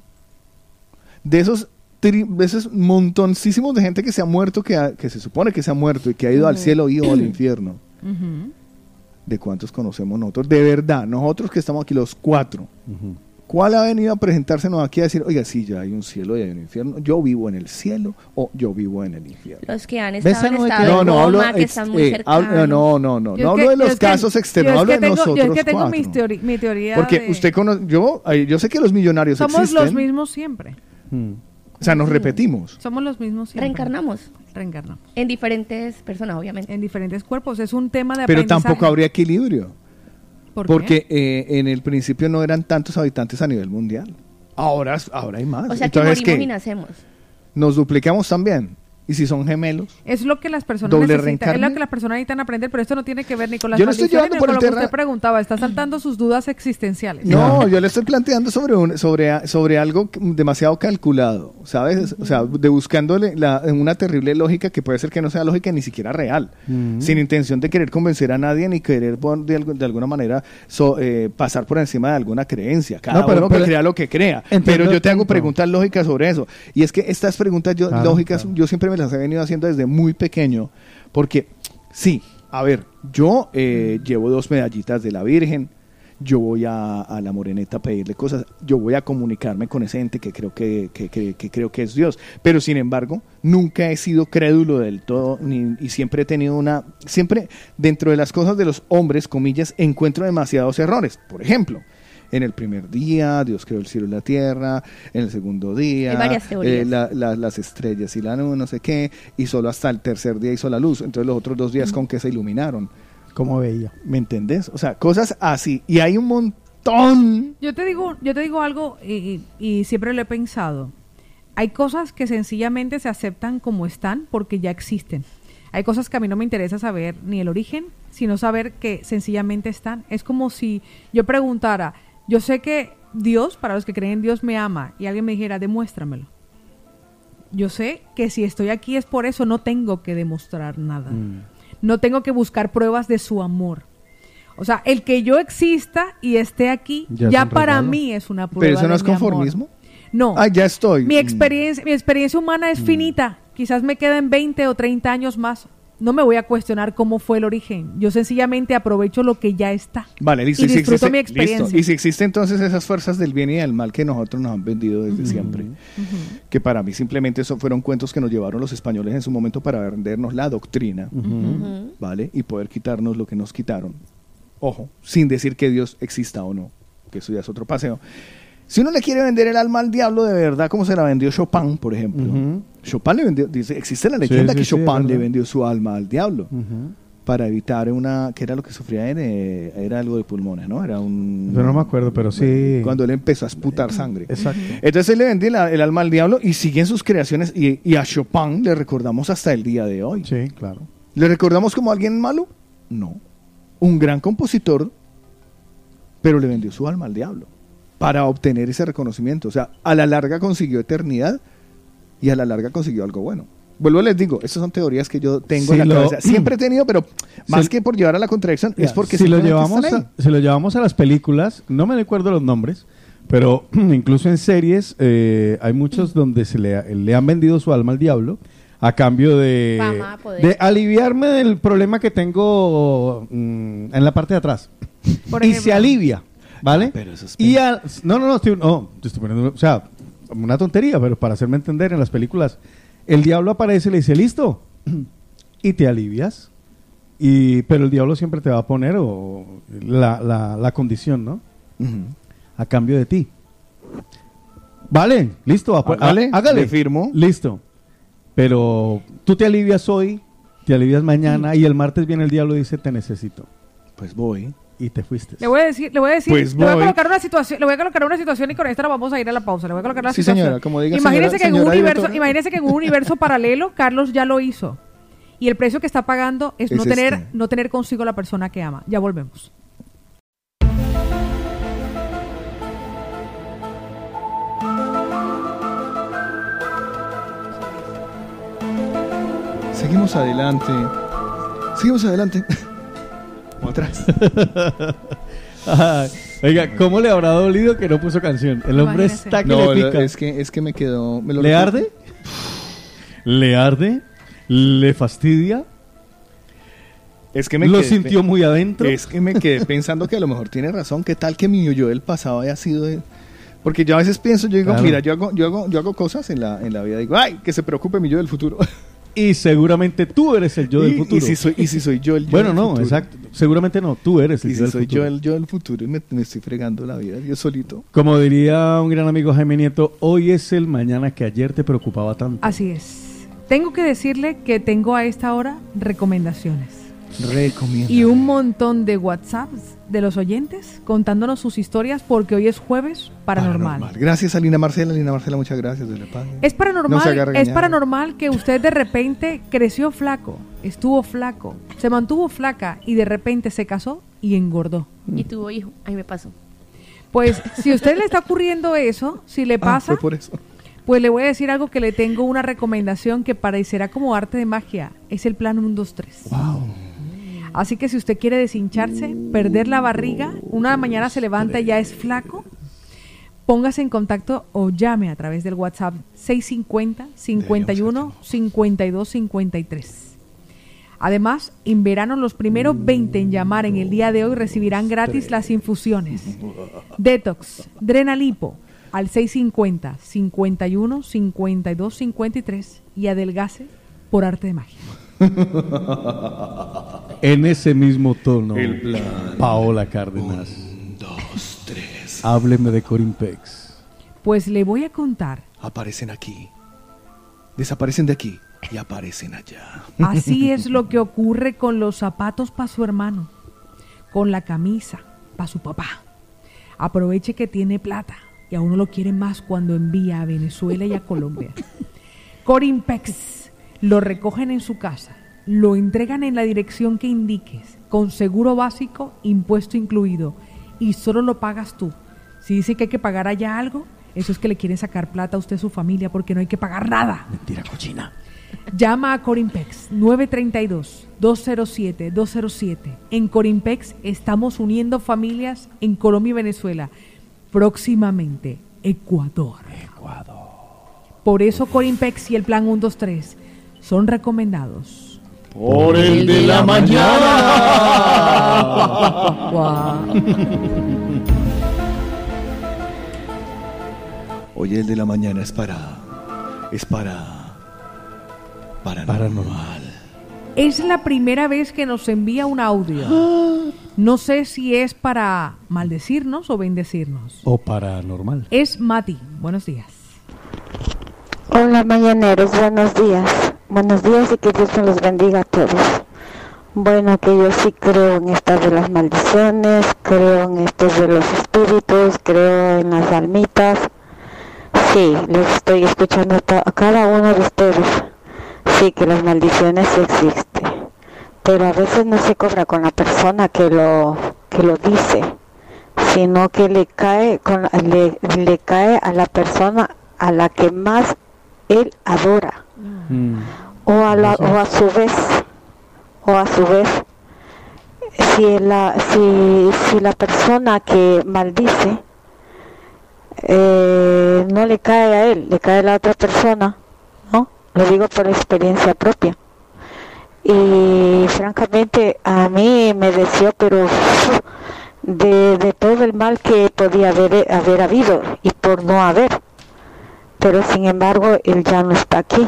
De esos, tri- de esos montoncísimos de gente que se ha muerto, que, ha- que se supone que se ha muerto y que ha ido al cielo y o al infierno. Ujú. ¿De cuántos conocemos nosotros? De verdad, nosotros que estamos aquí los cuatro. Ujú. ¿Cuál ha venido a presentársenos aquí a decir, oiga, sí, ya hay un cielo y hay un infierno? Yo vivo en el cielo o yo vivo en el infierno. Los que han ¿Ves? estado en No, estado No, de no, coma, hablo, que ex- están muy eh, cercanos. hablo- no, no, no, Yo no es hablo que- de yo los es que- casos yo externos, es hablo que de tengo- nosotros Yo es que tengo cuatro. mis teori- mi teoría Porque de- usted conoce, yo, ay, yo sé que los millonarios Somos existen, los mismos siempre. Mm. o sea, nos repetimos. Somos los mismos siempre. Reencarnamos. Reencarnamos. En diferentes personas, obviamente. En diferentes cuerpos. Es un tema de Pero aprendizaje. tampoco habría equilibrio. ¿Por qué? Porque eh, en el principio no eran tantos habitantes a nivel mundial. Ahora, ahora hay más. O sea que Entonces, morimos ¿qué? y nacemos. Nos duplicamos también. ¿Y si son gemelos? Es lo que las personas ¿Doble necesitan, es reencarne? lo que las personas necesitan aprender, pero esto no tiene que ver ni con las Yo lo estoy maldiciones llevando ni por con el lo que terra- usted preguntaba. Está saltando sus dudas existenciales. No, yo le estoy planteando sobre un, sobre, sobre algo que- demasiado calculado, ¿sabes? O sea, de buscándole la, una terrible lógica que puede ser que no sea lógica ni siquiera real, Mm. sin intención de querer convencer a nadie ni querer por- de, algu- de alguna manera so- eh, pasar por encima de alguna creencia. Cada No, pero- uno pero- que crea lo que crea. entiendo Pero yo el te hago punto. preguntas lógicas sobre eso. Y es que estas preguntas yo, Claro, lógicas claro. yo siempre me las he venido haciendo desde muy pequeño, porque sí, a ver, yo eh, llevo dos medallitas de la Virgen. Yo voy a, a la Moreneta a pedirle cosas, yo voy a comunicarme con ese ente que creo que, que, que- que creo que es Dios, pero sin embargo nunca he sido crédulo del todo ni, y siempre he tenido una, siempre dentro de las cosas de los hombres, comillas, encuentro demasiados errores. Por ejemplo, en el primer día Dios creó el cielo y la tierra, en el segundo día Hay varias teorías. eh, la- la- las estrellas y la luna, no sé qué, y solo hasta el tercer día hizo la luz, entonces los otros dos días con qué se iluminaron. ¿Cómo veía? ¿Me entendés? O sea, cosas así. Y hay un montón. Yo te digo, yo te digo algo y, y- y siempre lo he pensado. Hay cosas que sencillamente se aceptan como están porque ya existen. Hay cosas que a mí no me interesa saber ni el origen, sino saber que sencillamente están. Es como si yo preguntara, yo sé que Dios, para los que creen en Dios, me ama, y alguien me dijera, demuéstramelo. Yo sé que si estoy aquí es por eso, no tengo que demostrar nada. Mm. No tengo que buscar pruebas de su amor. O sea, el que yo exista y esté aquí, Ya ya, es un para regalo. mí es una prueba. Pero eso no de es mi amor. conformismo. No. Ah, ya estoy. Mi experiencia, mi experiencia humana es finita. Quizás me queden veinte o treinta años más. no me voy a cuestionar cómo fue el origen. Yo sencillamente aprovecho lo que ya está. Vale, listo. Y si disfruto existe, mi experiencia. listo. Y si existen entonces esas fuerzas del bien y del mal que nosotros nos han vendido desde uh-huh. siempre, uh-huh. que para mí simplemente eso fueron cuentos que nos llevaron los españoles en su momento para vendernos la doctrina, uh-huh. ¿vale? Y poder quitarnos lo que nos quitaron. Ojo, sin decir que Dios exista o no, que eso ya es otro paseo. Si uno le quiere vender el alma al diablo de verdad, como se la vendió Chopin, por ejemplo. Uh-huh. Chopin le vendió, dice, existe la leyenda sí, sí, que Chopin sí, le vendió su alma al diablo uh-huh. para evitar una, ¿qué era lo que sufría él? Eh, era algo de pulmones, ¿no? Era un... Yo no me acuerdo, pero sí. Cuando él empezó a esputar sangre. Exacto. Entonces él le vendió la, el alma al diablo y siguen sus creaciones y, y a Chopin le recordamos hasta el día de hoy. Sí, claro. ¿Le recordamos como alguien malo? No. Un gran compositor, pero le vendió su alma al diablo para obtener ese reconocimiento. O sea, a la larga consiguió eternidad y a la larga consiguió algo bueno. Vuelvo y les digo, estas son teorías que yo tengo si en la lo, cabeza. Siempre he tenido, pero más si, que por llevar a la contradicción, ya, es porque... Si lo, llevamos a, si lo llevamos a las películas, no me recuerdo los nombres, pero incluso en series eh, hay muchos donde se le, le han vendido su alma al diablo a cambio de, Fama, de aliviarme del problema que tengo mm, en la parte de atrás. Por y ejemplo, se alivia. ¿Vale? Pero eso es y al, no, no, no, estoy, no, estoy poniendo, o sea, una tontería, pero para hacerme entender, en las películas, el diablo aparece y le dice, listo, y te alivias, y pero el diablo siempre te va a poner o, la, la, la condición, ¿no? Uh-huh. A cambio de ti. Vale, listo, ap- hágale, hágale, le firmo. Listo, pero tú te alivias hoy, te alivias mañana, y el martes viene el diablo y dice, te necesito. Pues voy. Y te fuiste. Le voy a decir, le voy a decir, pues le voy a colocar una situación, le voy a colocar una situación y con esta vamos a ir a la pausa. Le voy a colocar una sí, situación. Señora, como diga, imagínese señora, que en señora un universo, directora. imagínese que en un universo paralelo Carlos ya lo hizo. Y el precio que está pagando es, es no tener este. no tener consigo la persona que ama. Ya volvemos. Seguimos adelante. Seguimos adelante. Atrás. Ay, oiga, ¿cómo le habrá dolido que no puso canción? El hombre Imagínese. está que no, le pica. Es que, es que me quedó... Me lo ¿Le recuerdo. arde? ¿Le arde? ¿Le fastidia? Es que me ¿Lo quedé, sintió muy adentro? Es que me quedé pensando que a lo mejor tiene razón. ¿Qué tal que mi yo del pasado haya sido... De... Porque yo a veces pienso, yo digo, claro. mira, yo hago, yo hago, yo hago cosas en la, en la vida. Digo, ay, que se preocupe mi yo del futuro. Y seguramente tú eres el yo del y, futuro. Y si soy, y si soy yo el yo bueno, del no, futuro. exacto. Seguramente no, tú eres el y yo si del soy futuro. yo el yo del futuro y me, me estoy fregando la vida, yo solito. Como diría un gran amigo Jaime Nieto, hoy es el mañana que ayer te preocupaba tanto. Así es. Tengo que decirle que tengo a esta hora recomendaciones. Recomiendo. Y un montón de WhatsApps de los oyentes contándonos sus historias porque hoy es jueves paranormal. paranormal. Gracias a Lina Marcela. Lina Marcela, muchas gracias. De la paz. Es paranormal, no es paranormal que usted de repente creció flaco, estuvo flaco, se mantuvo flaca y de repente se casó y engordó. Y tuvo hijo. Ahí me pasó. Pues si a usted le está ocurriendo eso, si le pasa, ah, fue por eso. Pues le voy a decir algo que le tengo una recomendación que parecerá como arte de magia. Es el plan uno, dos, tres. Wow. Así que si usted quiere deshincharse, perder la barriga, una mañana se levanta y ya es flaco, póngase en contacto o llame a través del WhatsApp seis cinco cero, cincuenta y uno, cincuenta y dos, cincuenta y tres. Además, en verano los primeros veinte en llamar en el día de hoy recibirán gratis las infusiones Detox, Drenalipo al seis cinco cero, cincuenta y uno, cincuenta y dos, cincuenta y tres y adelgase por arte de magia. En ese mismo tono, el plan. Paola Cárdenas. Un, dos, tres. Hábleme de Corimpex. Pues le voy a contar. Aparecen aquí, desaparecen de aquí y aparecen allá. Así es lo que ocurre con los zapatos para su hermano, con la camisa para su papá. Aproveche que tiene plata y a uno lo quiere más cuando envía a Venezuela y a Colombia. Corimpex. Lo recogen en su casa, lo entregan en la dirección que indiques, con seguro básico, impuesto incluido, y solo lo pagas tú. Si dice que hay que pagar allá algo, eso es que le quieren sacar plata a usted y su familia, porque no hay que pagar nada. Mentira cochina. Llama a Corimpex nueve tres dos, dos cero siete, dos cero siete. En Corimpex estamos uniendo familias en Colombia y Venezuela. Próximamente, Ecuador. Ecuador. Por eso Corimpex y el plan uno, dos, tres son recomendados. Por el de la mañana. Hoy el de la mañana es para... Es para... Paranormal. Paranormal. Es la primera vez que nos envía un audio. No sé si es para maldecirnos o bendecirnos. O paranormal. Es Mati. Buenos días. Hola mañaneros, buenos días. Buenos días y que Dios me los bendiga a todos. Bueno, que yo sí creo en estas de las maldiciones, creo en estos de los espíritus, creo en las almitas. Sí, les estoy escuchando a cada uno de ustedes. Sí, que las maldiciones sí existen, pero a veces no se cobra con la persona que lo que lo dice, sino que le cae con le, le cae a la persona a la que más él adora, mm. o a la o a su vez o a su vez si la si si la persona que maldice eh, no le cae a él, le cae a la otra persona. Lo digo por experiencia propia. Y francamente a mí me deseó, pero de, de todo el mal que podía haber, haber habido y por no haber. Pero sin embargo, él ya no está aquí.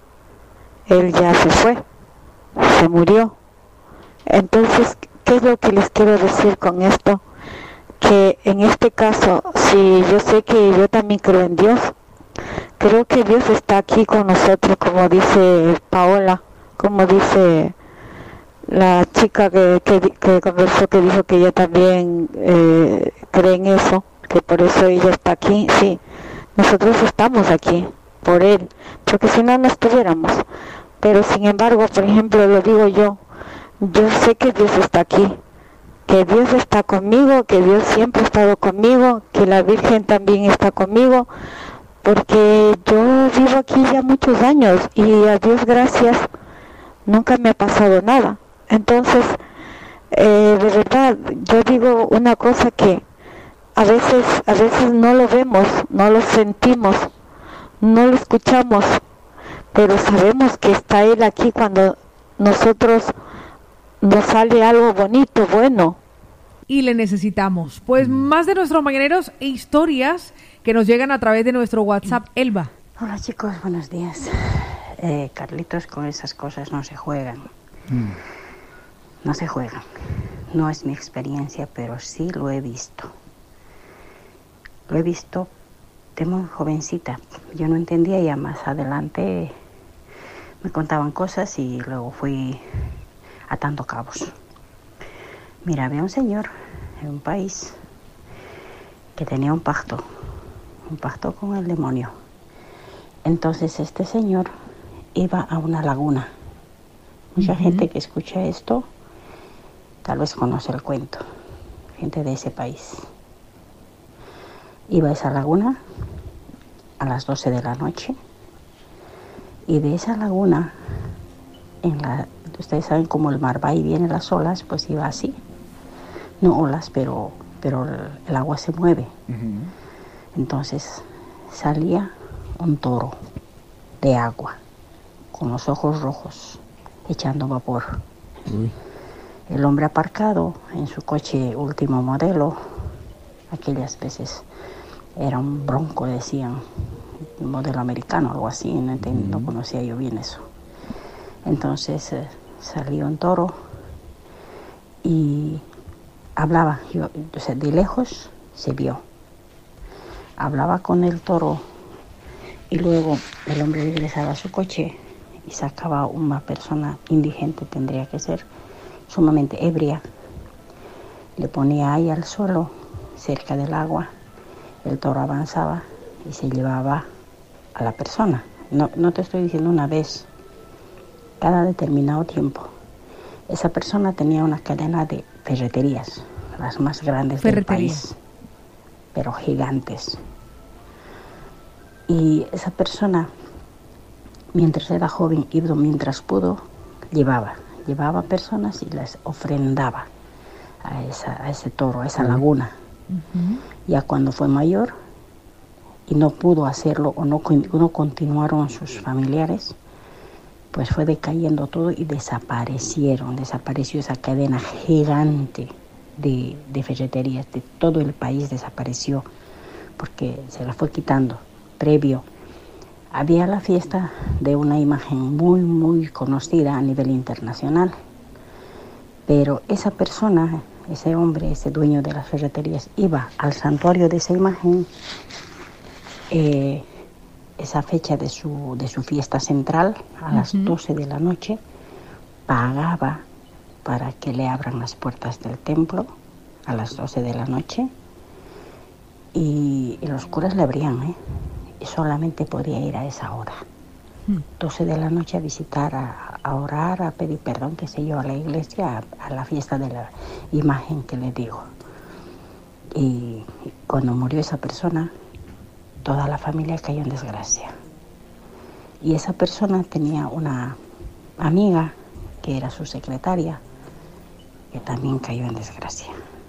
Él ya se fue. Se murió. Entonces, ¿qué es lo que les quiero decir con esto? Que en este caso, si yo sé que yo también creo en Dios, creo que Dios está aquí con nosotros, como dice Paola, como dice la chica que, que, que conversó, que dijo que ella también eh, cree en eso, que por eso ella está aquí. Sí, nosotros estamos aquí por Él, porque si no, no estuviéramos. Pero sin embargo, por ejemplo, lo digo yo, yo sé que Dios está aquí, que Dios está conmigo, que Dios siempre ha estado conmigo, que la Virgen también está conmigo, porque yo vivo aquí ya muchos años y a Dios gracias nunca me ha pasado nada. Entonces, eh, de verdad, yo digo una cosa que a veces, a veces no lo vemos, no lo sentimos, no lo escuchamos, pero sabemos que está Él aquí cuando nosotros nos sale algo bonito, bueno. Y le necesitamos. Pues más de nuestros mañaneros e historias que nos llegan a través de nuestro WhatsApp. Elba. Hola chicos, buenos días. Eh, Carlitos, con esas cosas no se juegan. Mm. No se juegan. No es mi experiencia, pero sí lo he visto. Lo he visto de muy jovencita. Yo no entendía, ya más adelante me contaban cosas y luego fui atando cabos. Mira, había un señor en un país que tenía un pacto, un pacto con el demonio. Entonces este señor iba a una laguna. Mucha uh-huh. gente que escucha esto tal vez conoce el cuento, gente de ese país. Iba a esa laguna a las doce de la noche y de esa laguna, en la, ustedes saben cómo el mar va y viene las olas, pues iba así. No olas, pero, pero el, el agua se mueve. Uh-huh. Entonces salía un toro de agua, con los ojos rojos, echando vapor. Uh-huh. El hombre aparcado en su coche último modelo, aquellas veces era un Bronco, decían, un modelo americano, algo así, no, ent- no conocía yo bien eso. Entonces eh, salió un toro y hablaba, yo, o sea, de lejos se vio. Hablaba con el toro y luego el hombre regresaba a su coche y sacaba una persona indigente, tendría que ser, sumamente ebria. Le ponía ahí al suelo, cerca del agua, el toro avanzaba y se llevaba a la persona. No, no te estoy diciendo una vez, cada determinado tiempo. Esa persona tenía una cadena de ferreterías, las más grandes del país, pero gigantes. Y esa persona, mientras era joven y mientras pudo, llevaba, llevaba personas y las ofrendaba a, esa, a ese toro, a esa laguna. Uh-huh. Ya cuando fue mayor y no pudo hacerlo o no, no continuaron sus familiares, pues fue decayendo todo y desaparecieron, desapareció esa cadena gigante de, de ferreterías, de todo el país desapareció, porque se la fue quitando. Previo, había la fiesta de una imagen muy, muy conocida a nivel internacional, pero esa persona, ese hombre, ese dueño de las ferreterías, iba al santuario de esa imagen, eh, esa fecha de su, de su fiesta central, a uh-huh. las doce de la noche, pagaba para que le abran las puertas del templo a las doce de la noche, y, y los curas le abrían, ¿eh? Y solamente podía ir a esa hora. Uh-huh. doce de la noche a visitar, a, a orar, a pedir perdón, qué sé yo, a la iglesia, a, a la fiesta de la imagen que le digo. Y cuando murió esa persona, toda la familia cayó en desgracia. Y esa persona tenía una amiga que era su secretaria, que también cayó en desgracia.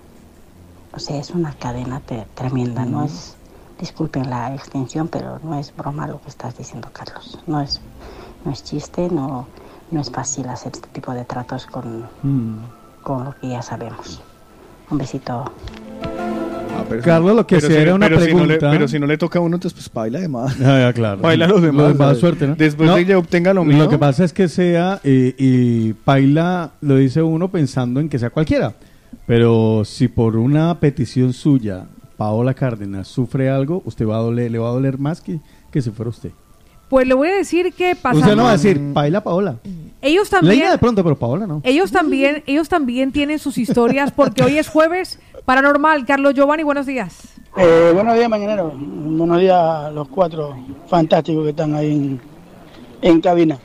O sea, es una cadena te- tremenda, no es, disculpen la extensión, pero no es broma lo que estás diciendo, Carlos. No es, no es chiste, no, no es fácil hacer este tipo de tratos con, mm. con lo que ya sabemos. Un besito. Ah, pero Carlos, lo que pero sea si- era una pero si no le- pregunta. pero si no le toca a uno, entonces pues baila de más. Ah, ya, claro. Baila los demás. Los demás, ¿sabes? suerte, ¿no? Después No, de que obtenga lo mío. Lo que pasa es que sea, eh, y Paila lo dice uno pensando en que sea cualquiera. Pero si por una petición suya, Paola Cárdenas sufre algo, usted va a doler, le va a doler más que, que si fuera usted. Pues le voy a decir que pasamos... Usted no va a decir, Paila, Paola. Ellos también... Leña de pronto, pero Paola no. Ellos también, ellos también tienen sus historias porque hoy es jueves paranormal. Carlos Giovanni, buenos días. Eh, buenos días, mañanero. Buenos días a los cuatro fantásticos que están ahí en, en cabina.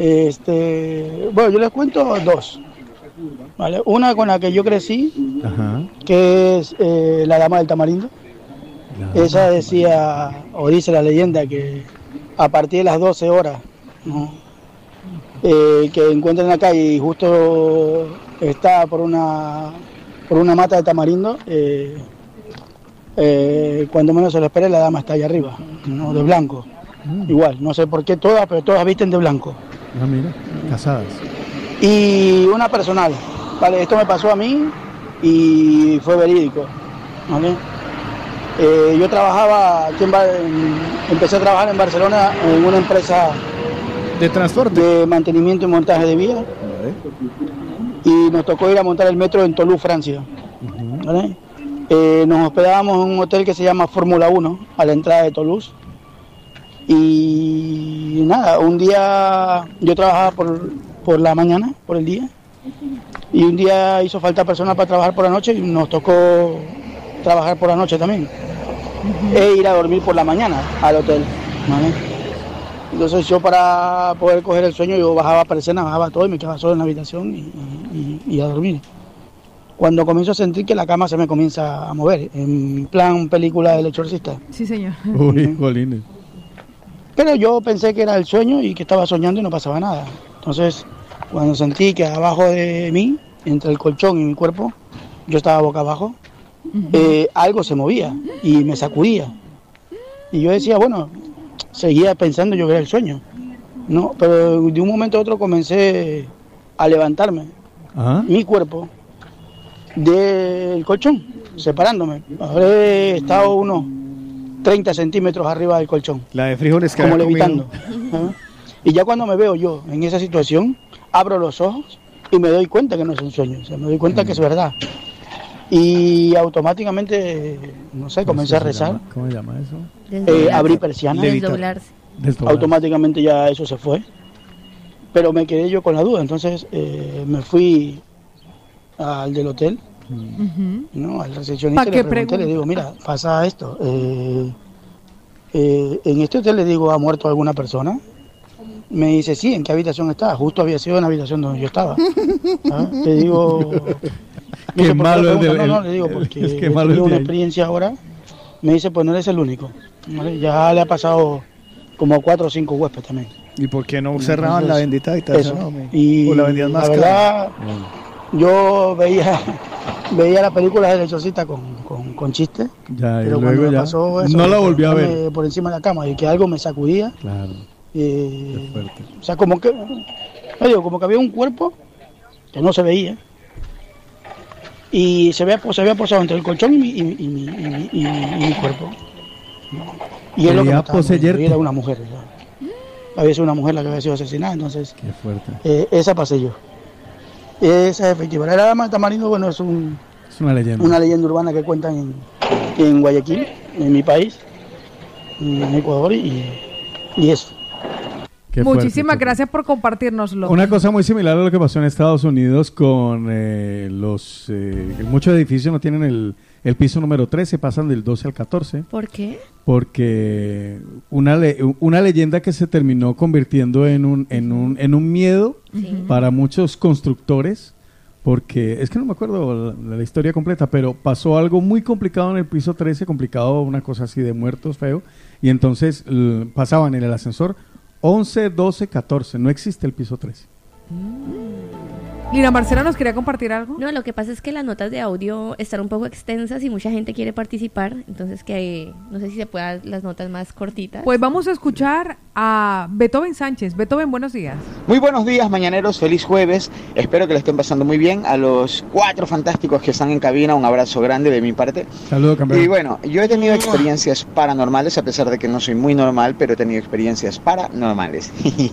Este, bueno, yo les cuento dos. ¿Vale? Una con la que yo crecí, Ajá. que es eh, la Dama del Tamarindo. La Esa decía, o dice la leyenda, que a partir de las doce horas, ¿no? eh, que encuentran en la calle y justo está por una, por una mata de tamarindo, eh, eh, cuando menos se lo espere, la dama está allá arriba, ¿no? De blanco. Mm. Igual, no sé por qué todas, pero todas visten de blanco. Ah, mira, casadas. Y una personal, ¿vale? Esto me pasó a mí y fue verídico, ¿vale? Eh, yo trabajaba, aquí en, en, empecé a trabajar en Barcelona en una empresa de transporte, de mantenimiento y montaje de vías, ¿vale? Y nos tocó ir a montar el metro en Toulouse, Francia, ¿vale? Eh, nos hospedábamos en un hotel que se llama Fórmula uno, a la entrada de Toulouse. Y nada, un día yo trabajaba por, por la mañana, por el día, y un día hizo falta personal para trabajar por la noche y nos tocó trabajar por la noche también, e ir a dormir por la mañana al hotel, ¿vale? Entonces yo, para poder coger el sueño, yo bajaba persiana, bajaba todo y me quedaba solo en la habitación y, y, y a dormir. Cuando comienzo a sentir que la cama se me comienza a mover, en plan película del exorcista. Sí, señor. Uy, jolines. Pero yo pensé que era el sueño y que estaba soñando y no pasaba nada. Entonces, cuando sentí que abajo de mí, entre el colchón y mi cuerpo, yo estaba boca abajo, uh-huh. eh, algo se movía y me sacudía. Y yo decía, bueno, seguía pensando yo que era el sueño, ¿no? Pero de un momento a otro comencé a levantarme, ¿Ah? mi cuerpo, del colchón, separándome. Habré estado unos treinta centímetros arriba del colchón. La de frijoles que como había levitando. comido. ¿Ah? Y ya cuando me veo yo en esa situación, abro los ojos y me doy cuenta que no es un sueño. O sea, me doy cuenta mm. que es verdad. Y automáticamente, no sé, comencé a rezar. Llama? ¿Cómo se llama eso? Eh, abrí persianas. Desdoblarse. Automáticamente ya eso se fue. Pero me quedé yo con la duda. Entonces eh, me fui al del hotel. Uh-huh. ¿No? Al recepcionista le pregunté, pregunta? le digo, mira, pasa esto. Eh, eh, en este hotel le digo, ¿ha muerto alguna persona? Me dice, sí, ¿en qué habitación está? Justo había sido en la habitación donde yo estaba. ¿Ah? Le digo... No qué malo es de, no, no, le digo, porque es que he malo tenido una de experiencia ahora. Me dice, pues no eres el único. ¿Vale? Ya le ha pasado como a cuatro o cinco huéspedes también. ¿Y por qué no cerraban Entonces, la bendita habitación? Eso. Y ¿O la vendían más la verdad, mm. yo veía veía las películas del exorcista con, con, con chistes. Ya, pero y cuando luego me ya pasó eso, no la volví a ver. Por encima de la cama y que algo me sacudía. Claro. Y Eh, o sea, como que, no digo, como que había un cuerpo que no se veía y se había, se había posado entre el colchón y mi, y, mi- y mi- y mi- y mi- y mi cuerpo. Y es lo que me Quería estaba diciendo, poseyerte. era una mujer. ¿verdad? Había sido una mujer la que había sido asesinada, entonces Qué fuerte. eh, esa pasé yo. Esa es efectiva. La dama de Tamarindo, bueno, es un, Es una leyenda. una leyenda urbana que cuentan en, en Guayaquil, en mi país, en Ecuador, y, y eso. Qué fuerte, Muchísimas qué gracias por compartirnoslo. Una cosa muy similar a lo que pasó en Estados Unidos con eh, los... Eh, muchos edificios no tienen el, el piso número trece, pasan del doce al catorce. ¿Por qué? Porque una, le- una leyenda que se terminó convirtiendo en un, en un, en un miedo Sí. para muchos constructores, porque es que no me acuerdo la, la historia completa, pero pasó algo muy complicado en el piso trece, complicado, una cosa así de muertos, feo, y entonces l- pasaban en el ascensor once, doce, catorce, no existe el piso trece. Lina Marcela nos quería compartir algo. No, lo que pasa es que las notas de audio están un poco extensas y mucha gente quiere participar, entonces que no sé si se puedan las notas más cortitas. Pues vamos a escuchar a Beethoven Sánchez. Beethoven, buenos días. Muy buenos días, mañaneros, feliz jueves, espero que le estén pasando muy bien. A los cuatro fantásticos que están en cabina, un abrazo grande de mi parte. Saludos, campeón. Y bueno, yo he tenido experiencias paranormales, a pesar de que no soy muy normal, pero he tenido experiencias paranormales.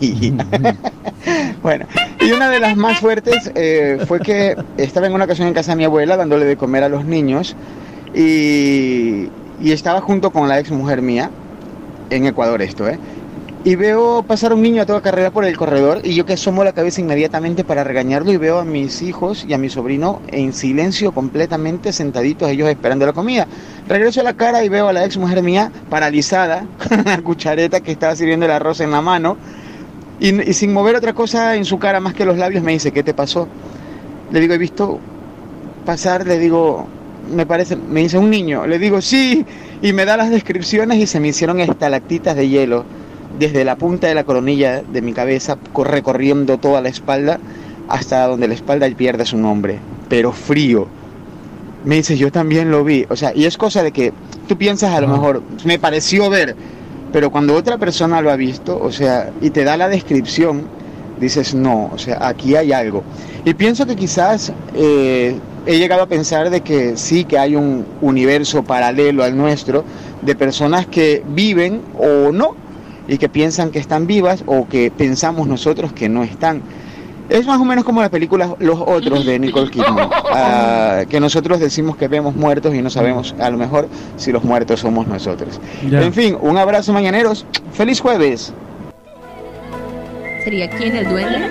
Bueno, y una de las más fuertes eh, fue que estaba en una ocasión en casa de mi abuela dándole de comer a los niños y, y estaba junto con la ex mujer mía, en Ecuador esto, ¿eh? Y veo pasar un niño a toda carrera por el corredor y yo que asomo la cabeza inmediatamente para regañarlo y veo a mis hijos y a mi sobrino en silencio completamente sentaditos ellos esperando la comida. Regreso a la cara y veo a la ex mujer mía paralizada, con la cuchareta que estaba sirviendo el arroz en la mano y, y sin mover otra cosa en su cara más que los labios me dice, ¿qué te pasó? Le digo, he visto pasar, le digo, me parece, me dice un niño, le digo, sí, y me da las descripciones y se me hicieron estalactitas de hielo desde la punta de la coronilla de mi cabeza, cor- recorriendo toda la espalda, hasta donde la espalda pierde su nombre, pero frío. Me dice, yo también lo vi, o sea, y es cosa de que tú piensas a lo mejor, me pareció ver, pero cuando otra persona lo ha visto, o sea, y te da la descripción, dices, no, o sea, aquí hay algo. Y pienso que quizás eh, he llegado a pensar de que sí, que hay un universo paralelo al nuestro, de personas que viven o no, y que piensan que están vivas o que pensamos nosotros que no están. Es más o menos como la película Los Otros de Nicole Kidman, ah, que nosotros decimos que vemos muertos y no sabemos a lo mejor si los muertos somos nosotros. Ya. En fin, un abrazo mañaneros, feliz jueves. ¿Sería quién, el duende?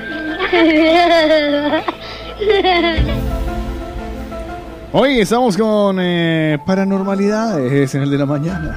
Hoy estamos con eh, paranormalidades en el de la mañana.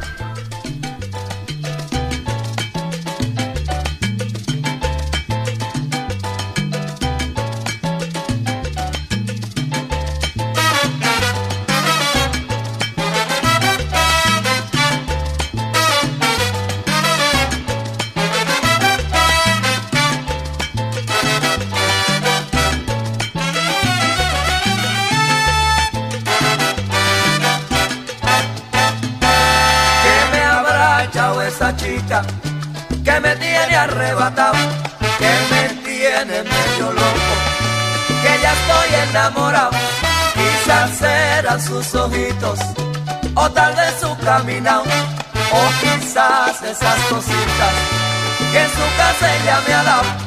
Que me habrá echado esa chica que me tiene arrebatado, que me tiene medio loco, que ya estoy enamorado. Quizás eran sus ojitos, o tal vez su caminado, o quizás esas cositas que en su casa ella me ha dado.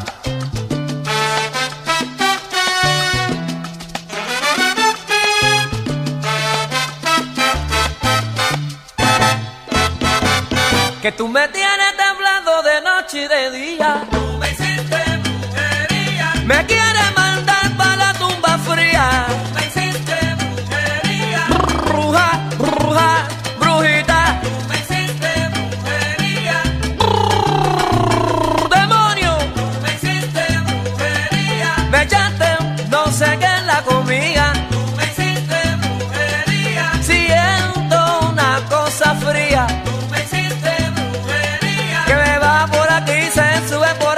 Que tú me tienes temblando de noche y de día. Tú me hiciste brujería. Me quieres mandar para la tumba fría. Tú me hiciste brujería. Bruja, bruja, brujita. Tú me hiciste brujería. Demonio. Tú me hiciste brujería. Me echaste no sé qué en la comida. Tú me hiciste brujería. Siento una cosa fría. Que me va por aquí, se sube por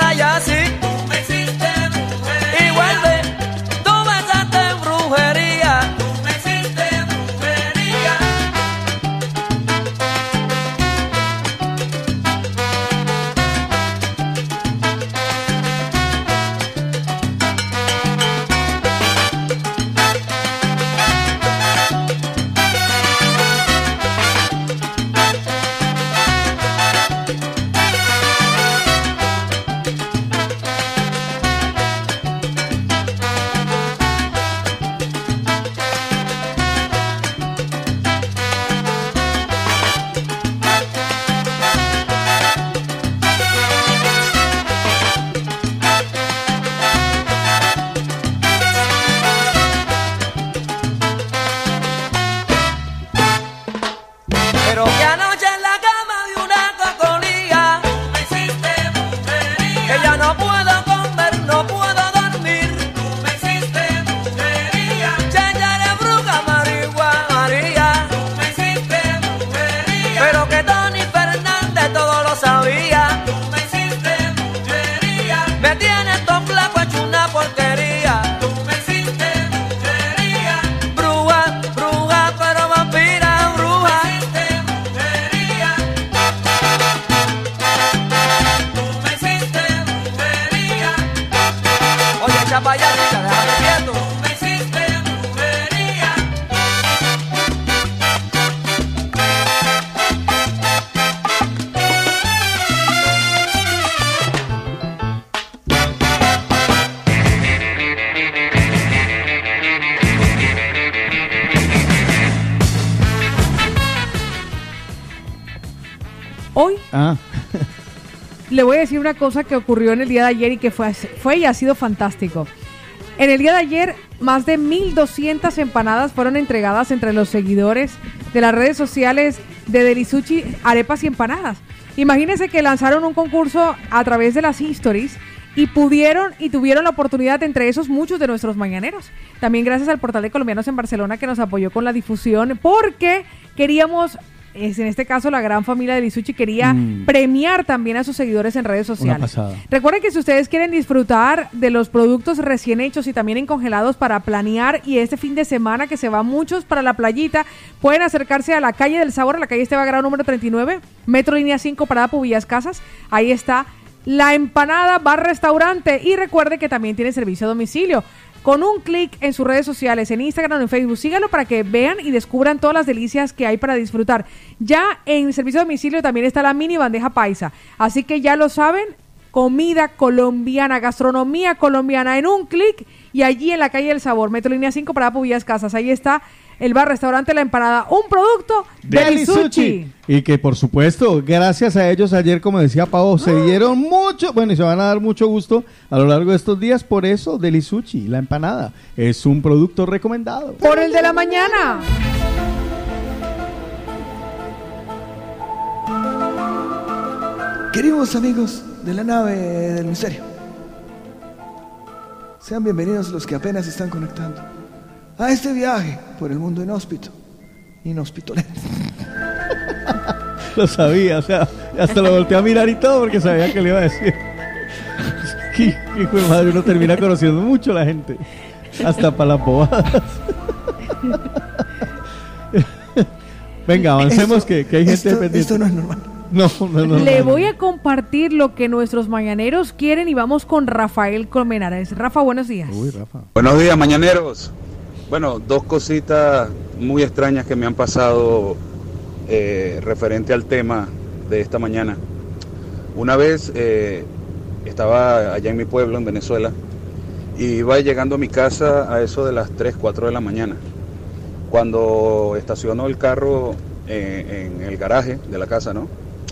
flaco hecho una porquería. Tú me hiciste brujería. Bruja, bruja, pero vampira, bruja. Tú me hiciste brujería. Tú me hiciste brujería. Oye, chapaya, chica, déjame quieto. Tú me hiciste brujería. Hoy Ah, le voy a decir una cosa que ocurrió en el día de ayer y que fue, fue y ha sido fantástico. En el día de ayer, más de mil doscientas empanadas fueron entregadas entre los seguidores de las redes sociales de Delisuchi Arepas y Empanadas. Imagínense que lanzaron un concurso a través de las stories y pudieron y tuvieron la oportunidad, entre esos muchos de nuestros mañaneros. También gracias al portal de Colombianos en Barcelona que nos apoyó con la difusión, porque queríamos, es en este caso la gran familia de Delisuchi quería Mm. premiar también a sus seguidores en redes una sociales. pasada. Recuerden que si ustedes quieren disfrutar de los productos recién hechos y también en congelados para planear, y este fin de semana que se van muchos para la playita, pueden acercarse a la calle del Sabor, a la calle Esteban Grado número treinta y nueve, Metro Línea cinco, Parada Pubillas Casas. Ahí está La Empanada Bar Restaurante, y recuerde que también tiene servicio a domicilio. Con un clic en sus redes sociales, en Instagram o en Facebook, síganlo para que vean y descubran todas las delicias que hay para disfrutar. Ya en servicio a domicilio también está la mini bandeja paisa, así que ya lo saben, comida colombiana, gastronomía colombiana en un clic, y allí en la calle del Sabor, Metro Línea cinco, Parada Pubillas Casas, ahí está el bar restaurante La Empanada, un producto de Delisuchi. Y que por supuesto, gracias a ellos ayer, como decía Pau, se dieron mucho, bueno, y se van a dar mucho gusto a lo largo de estos días. Por eso, Delisuchi, la empanada, es un producto recomendado. Por el de la mañana. Queridos amigos de la nave del misterio, sean bienvenidos los que apenas se están conectando a este viaje por el mundo inhóspito, inhospitolero. Lo sabía, o sea, hasta lo volteé a mirar y todo porque sabía que le iba a decir. Qué hijo de madre, uno termina conociendo mucho a la gente, hasta para las bobadas. Venga, avancemos, Esto- que, que hay gente esto- pendiente. esto no es normal. No, no, no. Le no. voy a compartir lo que nuestros mañaneros quieren y vamos con Rafael Colmenares. Rafa, buenos días. Uy, Rafa. Buenos días, mañaneros. Bueno, dos cositas muy extrañas que me han pasado eh, referente al tema de esta mañana. Una vez eh, estaba allá en mi pueblo, en Venezuela, y iba llegando a mi casa a eso de las tres, cuatro de la mañana. Cuando estacionó el carro eh, en el garaje de la casa, ¿no?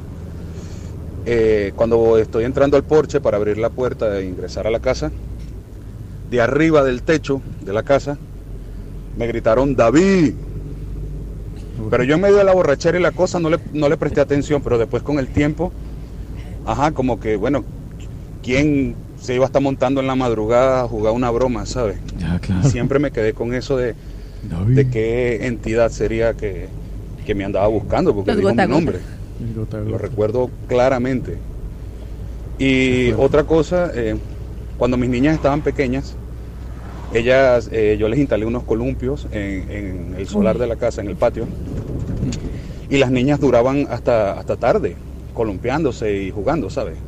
Eh, cuando estoy entrando al porche para abrir la puerta e ingresar a la casa, de arriba del techo de la casa, me gritaron David. Pero yo en medio de la borrachera y la cosa no le, no le presté atención, pero después con el tiempo, ajá, como que, bueno, ¿quién se iba a estar montando en la madrugada a jugar una broma, ¿sabes? Ya, claro. Siempre me quedé con eso de, de qué entidad sería que, que me andaba buscando, porque Los dijo mi gotagotas. nombre. Lo recuerdo claramente. Y otra cosa, eh, cuando mis niñas estaban pequeñas, ellas, eh, yo les instalé unos columpios en, en el solar de la casa, en el patio, y las niñas duraban hasta, hasta tarde, columpiándose y jugando, ¿sabes?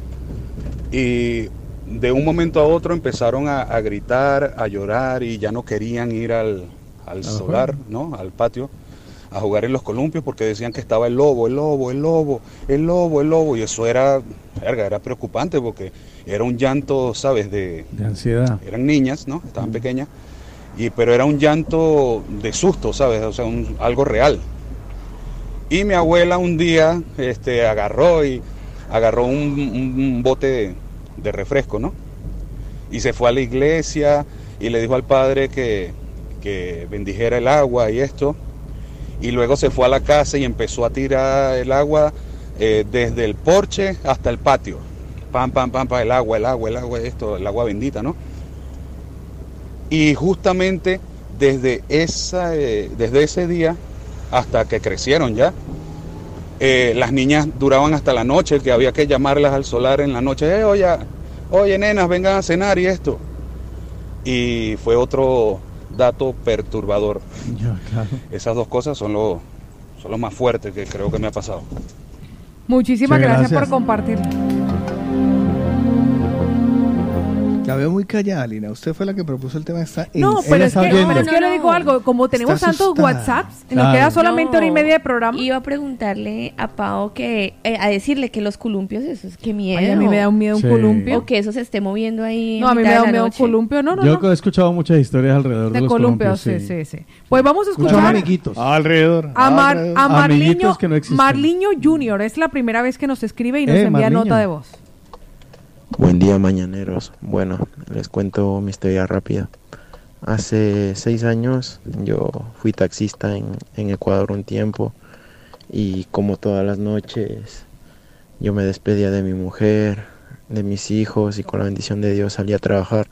Y de un momento a otro empezaron a, a gritar, a llorar, y ya no querían ir al, al solar, ¿no? Al patio, a jugar en los columpios, porque decían que estaba el lobo, el lobo, el lobo, el lobo, el lobo, y eso era, verga, era preocupante, porque era un llanto, ¿sabes? De, De ansiedad. eran niñas, ¿no? Estaban pequeñas, y, pero era un llanto de susto, ¿sabes? O sea, un- algo real. Y mi abuela un día este, agarró y agarró un, un- un bote de, de refresco, ¿no? Y se fue a la iglesia y le dijo al padre que, que bendijera el agua y esto. Y luego se fue a la casa y empezó a tirar el agua eh, desde el porche hasta el patio. Pam, pam, pam, pam, el agua, el agua, el agua, esto, el agua bendita, ¿no? Y justamente desde, esa, eh, desde ese día hasta que crecieron ya, eh, las niñas duraban hasta la noche, que había que llamarlas al solar en la noche. Eh, oye, oye nenas, vengan a cenar y esto. Y fue otro dato perturbador. Ya, claro. Esas dos cosas son lo, son lo más fuertes que creo que me ha pasado. Muchísimas Sí, gracias. gracias. por compartir. La veo muy callada, Lina. Usted fue la que propuso el tema. Está en- No, Él pero es está que, oyendo. pero es que yo le digo algo, como tenemos Está tantos asustada. WhatsApps, y nos Claro. queda solamente No. hora y media de programa. Iba a preguntarle a Pao que, eh, a decirle que los columpios, eso es que miedo. Ay, a mí me da un miedo un Sí. columpio. O que eso se esté moviendo ahí. No, a en mí me mitad da de un la miedo un noche. columpio. No, no, Yo no. he escuchado muchas historias alrededor de, De los columpios, columpios. sí, sí, sí. Pues vamos a Muchos escuchar amiguitos. Alrededor. a, Mar, alrededor. a Marliño, Amiguitos que no existen. Marliño Junior. Es la primera vez que nos escribe y nos Eh, envía Marliño. nota de voz. Buen día, mañaneros. Bueno, les cuento mi historia rápida. Hace seis años yo fui taxista en, en Ecuador un tiempo y como todas las noches yo me despedía de mi mujer, de mis hijos y con la bendición de Dios salí a trabajar.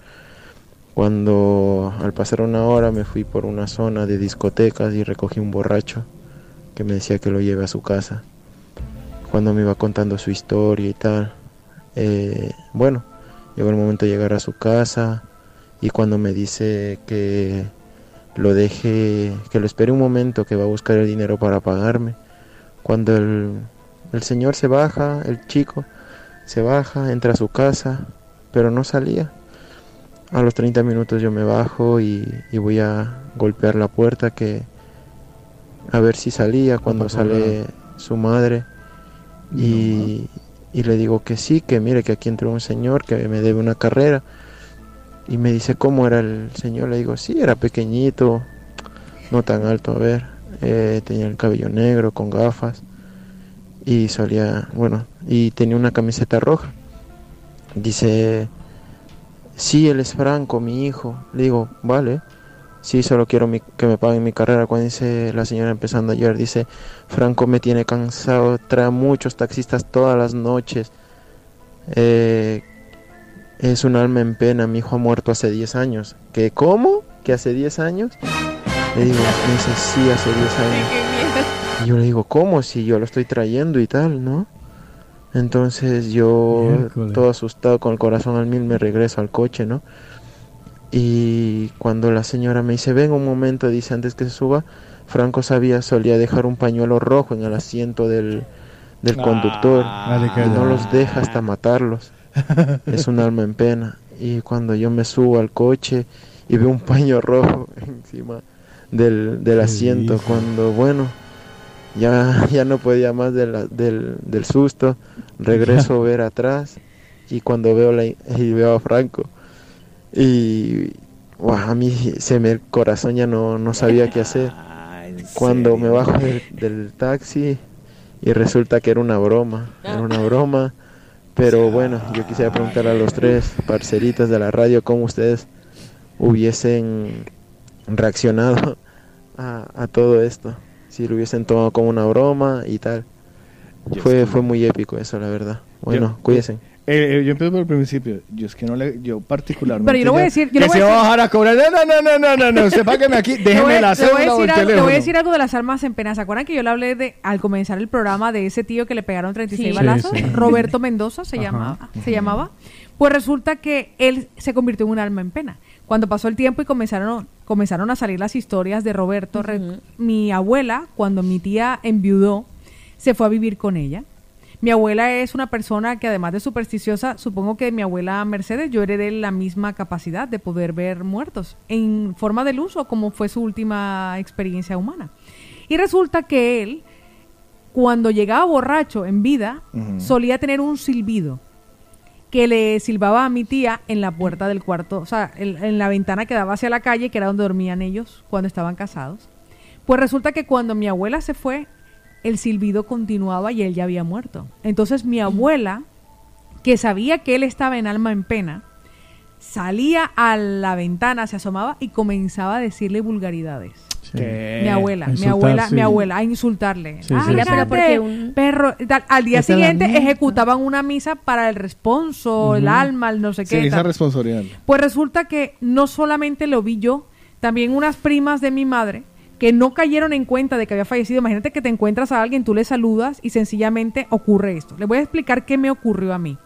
Cuando al pasar una hora me fui por una zona de discotecas y recogí un borracho que me decía que lo lleve a su casa. Cuando me iba contando su historia y tal, eh, bueno, llegó el momento de llegar a su casa y cuando me dice que lo deje, que lo espere un momento, que va a buscar el dinero para pagarme, cuando el, el señor se baja, el chico se baja, entra a su casa, pero no salía. A los treinta minutos yo me bajo y, y voy a golpear la puerta que a ver si salía. Cuando sale su madre y, y le digo que sí, que mire que aquí entró un señor que me debe una carrera. Y me dice cómo era el señor. Le digo, sí, era pequeñito, no tan alto, a ver, eh, tenía el cabello negro con gafas y solía, bueno, y tenía una camiseta roja. Dice, sí, él es Franco, mi hijo. Le digo, vale, sí, solo quiero mi- que me paguen mi carrera. Cuando dice la señora empezando a llorar, dice, Franco me tiene cansado, trae a muchos taxistas todas las noches. Eh, es un alma en pena, mi hijo ha muerto hace diez años. ¿Qué? ¿Cómo? ¿Que hace diez años? Le digo, me dice, sí, hace diez años. Y yo le digo, ¿cómo? Si yo lo estoy trayendo y tal, ¿no? Entonces yo, Miércoles. todo asustado, con el corazón al mil, me regreso al coche, ¿no? Y cuando la señora me dice, ven un momento, dice, antes que se suba, Franco sabía, solía dejar un pañuelo rojo en el asiento del, del conductor. Vale, Y calla. no los deja hasta matarlos. Es un alma en pena. Y cuando yo me subo al coche y veo un paño rojo encima del, del asiento, cuando, bueno, ya, ya no podía más de la- del, del susto, regreso a ver atrás y cuando veo, la, y veo a Franco y guau, a mí se me, el corazón ya no, no sabía qué hacer. Cuando me bajo del, del taxi y resulta que era una broma, era una broma. Pero bueno, yo quisiera preguntar a los tres parceritas de la radio cómo ustedes hubiesen reaccionado a, a todo esto. Si lo hubiesen tomado como una broma y tal. Yo Fue, es que- fue muy épico eso, la verdad. Bueno, Yo- cuídense. Eh, eh, yo empiezo por el principio. Yo es que no le, yo particularmente. Pero yo le voy a ya- decir- yo que le voy se a va a decir- bajar a cobrar. No, no, no, no, no, no. Usted págueme aquí. Le voy, Déjeme la le voy a cédula o decir el algo, le teléfono. voy a decir algo de las almas en pena. ¿Se acuerdan que yo le hablé de al comenzar el programa de ese tío que le pegaron treinta y seis Sí. balazos? Sí, sí. Roberto Mendoza se Ajá. llamaba, se llamaba. Pues resulta que él se convirtió en un alma en pena. Cuando pasó el tiempo y comenzaron comenzaron a salir las historias de Roberto, re- Ujú. mi abuela, cuando mi tía enviudó, se fue a vivir con ella. Mi abuela es una persona que además de supersticiosa, supongo que mi abuela Mercedes, yo heredé la misma capacidad de poder ver muertos en forma de luz o como fue su última experiencia humana. Y resulta que él, cuando llegaba borracho en vida, Ujú. solía tener un silbido que le silbaba a mi tía en la puerta del cuarto, o sea, en, en la ventana que daba hacia la calle, que era donde dormían ellos cuando estaban casados. Pues resulta que cuando mi abuela se fue, el silbido continuaba y él ya había muerto. Entonces mi abuela, que sabía que él estaba en alma en pena, salía a la ventana, se asomaba y comenzaba a decirle vulgaridades. ¿Qué? Mi abuela, A mi insultar, abuela, sí. mi abuela, a insultarle. Sí, sí, Ah, sí. mira, Pero porque un- perro, y tal. Al día Esta es la siguiente mía. ejecutaban una misa para el responso, el Ujú. alma, el no sé Sí, qué. esa tal. responsabilidad. Pues resulta que no solamente lo vi yo, también unas primas de mi madre que no cayeron en cuenta de que había fallecido. Imagínate que te encuentras a alguien, tú le saludas y sencillamente ocurre esto. Les voy a explicar qué me ocurrió a mí.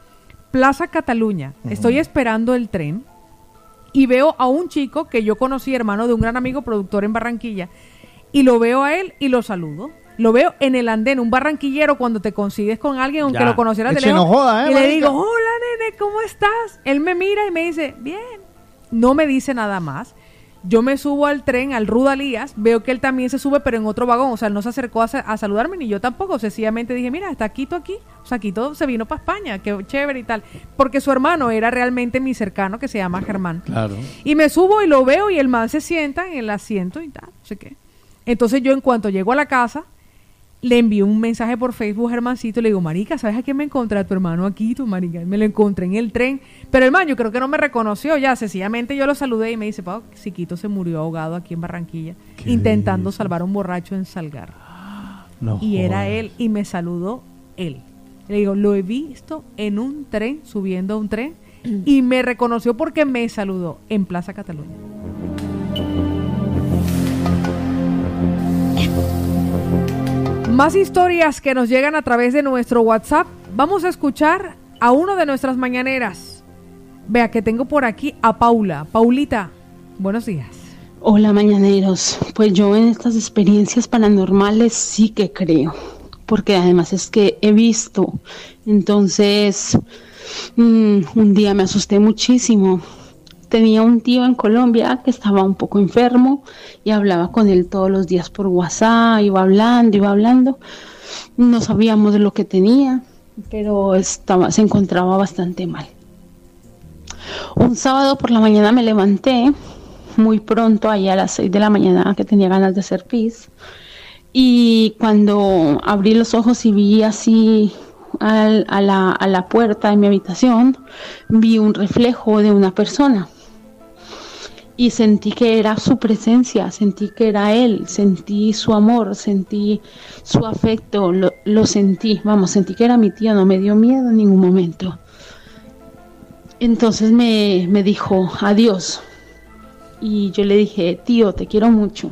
Plaza Cataluña. Uh-huh. Estoy esperando el tren y veo a un chico que yo conocí, hermano de un gran amigo productor en Barranquilla, y lo veo a él y lo saludo. Lo veo en el andén, un barranquillero cuando te consigues con alguien, aunque ya. lo conocieras de lejos, no joda, ¿eh, y marica? Le digo, hola nene, ¿cómo estás? Él me mira y me dice, bien. No me dice nada más. Yo me subo al tren, al Rudalías, veo que él también se sube, pero en otro vagón. O sea, él no se acercó a, a saludarme, ni yo tampoco. Sencillamente dije, mira, está Quito aquí. O sea, Quito se vino para España, qué chévere y tal. Porque su hermano era realmente mi cercano, que se llama Germán. Claro. Y me subo y lo veo y el man se sienta en el asiento y tal, no sé qué. Entonces yo, en cuanto llego a la casa, le envío un mensaje por Facebook a Germancito y le digo, marica, ¿sabes a quién me encontré? A tu hermano aquí, tu marica. Me lo encontré en el tren. Pero el man, yo creo que no me reconoció ya. Sencillamente yo lo saludé y me dice, Pau, Siquito se murió ahogado aquí en Barranquilla, intentando salvar a un borracho en Salgar. No y jodas. Era él, y me saludó él. Le digo, lo he visto en un tren, subiendo a un tren, y me reconoció porque me saludó en Plaza Cataluña. Más historias que nos llegan a través de nuestro WhatsApp. Vamos a escuchar a uno de nuestras mañaneras. Vea que tengo por aquí a Paula. Paulita, buenos días. Hola mañaneros. Pues yo en estas experiencias paranormales sí que creo, porque además es que he visto. Entonces, mmm, un día me asusté muchísimo. Tenía un tío en Colombia que estaba un poco enfermo y hablaba con él todos los días por WhatsApp, iba hablando, iba hablando. No sabíamos de lo que tenía, pero estaba, se encontraba bastante mal. Un sábado por la mañana me levanté muy pronto, ahí a las seis de la mañana, que tenía ganas de hacer pis. Y cuando abrí los ojos y vi así al, a, la, a la puerta de mi habitación, vi un reflejo de una persona. Y sentí que era su presencia, sentí que era él, sentí su amor, sentí su afecto, lo, lo sentí, vamos, sentí que era mi tío, no me dio miedo en ningún momento. Entonces me, me dijo, adiós. Y yo le dije, tío, te quiero mucho.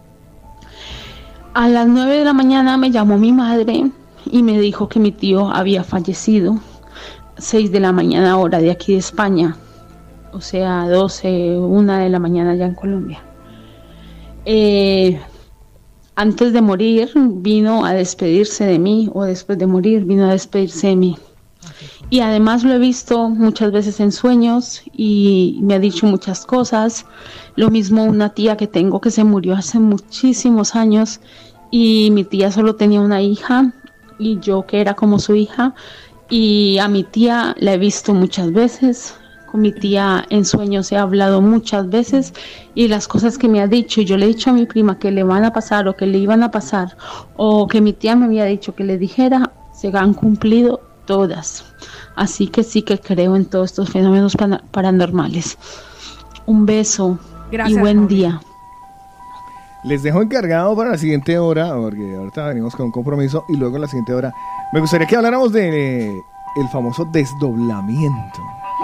A las nueve de la mañana me llamó mi madre y me dijo que mi tío había fallecido, seis de la mañana hora de aquí de España. O sea, doce, una de la mañana ya en Colombia. Eh, antes de morir vino a despedirse de mí, o después de morir vino a despedirse de mí. Y además lo he visto muchas veces en sueños y me ha dicho muchas cosas. Lo mismo una tía que tengo que se murió hace muchísimos años y mi tía solo tenía una hija y yo que era como su hija. Y a mi tía la he visto muchas veces. Con mi tía en sueños he hablado muchas veces y las cosas que me ha dicho, yo le he dicho a mi prima que le van a pasar o que le iban a pasar o que mi tía me había dicho que le dijera, se han cumplido todas. Así que sí que creo en todos estos fenómenos paranormales. Un beso. Gracias, y buen Mauri. Día. Les dejo encargado para la siguiente hora, porque ahorita venimos con un compromiso y luego en la siguiente hora me gustaría que habláramos de eh, el famoso desdoblamiento.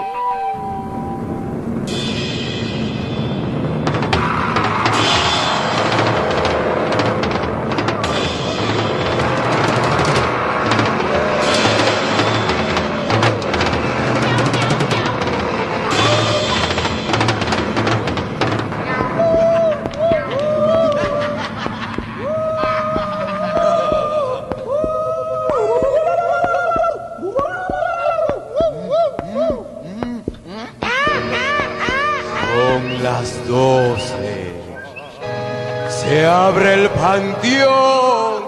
Se abre el panteón.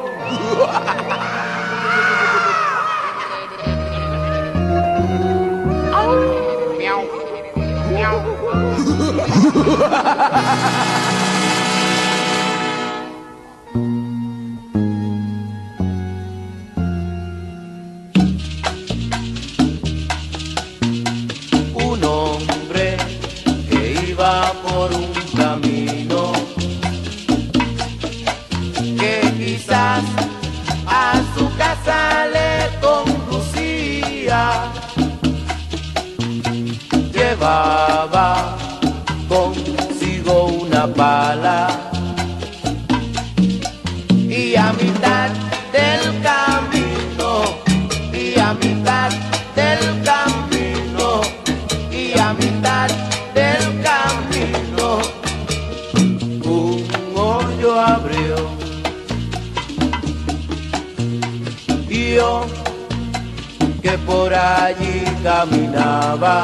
Miau, miau. Un hombre que iba por un camino que quizás a su casa le conducía, llevaba consigo una pala y a mitad del camino, y a mitad del camino vio que por allí caminaba,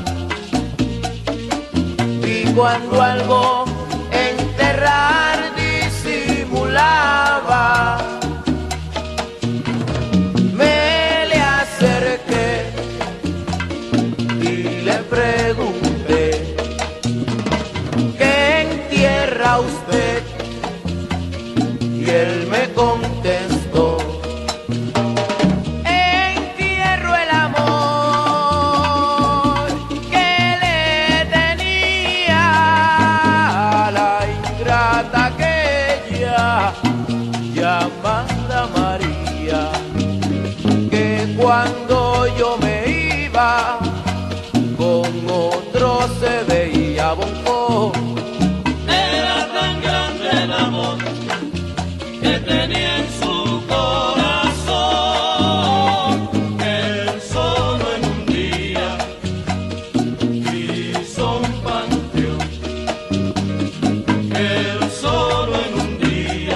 y cuando algo enterrar disimulaba, me le acerqué y le pregunté: ¿qué entierra usted? Y él me contestó: entierro el amor que le tenía a la ingrata aquella llamada María, que cuando yo me iba con otro se veía bonco. Era tan grande el amor que tenía en su corazón, que él solo en un día hizo un panteón, que él solo en un día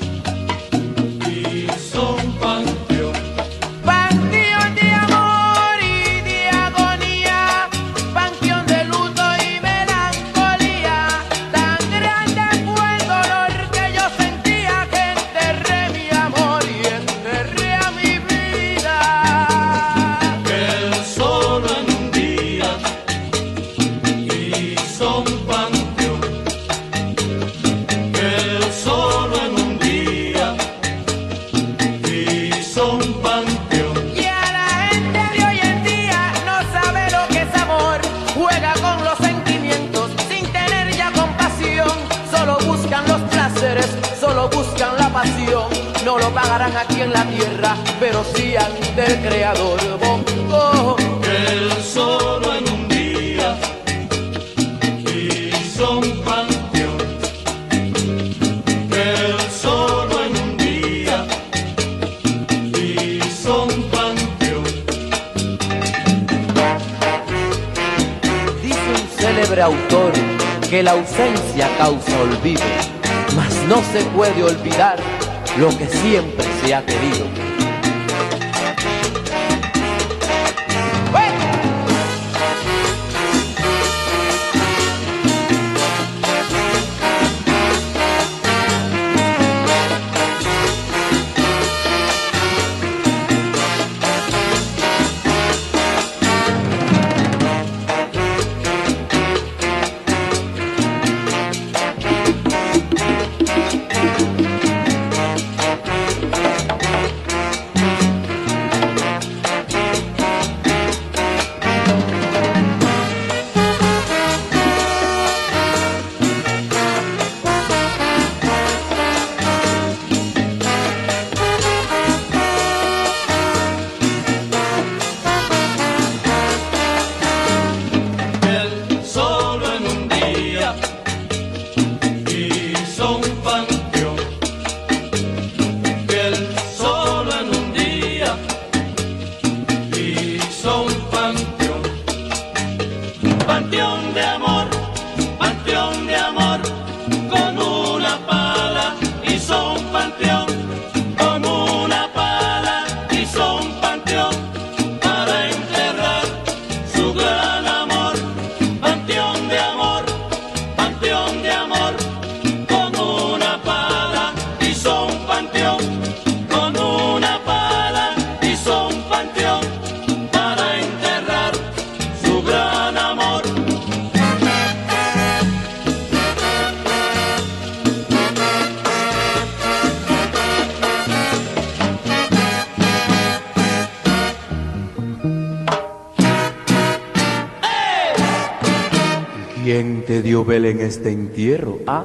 hizo un panteón. Panteón de amor y de agonía, panteón de luto y melancolía, tan grande fue el dolor que yo sentía que enterré mi amor y enterré a mi vida. Que él solo en un día hizo un panteón, que él solo en un día hizo un panteón. Y a la gente de hoy en día no sabe lo que es amor, juega con los sentimientos sin tener ya compasión, solo buscan los placeres, solo buscan la pasión, no lo pagarán aquí en la tierra, pero sí ante el Creador. Bongo. Que él solo en un día hizo un panteón, que él solo en un día hizo un panteón. Dice un célebre autor que la ausencia causa olvido, mas no se puede olvidar lo que siempre se ha querido. ¿Quién te dio vela en este entierro? ¿Ah?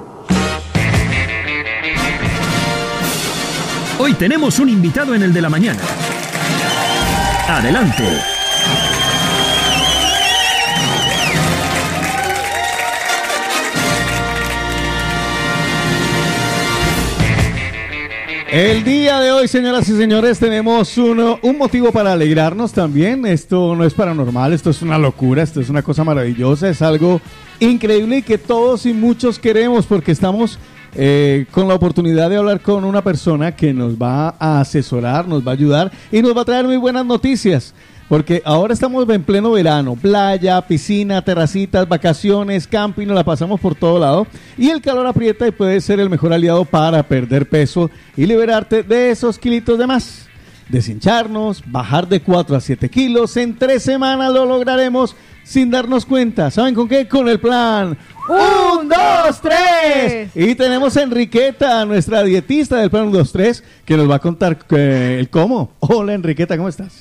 Hoy tenemos un invitado en el de la mañana. Adelante. El día de hoy, señoras y señores, tenemos uno, un motivo para alegrarnos también. Esto no es paranormal, esto es una locura, esto es una cosa maravillosa, es algo increíble y que todos y muchos queremos porque estamos eh, con la oportunidad de hablar con una persona que nos va a asesorar, nos va a ayudar y nos va a traer muy buenas noticias. Porque ahora estamos en pleno verano, playa, piscina, terracitas, vacaciones, camping, nos la pasamos por todo lado. Y el calor aprieta y puede ser el mejor aliado para perder peso y liberarte de esos kilitos de más. Deshincharnos, bajar de cuatro a siete kilos, en tres semanas lo lograremos sin darnos cuenta. ¿Saben con qué? Con el plan Un, dos, tres. Y tenemos a Enriqueta, nuestra dietista del plan Un, dos, tres, que nos va a contar eh, el cómo. Hola Enriqueta, ¿cómo estás?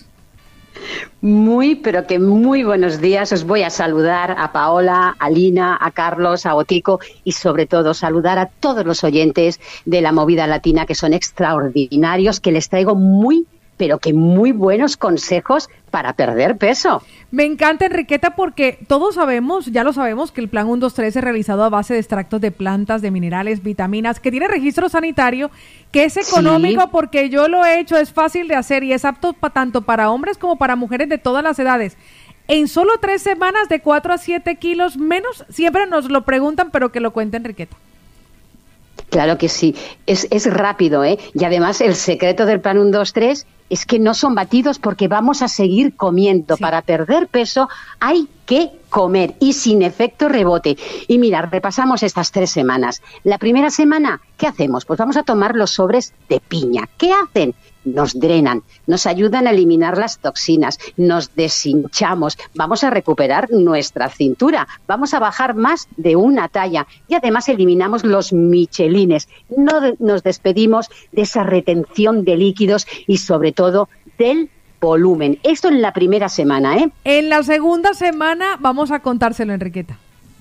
Muy, pero que muy buenos días. Os voy a saludar a Paola, a Lina, a Carlos, a Otico y sobre todo saludar a todos los oyentes de la Movida Latina que son extraordinarios, que les traigo muy, pero que muy buenos consejos para perder peso. Me encanta, Enriqueta, porque todos sabemos, ya lo sabemos, que el plan uno dos tres es realizado a base de extractos de plantas, de minerales, vitaminas, que tiene registro sanitario, que es económico sí. porque yo lo he hecho, es fácil de hacer y es apto pa, tanto para hombres como para mujeres de todas las edades. En solo tres semanas de cuatro a siete kilos menos, siempre nos lo preguntan, pero que lo cuente Enriqueta. Claro que sí, es, es rápido, ¿eh? Y además el secreto del plan uno dos tres es que no son batidos porque vamos a seguir comiendo. Sí. Para perder peso hay que comer y sin efecto rebote. Y mira, repasamos estas tres semanas. La primera semana, ¿qué hacemos? Pues vamos a tomar los sobres de piña. ¿Qué hacen? Nos drenan, nos ayudan a eliminar las toxinas, nos deshinchamos, vamos a recuperar nuestra cintura, vamos a bajar más de una talla y además eliminamos los michelines. No de, nos despedimos de esa retención de líquidos y sobre todo del volumen. Esto en la primera semana, ¿eh? En la segunda semana vamos a contárselo, Enriqueta.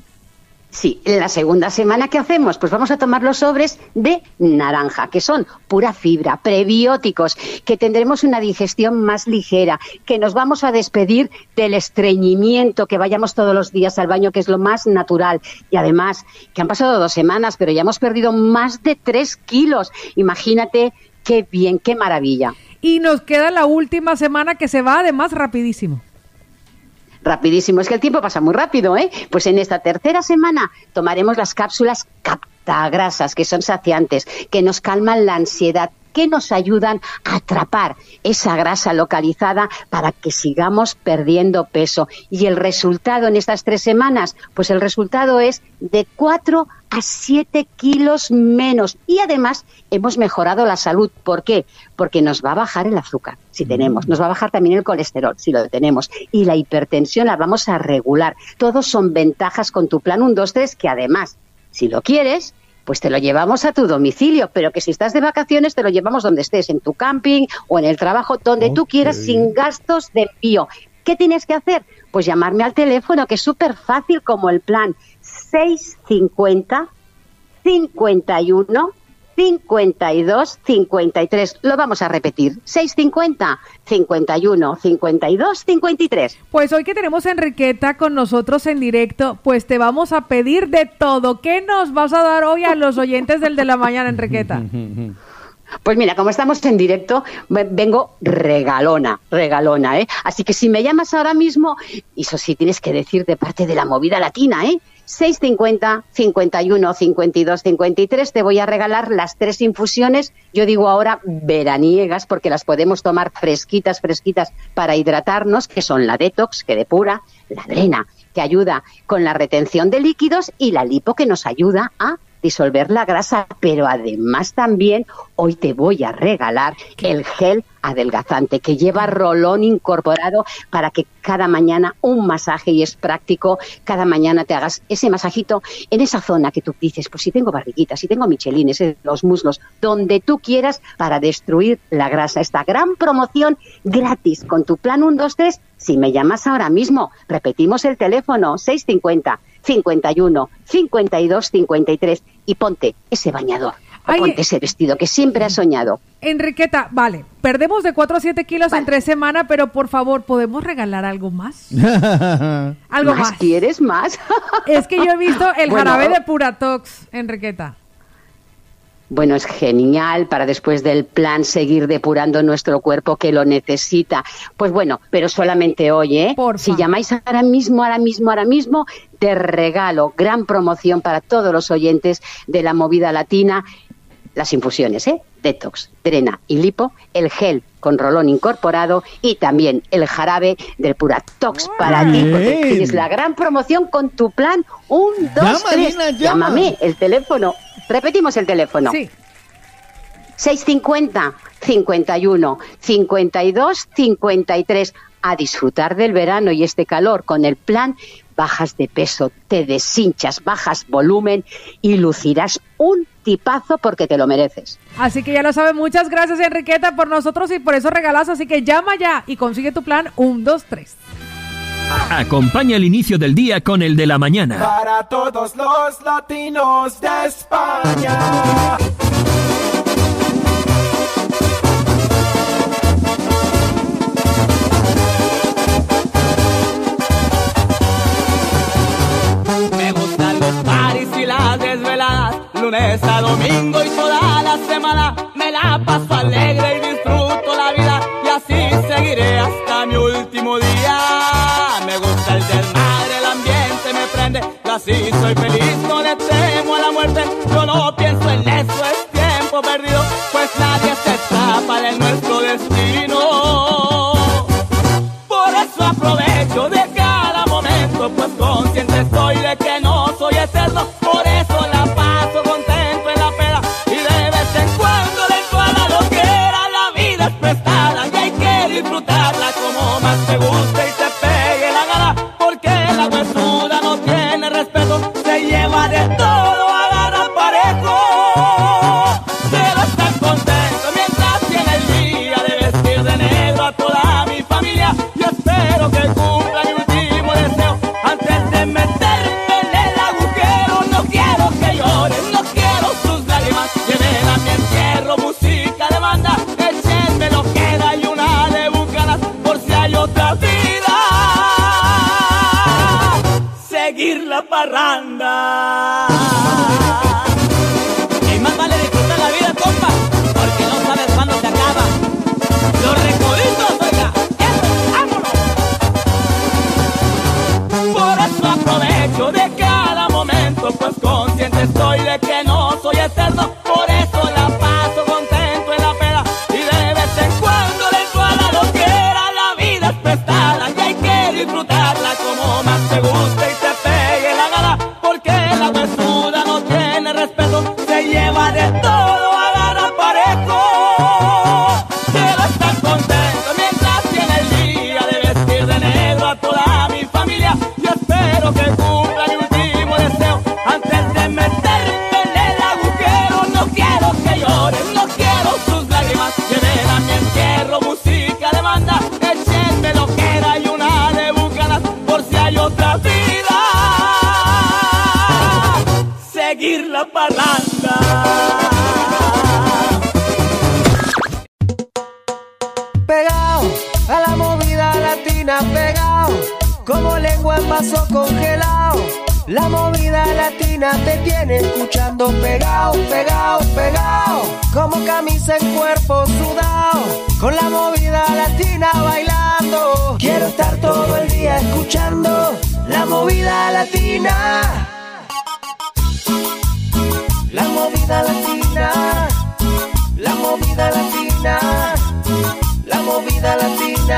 Sí, en la segunda semana, ¿qué hacemos? Pues vamos a tomar los sobres de naranja, que son pura fibra, prebióticos, que tendremos una digestión más ligera, que nos vamos a despedir del estreñimiento, que vayamos todos los días al baño, que es lo más natural. Y además, que han pasado dos semanas, pero ya hemos perdido más de tres kilos. Imagínate qué bien, qué maravilla. Y nos queda la última semana que se va además rapidísimo. Rapidísimo, es que el tiempo pasa muy rápido, ¿eh? Pues en esta tercera semana tomaremos las cápsulas Captagrasas, que son saciantes, que nos calman la ansiedad, que nos ayudan a atrapar esa grasa localizada para que sigamos perdiendo peso. Y el resultado en estas tres semanas, pues el resultado es de cuatro a siete kilos menos. Y además hemos mejorado la salud. ¿Por qué? Porque nos va a bajar el azúcar, si tenemos. Nos va a bajar también el colesterol, si lo tenemos. Y la hipertensión la vamos a regular. Todos son ventajas con tu plan uno dos tres, que además, si lo quieres, pues te lo llevamos a tu domicilio, pero que si estás de vacaciones te lo llevamos donde estés, en tu camping o en el trabajo, donde okay. tú quieras, sin gastos de envío. ¿Qué tienes que hacer? Pues llamarme al teléfono, que es súper fácil, como el plan seis cincuenta, cincuenta y uno, cincuenta y dos, cincuenta y tres. Lo vamos a repetir. seis cincuenta, cincuenta y uno, cincuenta y dos, cincuenta y tres. Pues hoy que tenemos a Enriqueta con nosotros en directo, pues te vamos a pedir de todo. ¿Qué nos vas a dar hoy a los oyentes del de la mañana, Enriqueta? Pues mira, como estamos en directo, vengo regalona, regalona, ¿eh? Así que si me llamas ahora mismo, eso sí tienes que decir de parte de la Movida Latina, ¿eh? seis cincuenta, cincuenta y uno, cincuenta y dos, cincuenta y tres, te voy a regalar las tres infusiones, yo digo ahora veraniegas, porque las podemos tomar fresquitas, fresquitas para hidratarnos, que son la detox, que depura, la drena, que ayuda con la retención de líquidos, y la lipo, que nos ayuda a disolver la grasa, pero además también hoy te voy a regalar el gel adelgazante, que lleva rolón incorporado para que cada mañana un masaje, y es práctico, cada mañana te hagas ese masajito en esa zona que tú dices, pues si tengo barriguitas, si tengo michelines, los muslos, donde tú quieras, para destruir la grasa. Esta gran promoción gratis con tu plan uno dos tres, si me llamas ahora mismo, repetimos el teléfono seis cincuenta, cincuenta y uno, cincuenta y dos, cincuenta y tres, y ponte ese bañador. Ay, ponte ese vestido que siempre has soñado. Enriqueta, vale, perdemos de cuatro a siete kilos vale. en tres semanas, pero por favor, ¿podemos regalar algo más? ¿Algo ¿Más? más? ¿Quieres más? Es que yo he visto el bueno, jarabe de Puratox, Enriqueta. Bueno, es genial para después del plan seguir depurando nuestro cuerpo, que lo necesita. Pues bueno, pero solamente hoy, ¿eh? Porfa. Si llamáis ahora mismo, ahora mismo, ahora mismo, te regalo, gran promoción para todos los oyentes de la movida latina, las infusiones, ¿eh? Detox, drena y lipo, el gel con rolón incorporado y también el jarabe del Puratox para ti, porque tienes la gran promoción con tu plan un, dos, tres. Llámame, el teléfono. Repetimos el teléfono. Sí. seis cincuenta, cincuenta y uno, cincuenta y dos, cincuenta y tres. A disfrutar del verano y este calor con el plan. Bajas de peso, te deshinchas, bajas volumen y lucirás un tipazo porque te lo mereces. Así que ya lo saben, muchas gracias Enriqueta por nosotros y por esos regalos, así que llama ya y consigue tu plan uno, dos, tres. Acompaña el inicio del día con el de la mañana. Para todos los latinos de España. Me gustan los paris y las desveladas, lunes a domingo y toda la semana. Me la paso alegre y disfruto la vida y así seguiré hasta mi último día. Me gusta el desmadre, el ambiente me prende, y así soy feliz, no le temo a la muerte. Yo no pienso en eso, es tiempo perdido, pues nadie se escapa de nuestro destino. Por eso aprovecho de cada momento, pues consciente estoy de que no soy eterno. Por eso la paso contento en la peda y de vez en cuando le entro a la loquera. La vida es prestada y hay que disfrutarla como más te guste y te pegue la gana, porque la huesuda no tiene respeto, se lleva de todo, agarra parejo. Quiero estar contento mientras tiene el día de vestir de negro a toda mi familia y espero que cumpla mi último deseo antes de meterme en el agujero. No quiero que lloren, no quiero sus lágrimas, lleven a mi entierro música de banda, échenme lo que da y una de bucanas por si hay otra vida, seguir la parranda. Y más vale disfrutar la vida, compa, porque no sabes cuándo se acaba. Los recoditos, oiga, eso, vámonos. Por eso aprovecho de cada momento, pues consciente estoy de que no soy eterno. Por eso la paso contento en la peda y de vez en cuando le entro a la loquera. La vida es prestada y hay que disfrutarla como más te guste y te pegue la gana, porque la huesuda no tiene respeto, se lleva de todo, agarra parejo. Quiero estar contento mientras tiene el día de vestir de negro a toda mi familia y espero que cumpla mi último deseo antes de meterme en el agujero. No quiero que lloren, no quiero sus lágrimas, lleven a mi entierro música de banda, échenme lo que da y una de bucanas por si hay otra vida, seguir la parranda. Pegado a la movida latina, pegado como lengua en vaso congelado. La movida latina te tiene escuchando, pegado, pegado, pegado, como camisa en cuerpo sudado, con la movida latina bailando. Quiero estar todo el día escuchando la movida latina. La movida latina, la movida latina, la movida latina.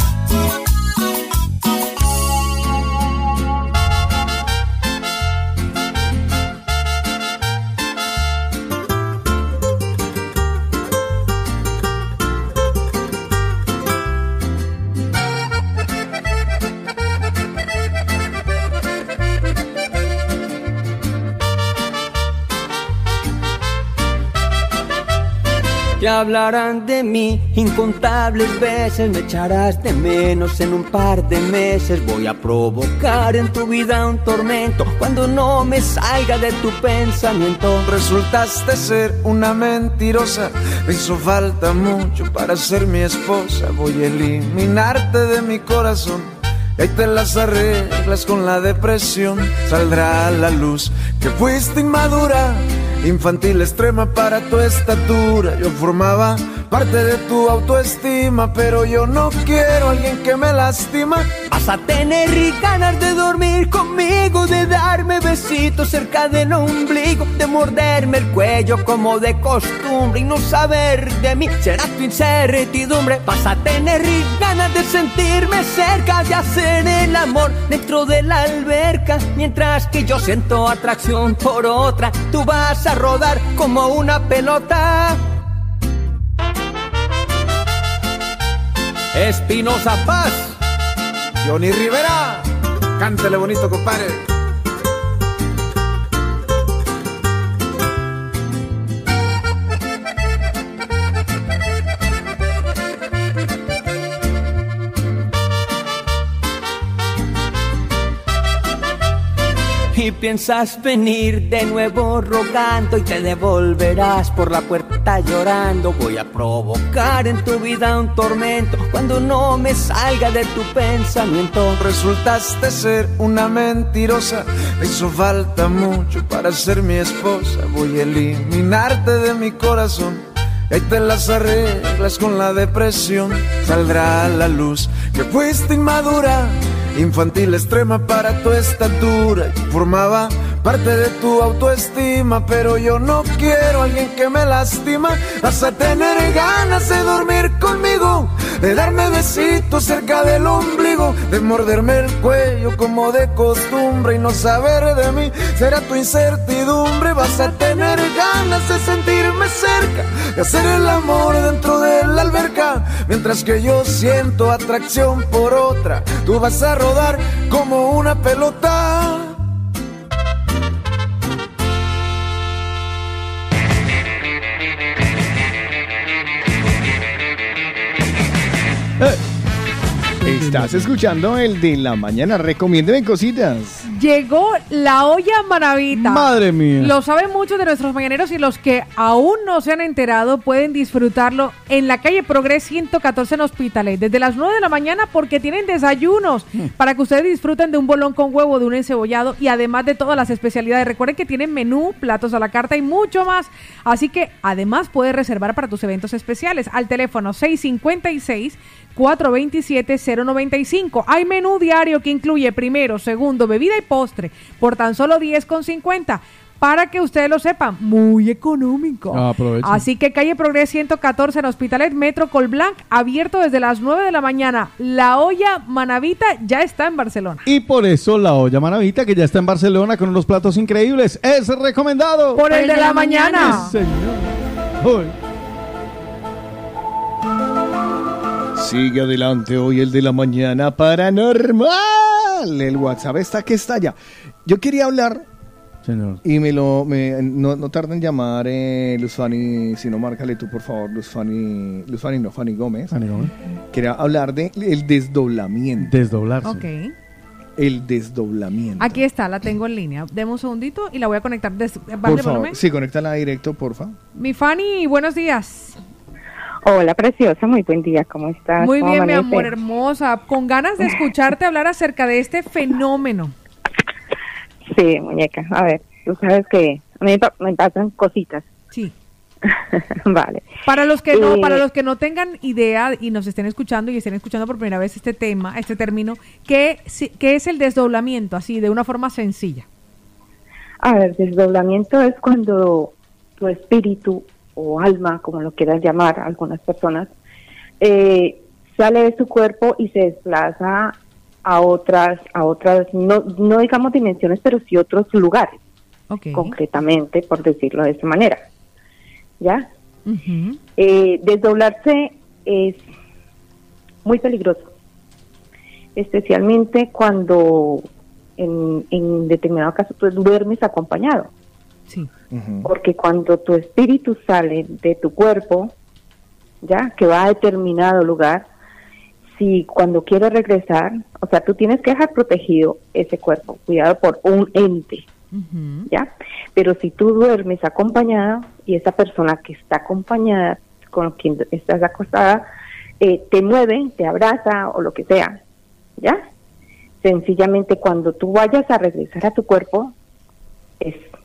Te hablarán de mí incontables veces, me echarás de menos en un par de meses. Voy a provocar en tu vida un tormento cuando no me salga de tu pensamiento. Resultaste ser una mentirosa, me hizo falta mucho para ser mi esposa. Voy a eliminarte de mi corazón, y ahí te las arreglas con la depresión. Saldrá a la luz que fuiste inmadura, infantil extrema para tu estatura. Yo formaba parte de tu autoestima, pero yo no quiero a alguien que me lastima. Vas a tener ganas de dormir conmigo, de darme besitos cerca del ombligo, de morderme el cuello como de costumbre y no saber de mí será tu incertidumbre. Vas a tener ganas de sentirme cerca, de hacer el amor dentro de la alberca, mientras que yo siento atracción por otra. Tú vas a rodar como una pelota. Espinosa Paz, Johnny Rivera, cántele bonito, compadre. Y piensas venir de nuevo rogando y te devolverás por la puerta llorando. Voy a provocar en tu vida un tormento cuando no me salga de tu pensamiento. Resultaste ser una mentirosa, me hizo falta mucho para ser mi esposa. Voy a eliminarte de mi corazón, y ahí te las arreglas con la depresión. Saldrá a la luz que fuiste inmadura, infantil extrema para tu estatura, y formaba parte de tu autoestima, pero yo no quiero a alguien que me lastima. Vas a tener ganas de dormir conmigo, de darme besitos cerca del ombligo, de morderme el cuello como de costumbre y no saber de mí será tu incertidumbre. Vas a tener ganas de sentirme cerca, de hacer el amor dentro de la alberca, mientras que yo siento atracción por otra. Tú vas a rodar como una pelota. Estás escuchando el de la mañana. Recomiéndeme cositas. Llegó la olla Manavita. Madre mía. Lo saben muchos de nuestros mañaneros y los que aún no se han enterado pueden disfrutarlo en la calle Progres ciento catorce en Hospitalet desde las nueve de la mañana, porque tienen desayunos para que ustedes disfruten de un bolón con huevo, de un encebollado y además de todas las especialidades. Recuerden que tienen menú, platos a la carta y mucho más. Así que además puedes reservar para tus eventos especiales al teléfono seis cinco seis, cuatro dos siete, cero nueve cinco. Hay menú diario que incluye primero, segundo, bebida y postre por tan solo diez con cincuenta. Para que ustedes lo sepan, muy económico. Ah, aprovechen. Así que calle Progres ciento catorce en Hospitalet, Metro Colblanc, abierto desde las nueve de la mañana. La olla Manavita ya está en Barcelona. Y por eso la olla Manavita, que ya está en Barcelona con unos platos increíbles, es recomendado por el de la mañana. Sí, señor. Uy. Sigue adelante hoy el de la mañana paranormal. El WhatsApp está que estalla. Yo quería hablar, señor, y me lo me, no, no tarda en llamar eh, Luz Fanny, si no, márcale tú por favor, Luz Fanny, Luz Fanny no, Fanny Gómez. Fanny Gómez. Quería hablar de el desdoblamiento. Desdoblarse. Ok. El desdoblamiento. Aquí está, la tengo en línea. Deme un segundito y la voy a conectar. Des- Por favor, sí, conéctala directo, porfa. Mi Fanny, buenos días. Hola, preciosa, muy buen día, ¿cómo estás? Muy ¿Cómo bien, mi amanece? amor, hermosa. Con ganas de escucharte hablar acerca de este fenómeno. Sí, muñeca, a ver, tú sabes que a mí me, pa- me pasan cositas. Sí. Vale. Para los que no, Eh, para los que no tengan idea y nos estén escuchando y estén escuchando por primera vez este tema, este término, ¿qué, si- qué es el desdoblamiento? Así, de una forma sencilla. A ver, desdoblamiento es cuando tu espíritu o alma, como lo quieras llamar algunas personas, eh, sale de su cuerpo y se desplaza a otras, a otras, no, no digamos dimensiones, pero sí otros lugares, okay. concretamente, por decirlo de esa manera. ¿Ya? Uh-huh. Eh, desdoblarse es muy peligroso, especialmente cuando en, en determinado caso tú duermes acompañado. Sí. Uh-huh. Porque cuando tu espíritu sale de tu cuerpo, ya, que va a determinado lugar, si cuando quiere regresar, o sea, tú tienes que dejar protegido ese cuerpo, cuidado por un ente, uh-huh. ¿ya? Pero si tú duermes acompañada y esa persona que está acompañada, con quien estás acostada, eh, te mueve, te abraza o lo que sea, ¿ya? Sencillamente cuando tú vayas a regresar a tu cuerpo, es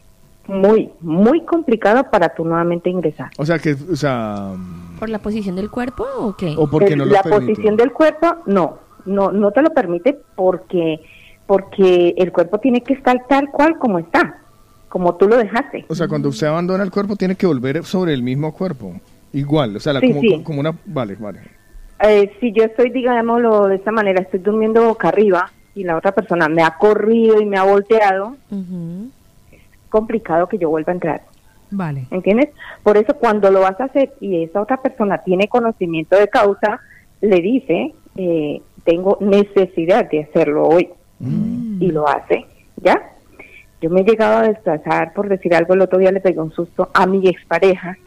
muy, muy complicado para tú nuevamente ingresar. O sea, que, o sea... ¿Por la posición del cuerpo o qué? ¿O porque El- no lo la permite? posición del cuerpo, no, no, no te lo permite porque, porque el cuerpo tiene que estar tal cual como está, como tú lo dejaste. O sea, cuando usted abandona el cuerpo, tiene que volver sobre el mismo cuerpo. Igual, o sea, la- Sí, como, sí. como una... Vale, vale. Eh, si yo estoy, digámoslo de esta manera, estoy durmiendo boca arriba y la otra persona me ha corrido y me ha volteado, es complicado que yo vuelva a entrar. Vale. ¿Entiendes? Por eso cuando lo vas a hacer y esa otra persona tiene conocimiento de causa, le dice, eh, tengo necesidad de hacerlo hoy. Y lo hace, ¿ya? Yo me he llegado a desplazar, por decir algo, el otro día le pegué un susto a mi expareja,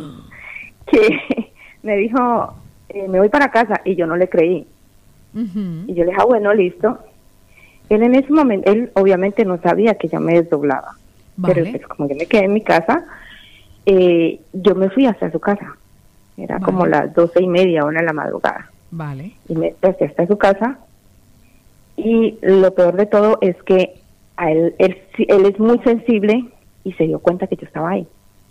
que me dijo, eh, me voy para casa, y yo no le creí. Y yo le dije, ah, bueno, listo. Él en ese momento, él obviamente no sabía que ya me desdoblaba. Pero Vale. pues como yo me quedé en mi casa, eh, yo me fui hasta su casa. Era Vale. como las doce y media, una de la madrugada. Vale. Y me desplacé hasta su casa. Y lo peor de todo es que a él, él, sí- él es muy sensible y se dio cuenta que yo estaba ahí.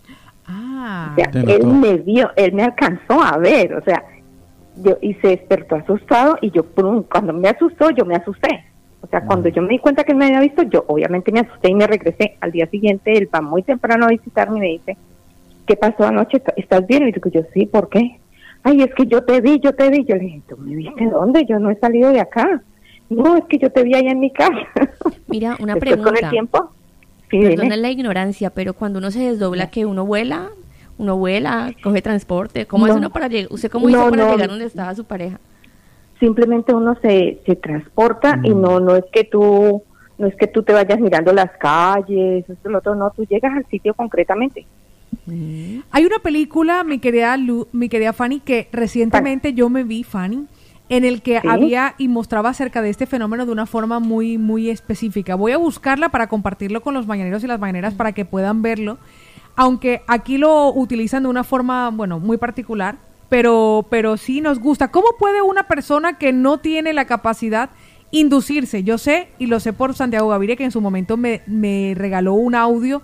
Ah. O sea, Te él notó. me vio, él me alcanzó a ver, o sea, yo y se despertó asustado y yo, pum, cuando me asustó, yo me asusté. O sea, cuando yo me di cuenta que él me había visto, yo obviamente me asusté y me regresé. Al día siguiente, él va muy temprano a visitarme y me dice, ¿qué pasó anoche? ¿Estás bien? Y digo yo, sí, ¿por qué? Ay, es que yo te vi, yo te vi. Yo le dije, ¿tú me viste dónde? Yo no he salido de acá. No, es que yo te vi allá en mi casa. Mira, una Después, pregunta. con el tiempo, sí, Perdona dime. la ignorancia, pero cuando uno se desdobla, que uno vuela, uno vuela, coge transporte, ¿cómo hace No. uno para llegar? ¿Usted cómo hizo No, para no. llegar donde estaba su pareja? Simplemente uno se, se transporta y Mm. no no es que tú no es que tú te vayas mirando las calles, esto, lo otro, no, tú llegas al sitio concretamente. Hay una película, mi querida Lu- mi querida Fanny, que recientemente yo me vi, Fanny, en el que Sí. había y mostraba acerca de este fenómeno de una forma muy, muy específica. Voy a buscarla para compartirlo con los mañaneros y las mañaneras para que puedan verlo, aunque aquí lo utilizan de una forma, bueno, muy particular, pero, pero sí nos gusta. ¿Cómo puede una persona que no tiene la capacidad inducirse? Yo sé, y lo sé por Santiago Gaviria, que en su momento me, me regaló un audio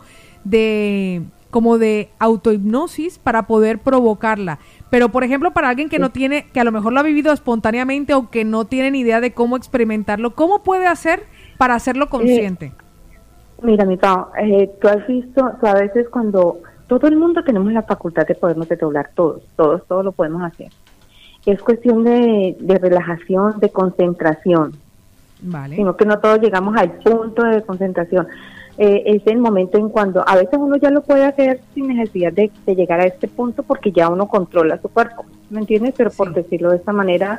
de como de autohipnosis para poder provocarla. Pero, por ejemplo, para alguien que no tiene, que a lo mejor lo ha vivido espontáneamente o que no tiene ni idea de cómo experimentarlo, ¿cómo puede hacer para hacerlo consciente? Mira, mi Pau, eh, tú has visto, tú a veces cuando todo el mundo tenemos la facultad de podernos desdoblar, todos, todos, todos lo podemos hacer. Es cuestión de, de relajación, de concentración, Vale. sino que no todos llegamos al punto de concentración. Eh, es el momento en cuando, a veces uno ya lo puede hacer sin necesidad de, de llegar a este punto porque ya uno controla su cuerpo, ¿me entiendes? Pero por decirlo de esta manera,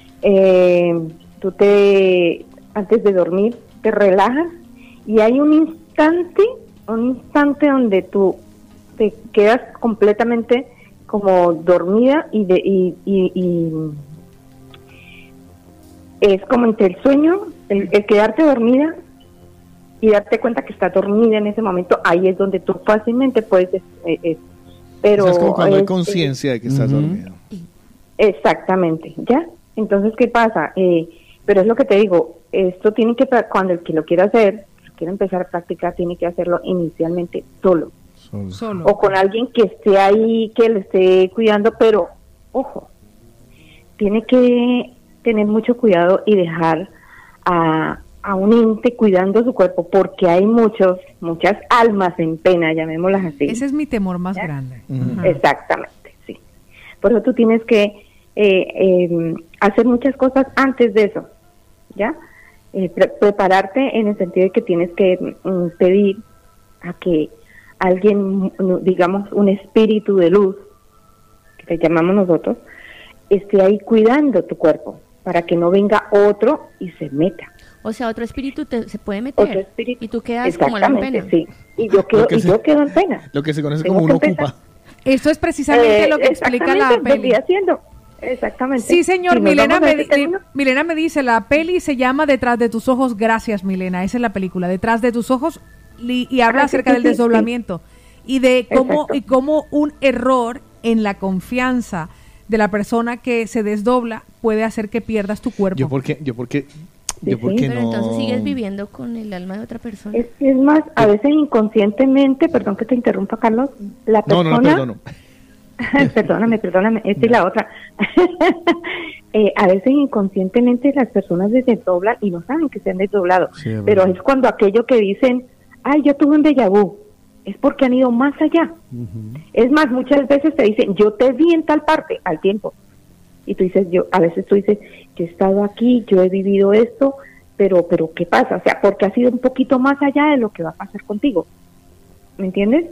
eh, tú te, antes de dormir, te relajas y hay un instante, un instante donde tú te quedas completamente como dormida y de y, y, y es como entre el sueño, el, el quedarte dormida y darte cuenta que estás dormida en ese momento, ahí es donde tú fácilmente puedes, eh, eh, pero O sea, es como cuando hay es- conciencia de que estás dormido. Exactamente, ¿ya? Entonces, ¿qué pasa? Eh, pero es lo que te digo, esto tiene que, pra- cuando el que lo quiera hacer, quiere empezar a practicar, tiene que hacerlo inicialmente solo. Solo. O con alguien que esté ahí, que le esté cuidando, pero, ojo, tiene que tener mucho cuidado y dejar a, a un ente cuidando su cuerpo, porque hay muchos, muchas almas en pena, llamémoslas así. Ese es mi temor más grande. Ajá. Exactamente, sí. Por eso tú tienes que eh, eh, hacer muchas cosas antes de eso, ¿ya? Eh, pre- prepararte en el sentido de que tienes que mm, pedir a que alguien, mm, digamos, un espíritu de luz, que le llamamos nosotros, esté ahí cuidando tu cuerpo, para que no venga otro y se meta. O sea, otro espíritu te- se puede meter Otro espíritu. y tú quedas como la Exactamente, pena. sí. Y yo quedo, Lo que y se- yo quedo en pena. Lo que se conoce Tengo como que un empezar. ocupa. Esto es precisamente Eh, lo que explica la exactamente, peli. vendría siendo. Exactamente. Sí, señor. Si nos Milena, vamos a me, ese di- término, Milena me dice, la peli se llama Detrás de tus ojos. Gracias, Milena. Esa es la película, Detrás de tus ojos, li- y habla Ah, sí, acerca sí, del sí, desdoblamiento y de cómo Exacto. y cómo un error en la confianza de la persona que se desdobla puede hacer que pierdas tu cuerpo. Yo porque, yo porque Yo, ¿por sí. qué Pero no? entonces sigues viviendo con el alma de otra persona. Es, es más, a veces inconscientemente, perdón que te interrumpa, Carlos, la No, persona... no, no, perdono. perdóname, perdóname, esta y la otra. eh, a veces inconscientemente las personas se desdoblan y no saben que se han desdoblado. Sí, es pero verdad. es cuando aquello que dicen, ay, yo tuve un déjà vu, es porque han ido más allá. Es más, muchas veces te dicen, yo te vi en tal parte al tiempo. Y tú dices, yo, a veces tú dices, yo he estado aquí, yo he vivido esto, pero, pero ¿qué pasa? O sea, porque ha sido un poquito más allá de lo que va a pasar contigo. ¿Me entiendes?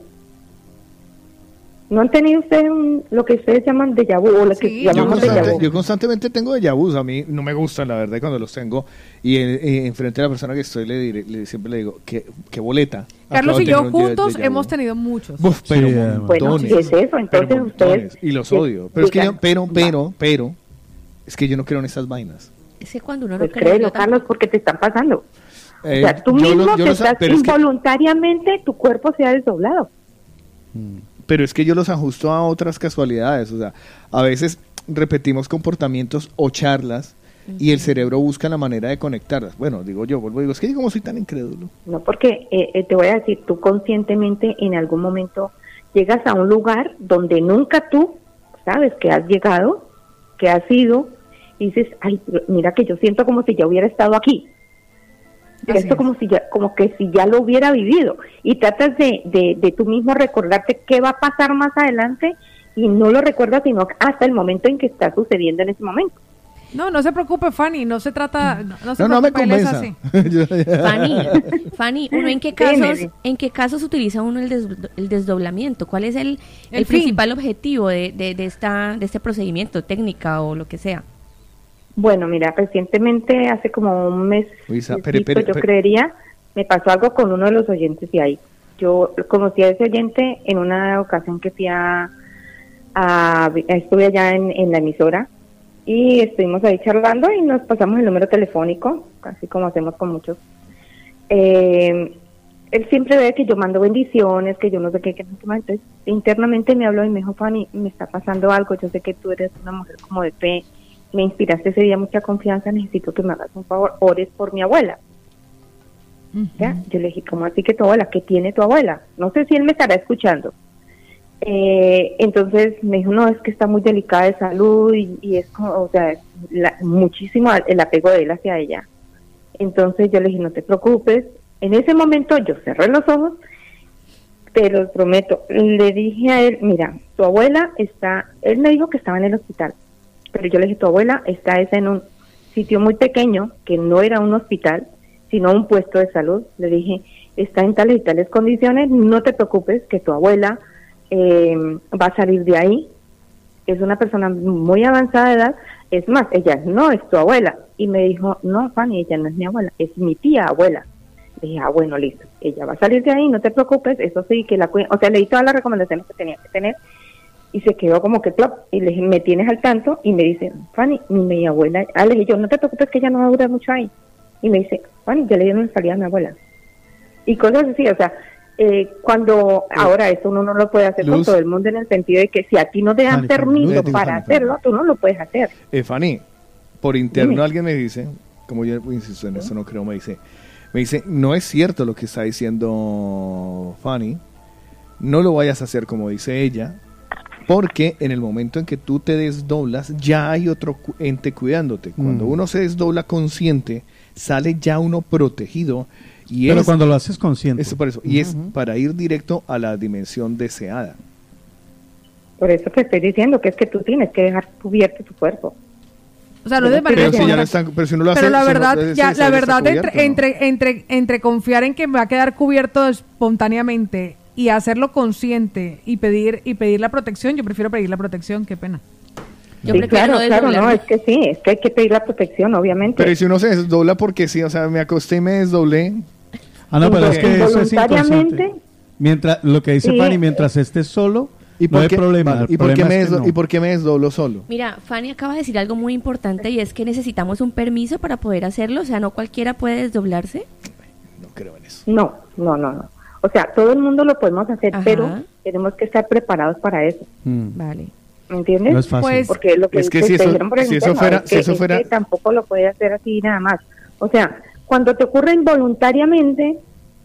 ¿No han tenido ustedes un- lo que ustedes llaman déjà vu o lo que Yo, llamamos déjà constante- vu? yo constantemente tengo déjà vus, a mí no me gustan, la verdad, cuando los tengo. Y en, en- enfrente de la persona que estoy, le, diré- le siempre le digo, ¿qué, qué boleta? Carlos Acabo y de yo tener un déjà- juntos déjà vu. hemos tenido muchos. Uf, pero Sí, montones. Bueno, si es eso, entonces pero ustedes- montones, y los de- odio. Pero es que yo, digan, pero, pero, pero, es que yo no creo en esas vainas. Es que cuando uno no Pues cree, créelo, yo tampoco. Carlos, porque te están pasando. Eh, o sea, tú yo mismo lo- yo te lo sa- estás pero es que- involuntariamente, tu cuerpo se ha desdoblado. Pero es que yo los ajusto a otras casualidades, o sea, a veces repetimos comportamientos o charlas y el cerebro busca la manera de conectarlas. Bueno, digo yo, vuelvo y digo, es que yo como soy tan incrédulo. No, porque eh, eh, te voy a decir, tú conscientemente en algún momento llegas a un lugar donde nunca tú sabes que has llegado, que has ido, y dices, ay, mira que yo siento como si ya hubiera estado aquí. Así Esto es. como si ya, como que si ya lo hubiera vivido. Y tratas de, de, de tú mismo recordarte qué va a pasar más adelante y no lo recuerdas sino hasta el momento en que está sucediendo en ese momento. No, no se preocupe, Fanny, no se trata, no, no se No, no me preocupe, él es convenza. así. Fanny, Fanny, ¿uno en qué Sí, casos, Mary. en qué casos utiliza uno el, des- el desdoblamiento? ¿Cuál es el, el, El fin. principal objetivo de, de, de esta, de este procedimiento, técnica o lo que sea? Bueno, mira, recientemente, hace como un mes, Luisa, y pere, pico, pere, yo pere. creería, me pasó algo con uno de los oyentes de ahí. Yo conocí a ese oyente en una ocasión que fui a, a- estuve allá en, en la emisora y estuvimos ahí charlando y nos pasamos el número telefónico, así como hacemos con muchos. Eh, él siempre ve que yo mando bendiciones, que yo no sé qué, que no sé más. Entonces, internamente me habló y me dijo, Fanny, me está pasando algo, yo sé que tú eres una mujer como de fe, me inspiraste ese día mucha confianza, necesito que me hagas un favor, ores por mi abuela. ¿Ya? Yo le dije, ¿cómo así que tu abuela? ¿Qué tiene tu abuela? No sé si él me estará escuchando. Eh, entonces me dijo, no, es que está muy delicada de salud y, y es como, o sea, la- muchísimo el apego de él hacia ella. Entonces yo le dije, no te preocupes. En ese momento yo cerré los ojos, pero prometo, le dije a él, mira, tu abuela está, él me dijo que estaba en el hospital, pero yo le dije, tu abuela está esa en un sitio muy pequeño, que no era un hospital, sino un puesto de salud. Le dije, está en tales y tales condiciones, no te preocupes, que tu abuela eh, va a salir de ahí. Es una persona muy avanzada de edad, es más, ella no es tu abuela. Y me dijo, no, Fanny, ella no es mi abuela, es mi tía abuela. Le dije, ah, bueno, listo, ella va a salir de ahí, no te preocupes, eso sí, que la cuiden. O sea, leí todas las recomendaciones que tenía que tener y se quedó como que plop. Y le dije, ¿me tienes al tanto? Y me dice, Fanny, mi abuela, ah, le dije yo, no te preocupes que ella no va a durar mucho ahí. Y me dice, Fanny, ya le dieron salida a mi abuela. Y cosas así, o sea, eh, cuando ahora eso uno no lo puede hacer con Luz. todo el mundo en el sentido de que si a ti no te dan Fanny, Fanny, permiso Luz. para Fanny, Fanny. hacerlo, tú no lo puedes hacer. Eh, Fanny, por interno Dime. alguien me dice, como yo insisto en eso, no creo, me dice, me dice, no es cierto lo que está diciendo Fanny, no lo vayas a hacer como dice ella, porque en el momento en que tú te desdoblas, ya hay otro cu- ente cuidándote. Cuando Mm. uno se desdobla consciente, sale ya uno protegido. Y Pero es, cuando lo haces consciente. eso por eso, y es Ujú. para ir directo a la dimensión deseada. Por eso te estoy diciendo que es que tú tienes que dejar cubierto tu cuerpo. O sea, no es de Pero manera si ya no constante. están, pero si uno lo hace, Pero la si uno- verdad, ese- ya, ese la está verdad cubierto, entre, ¿no? entre, entre, entre confiar en que me va a quedar cubierto espontáneamente y hacerlo consciente y pedir y pedir la protección, yo prefiero pedir la protección, qué pena. Yo Sí, prefiero claro, no claro, no, desdoblarme. es que sí, es que hay que pedir la protección, obviamente. Pero ¿y si uno se desdobla porque sí, o sea, me acosté y me desdoblé. Ah, no, pero es que eso es Involuntariamente. inconsciente. Mientras, lo que dice Sí. Fanny, mientras estés solo, ¿Y no por hay qué, problema. vale, el ¿y por qué problema me es que desdo- no. ¿y por qué me desdoblo solo? Mira, Fanny acaba de decir algo muy importante y es que necesitamos un permiso para poder hacerlo, o sea, no cualquiera puede desdoblarse. No creo en eso. No, no, no, no. O sea, todo el mundo lo podemos hacer, Ajá. pero tenemos que estar preparados para eso. Mm. Vale. ¿Me entiendes? No es fácil. Pues, Porque lo que Es que te si eso- dijeron por el si eso interno fuera- es si que- eso es fuera- que tampoco lo puede hacer así nada más. O sea, cuando te ocurre involuntariamente,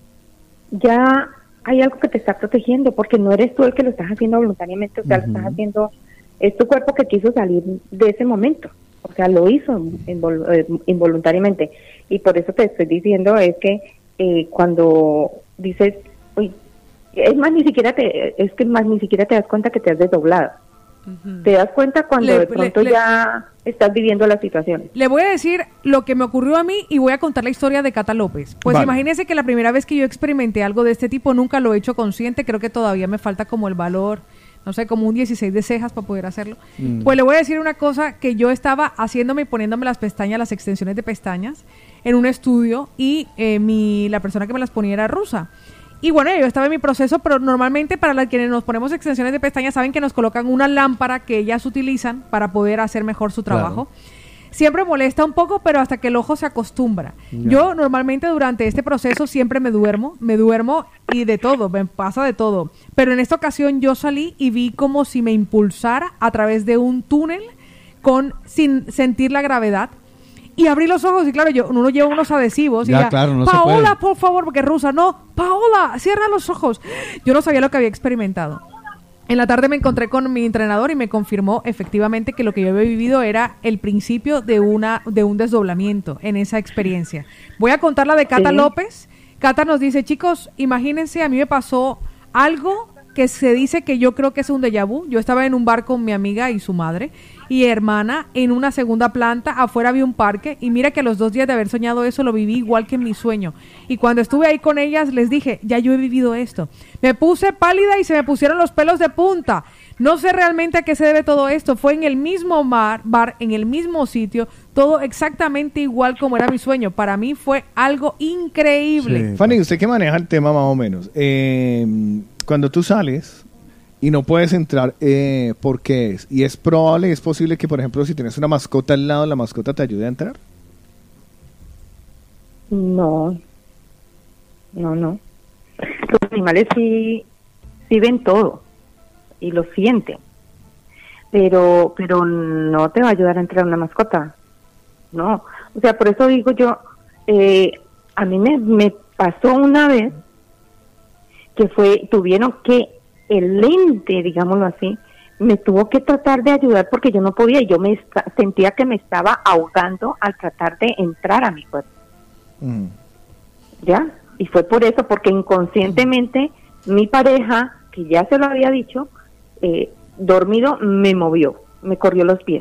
ya hay algo que te está protegiendo, porque no eres tú el que lo estás haciendo voluntariamente, o sea, uh-huh. lo estás haciendo, es tu cuerpo que quiso salir de ese momento, o sea, lo hizo invol- involuntariamente. Y por eso te estoy diciendo es que eh, cuando dices, uy, es más, ni siquiera te, es que más ni siquiera te das cuenta que te has desdoblado. Uh-huh. Te das cuenta cuando le, de pronto le, ya le, estás viviendo la situación. Le voy a decir lo que me ocurrió a mí y voy a contar la historia de Cata López. Pues vale. Imagínense que la primera vez que yo experimenté algo de este tipo, nunca lo he hecho consciente, creo que todavía me falta como el valor, no sé, como un dieciséis de cejas para poder hacerlo. Mm. Pues le voy a decir una cosa, que yo estaba haciéndome y poniéndome las pestañas, las extensiones de pestañas, en un estudio y eh, mi la persona que me las ponía era rusa. Y bueno, yo estaba en mi proceso, pero normalmente para las quienes nos ponemos extensiones de pestañas saben que nos colocan una lámpara que ellas utilizan para poder hacer mejor su trabajo. Claro. Siempre molesta un poco, pero hasta que el ojo se acostumbra. Yeah. Yo normalmente durante este proceso siempre me duermo, me duermo y de todo, me pasa de todo. Pero en esta ocasión yo salí y vi como si me impulsara a través de un túnel con sin sentir la gravedad. Y abrí los ojos y claro, yo uno lleva unos adhesivos. Ya, y ya, claro, no Paola, por favor, porque es rusa. No, Paola, cierra los ojos. Yo no sabía lo que había experimentado. En la tarde me encontré con mi entrenador y me confirmó efectivamente que lo que yo había vivido era el principio de una de un desdoblamiento en esa experiencia. Voy a contar la de Cata sí. López. Cata nos dice, chicos, imagínense, a mí me pasó algo que se dice que yo creo que es un déjà vu. Yo estaba en un bar con mi amiga y su madre y hermana en una segunda planta, afuera había un parque y mira que a los dos días de haber soñado eso lo viví igual que en mi sueño. Y cuando estuve ahí con ellas les dije, ya yo he vivido esto. Me puse pálida y se me pusieron los pelos de punta. No sé realmente a qué se debe todo esto. Fue en el mismo mar, bar, en el mismo sitio, todo exactamente igual como era mi sueño. Para mí fue algo increíble. Sí. Fanny, ¿usted qué maneja el tema más o menos? Eh, cuando tú sales y no puedes entrar, eh, ¿por qué es? Y es probable, es posible que, por ejemplo, si tienes una mascota al lado, la mascota te ayude a entrar. No, no, no. Los animales sí, sí ven todo y lo sienten, pero, pero no te va a ayudar a entrar una mascota. No, o sea, por eso digo yo, eh, a mí me, me pasó una vez que fue, tuvieron que, el lente, digámoslo así, me tuvo que tratar de ayudar porque yo no podía, y yo me esta, sentía que me estaba ahogando al tratar de entrar a mi cuerpo. Mm. ¿Ya? Y fue por eso, porque inconscientemente mi pareja, que ya se lo había dicho, eh, dormido, me movió, me corrió los pies.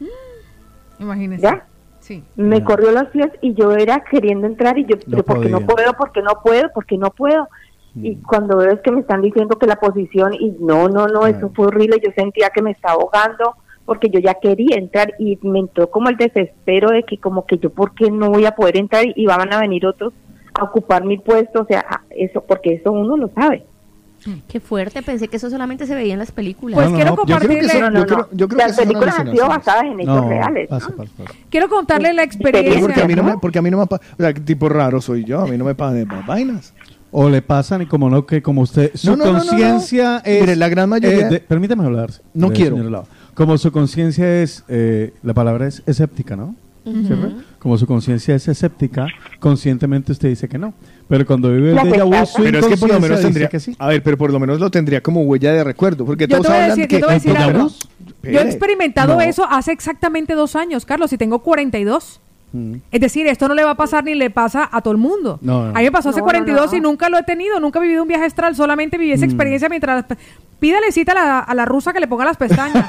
Imagínese. ¿Ya? Sí. Me Ya. corrió los pies y yo era queriendo entrar y yo, No pero porque no podía. puedo, porque no puedo, porque no puedo. Y cuando veo es que me están diciendo que la posición, y no, no, no, eso fue horrible, yo sentía que me estaba ahogando, porque yo ya quería entrar, y me entró como el desespero de que como que yo, ¿por qué no voy a poder entrar? Y van a venir otros a ocupar mi puesto, o sea, eso, porque eso uno lo sabe. Qué fuerte, pensé que eso solamente se veía en las películas. Pues No, no, quiero no, yo creo que compartirle, eso- no, no, yo creo- no. yo creo Las que son películas han sido alucinaciones. basadas en hechos No, reales, pasa, ¿no? pasa, pasa. quiero contarle la Porque a mí experiencia. no me, porque a mí no me pasa, o sea, qué tipo raro soy yo, a mí no me pasan esas vainas. O le pasan y como no, que como usted, su No, no, no, no, no. conciencia es... Mire, la gran mayoría- eh, de- permítame hablar. No eh, quiero. señor Lau. Como su conciencia es, eh, la palabra es escéptica, ¿no? Ujú. ¿Cierto? Como su conciencia es escéptica, conscientemente usted dice que no. Pero cuando vive el La déjà vu, rechaza. su Pero es que por lo inconsciencia menos dice tendría que sí. A ver, pero por lo menos lo tendría como huella de recuerdo, porque Yo todos te voy a hablan decir- que yo te voy a decir el déjà algo. vu- Yo he Espere. experimentado No. eso hace exactamente dos años, Carlos, y tengo cuarenta y dos. Mm. Es decir, esto no le va a pasar ni le pasa a todo el mundo. No, no. A mí me pasó hace No, cuarenta y dos no, no. y nunca lo he tenido, nunca he vivido un viaje astral, solamente viví esa Mm. experiencia mientras... Pídale cita a la, a la rusa que le ponga las pestañas.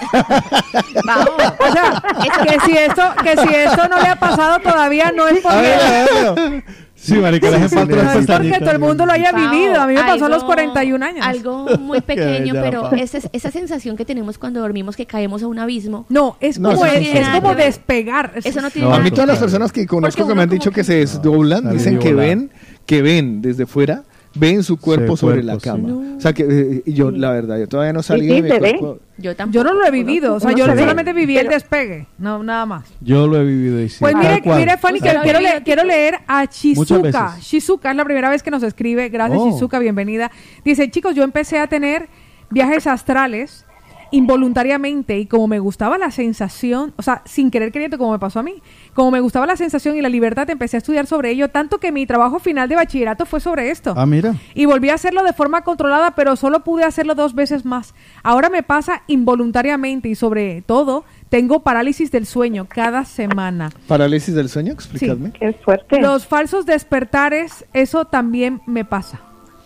Vamos. O sea, que si esto que si esto no le ha pasado todavía no es A ver, porque, a ver. Sí, marica, la gente no falta las es porque pestañitas. todo el mundo lo haya Pau, vivido. A mí me pasó a los algo- cuarenta y un años. Algo muy pequeño, Ya, pero Pau. esa, esa sensación que tenemos cuando dormimos que caemos a un abismo. No, es No, como, eso no es, tiene es nada como que ver. despegar. Eso no tiene No, A nada mí que todas las ver. personas que conozco Porque que me han uno dicho como que que- se desdoblan, No, dicen que volada. ven, que ven desde fuera, ven su cuerpo Sí, sobre cuerpo, la sí. cama. No. O sea que eh, y yo, la verdad, yo todavía no salí Sí, sí, de mi se ve. cuerpo. Yo tampoco. Yo no lo he vivido, o sea, Uno yo se ve, solamente viví el pero- despegue, no nada más. Yo lo he vivido y sí. Pues tal mire, cual. mire Fanny, que Usted lo quiero, ha le- vivido, quiero tipo. leer a Muchas Shizuka. veces. Shizuka es la primera vez que nos escribe. Gracias, Oh. Shizuka, bienvenida. Dice, chicos, yo empecé a tener viajes astrales involuntariamente, y como me gustaba la sensación, o sea, sin querer queriendo, como me pasó a mí, como me gustaba la sensación y la libertad, empecé a estudiar sobre ello, tanto que mi trabajo final de bachillerato fue sobre esto. Ah, mira. Y volví a hacerlo de forma controlada, pero solo pude hacerlo dos veces más. Ahora me pasa involuntariamente y sobre todo tengo parálisis del sueño cada semana. ¿Parálisis del sueño? Explícame. Sí, qué fuerte. Los falsos despertares, eso también me pasa.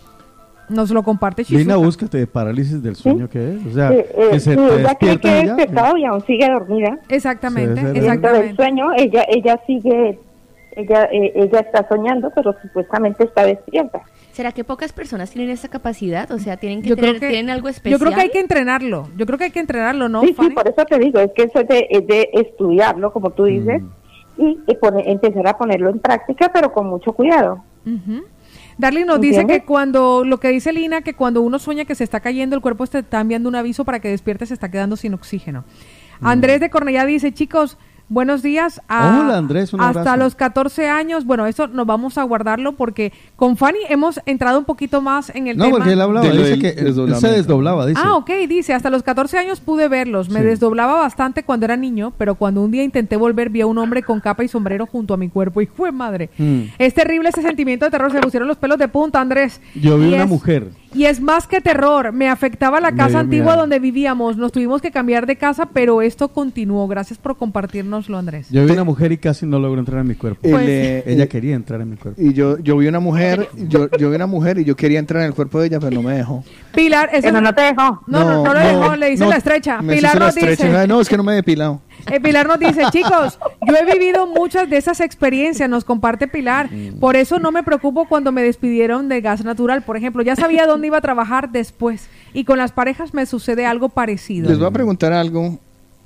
Nos lo comparte Shizuka. Lina, búscate de parálisis del sueño, ¿sí? ¿Qué es? O sea, sí, eh, que se sí, te ella cree despierta que y ya. es despertado y aún sigue dormida. Exactamente, Sí, ese Dentro exactamente. del sueño, ella, ella sigue, ella, eh, ella está soñando, pero supuestamente está despierta. ¿Será que pocas personas tienen esa capacidad? O sea, tienen que Yo creo tener, que- tienen algo especial. Yo creo que hay que entrenarlo. Yo creo que hay que entrenarlo, ¿no, Sí, sí, Fanny? por eso te digo, es que eso es de, es de estudiarlo, como tú dices, y, y poner- empezar a ponerlo en práctica, pero con mucho cuidado. Ujú. Darly nos dice ¿Entiendes? que cuando, lo que dice Lina, que cuando uno sueña que se está cayendo, el cuerpo te está enviando un aviso para que despiertes, se está quedando sin oxígeno. Andrés de Cornellá dice, chicos, buenos días. A, Hola, Andrés, un hasta abrazo. los catorce años, bueno, eso nos vamos a guardarlo porque con Fanny hemos entrado un poquito más en el No, tema. porque él hablaba, De lo dice del que él, él desdoblamiento. se desdoblaba, dice. Ah, ok, dice, hasta los catorce años pude verlos. Me Sí. desdoblaba bastante cuando era niño, pero cuando un día intenté volver vi a un hombre con capa y sombrero junto a mi cuerpo y fue madre. Mm. Es terrible ese sentimiento de terror, se pusieron los pelos de punta, Andrés. Yo vi Y una es- mujer. Y es más que terror, me afectaba la Me casa dio antigua miedo. donde vivíamos, nos tuvimos que cambiar de casa, pero esto continuó. Gracias por compartirnoslo, Andrés. Yo vi una mujer y casi no logró entrar en mi cuerpo. El, Pues- eh, Ella eh, quería entrar en mi cuerpo. Y yo, yo vi una mujer, yo, yo vi una mujer y yo quería entrar en el cuerpo de ella, pero no me dejó. Pilar, eso Pero no te dejó. no, no, no lo dejó, le dice no, la estrecha. me Pilar hizo la nos estrecha. dice, No, es que no me he depilado. Eh, Pilar nos dice, chicos, yo he vivido muchas de esas experiencias, nos comparte Pilar, Mm. por eso no me preocupo cuando me despidieron de gas natural, por ejemplo, ya sabía dónde iba a trabajar después y con las parejas me sucede algo parecido. Les voy a preguntar algo.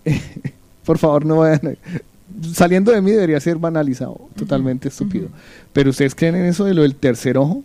Por favor, no vayan. Saliendo de mí debería ser banalizado, totalmente estúpido. Pero ¿ustedes creen en eso de lo del tercer ojo?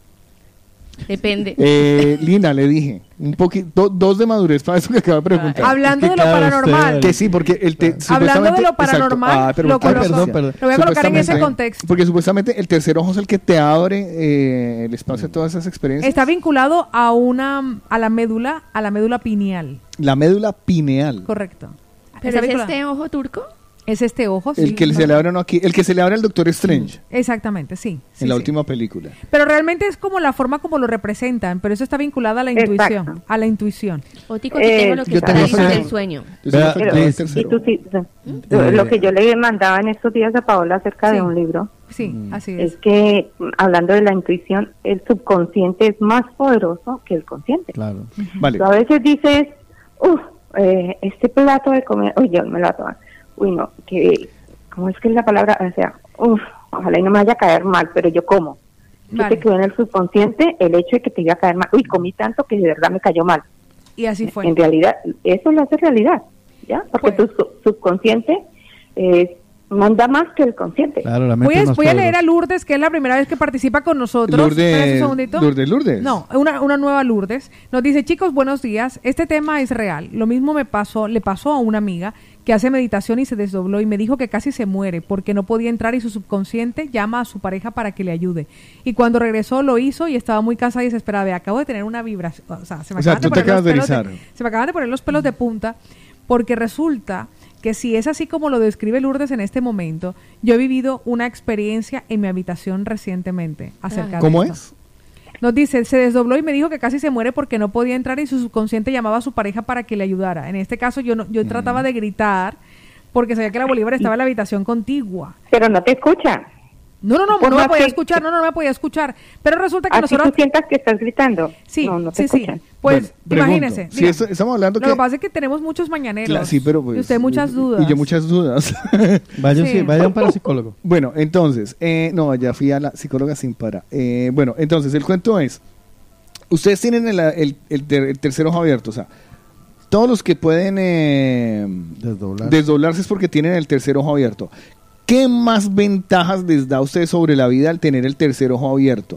Depende. Eh, Lina, le dije, un poquito, dos de madurez para eso que acaba de preguntar. Hablando Es que de lo cada paranormal. usted- Que sí, porque el te, Hablando de supuestamente- lo paranormal, exacto. Ah, pero- lo ay, coloco- perdón, perdón. Lo voy a colocar en ese Supuestamente- contexto. Porque supuestamente el tercer ojo es el que te abre eh, el espacio a todas esas experiencias. Está vinculado a una a la médula, a la médula pineal, La médula pineal. correcto. ¿Pero Está es vinculado. este ojo turco? Es este ojo, sí. El que no. se le abre no aquí, el que se le abre al Doctor Strange Exactamente, sí. sí, en la sí. última película. Pero realmente es como la forma como lo representan, pero eso está vinculado a la Exacto. intuición, a la intuición. Otico, aquí Eh, tengo lo que yo es tengo parálisis fe. del sueño. Yo soy Vea, afectado Liz, al Y tercero. tú sí, Eh, lo que yo le mandaba en estos días a Paola acerca Sí. de un libro, Sí, así es. es que mm, hablando de la intuición, el subconsciente es más poderoso que el consciente. Claro. Vale. Tú a veces dices, uff, eh, este plato de comida, uy, yo me lo voy a tomar. Uy, no, que, ¿cómo es que es la palabra? O sea, uff, ojalá y no me vaya a caer mal, pero yo como. ¿Qué Vale. te quedó en el subconsciente? El hecho de que te iba a caer mal. Uy, comí tanto que de verdad me cayó mal. Y así fue. En realidad, eso lo hace realidad, ¿ya? Porque Pues. tu su- subconsciente eh, manda más que el consciente. Claro, la mente Voy a, es más voy a leer poderosa. a Lourdes, que es la primera vez que participa con nosotros. Espera un Lourdes, segundito. Lourdes, Lourdes. No, una, una nueva Lourdes. Nos dice, chicos, buenos días. Este tema es real. Lo mismo me pasó, le pasó a una amiga que hace meditación y se desdobló y me dijo que casi se muere porque no podía entrar y su subconsciente llama a su pareja para que le ayude. Y cuando regresó lo hizo y estaba muy cansada y desesperada. Ve, acabo de tener una vibración. O sea, se me O sea, acaban de tú te poner los acabas de pelos de- erizar. se me acaban de poner los pelos de punta porque resulta que si es así como lo describe Lourdes en este momento, yo he vivido una experiencia en mi habitación recientemente acerca de ¿Cómo esto. es? Nos dice, se desdobló y me dijo que casi se muere porque no podía entrar y su subconsciente llamaba a su pareja para que le ayudara. En este caso yo no, yo trataba de gritar porque sabía que la Bolívar estaba en la habitación contigua. Pero no te escucha. No, no, no, Por no me más podía que- escuchar, no, no, no me podía escuchar. Pero resulta que Así nosotros... tú sientas que estás gritando. Sí, no, no te sí, sí. escuchan. Pues Bueno, pregunto. imagínese. Si diga. esto- estamos hablando Lo que... que pasa es que tenemos muchos mañaneros. Cla- sí, pero pues, y usted muchas dudas. Y yo muchas dudas. Vayan, Sí. sí, vayan para el psicólogo. Bueno, entonces, eh, no, ya fui a la psicóloga sin para. Eh, bueno, entonces, el cuento es, ustedes tienen el, el- el ter- el tercer ojo abierto, o sea, todos los que pueden eh, Desdoblar. desdoblarse es porque tienen el tercer ojo abierto. ¿Qué más ventajas les da a ustedes sobre la vida al tener el tercer ojo abierto?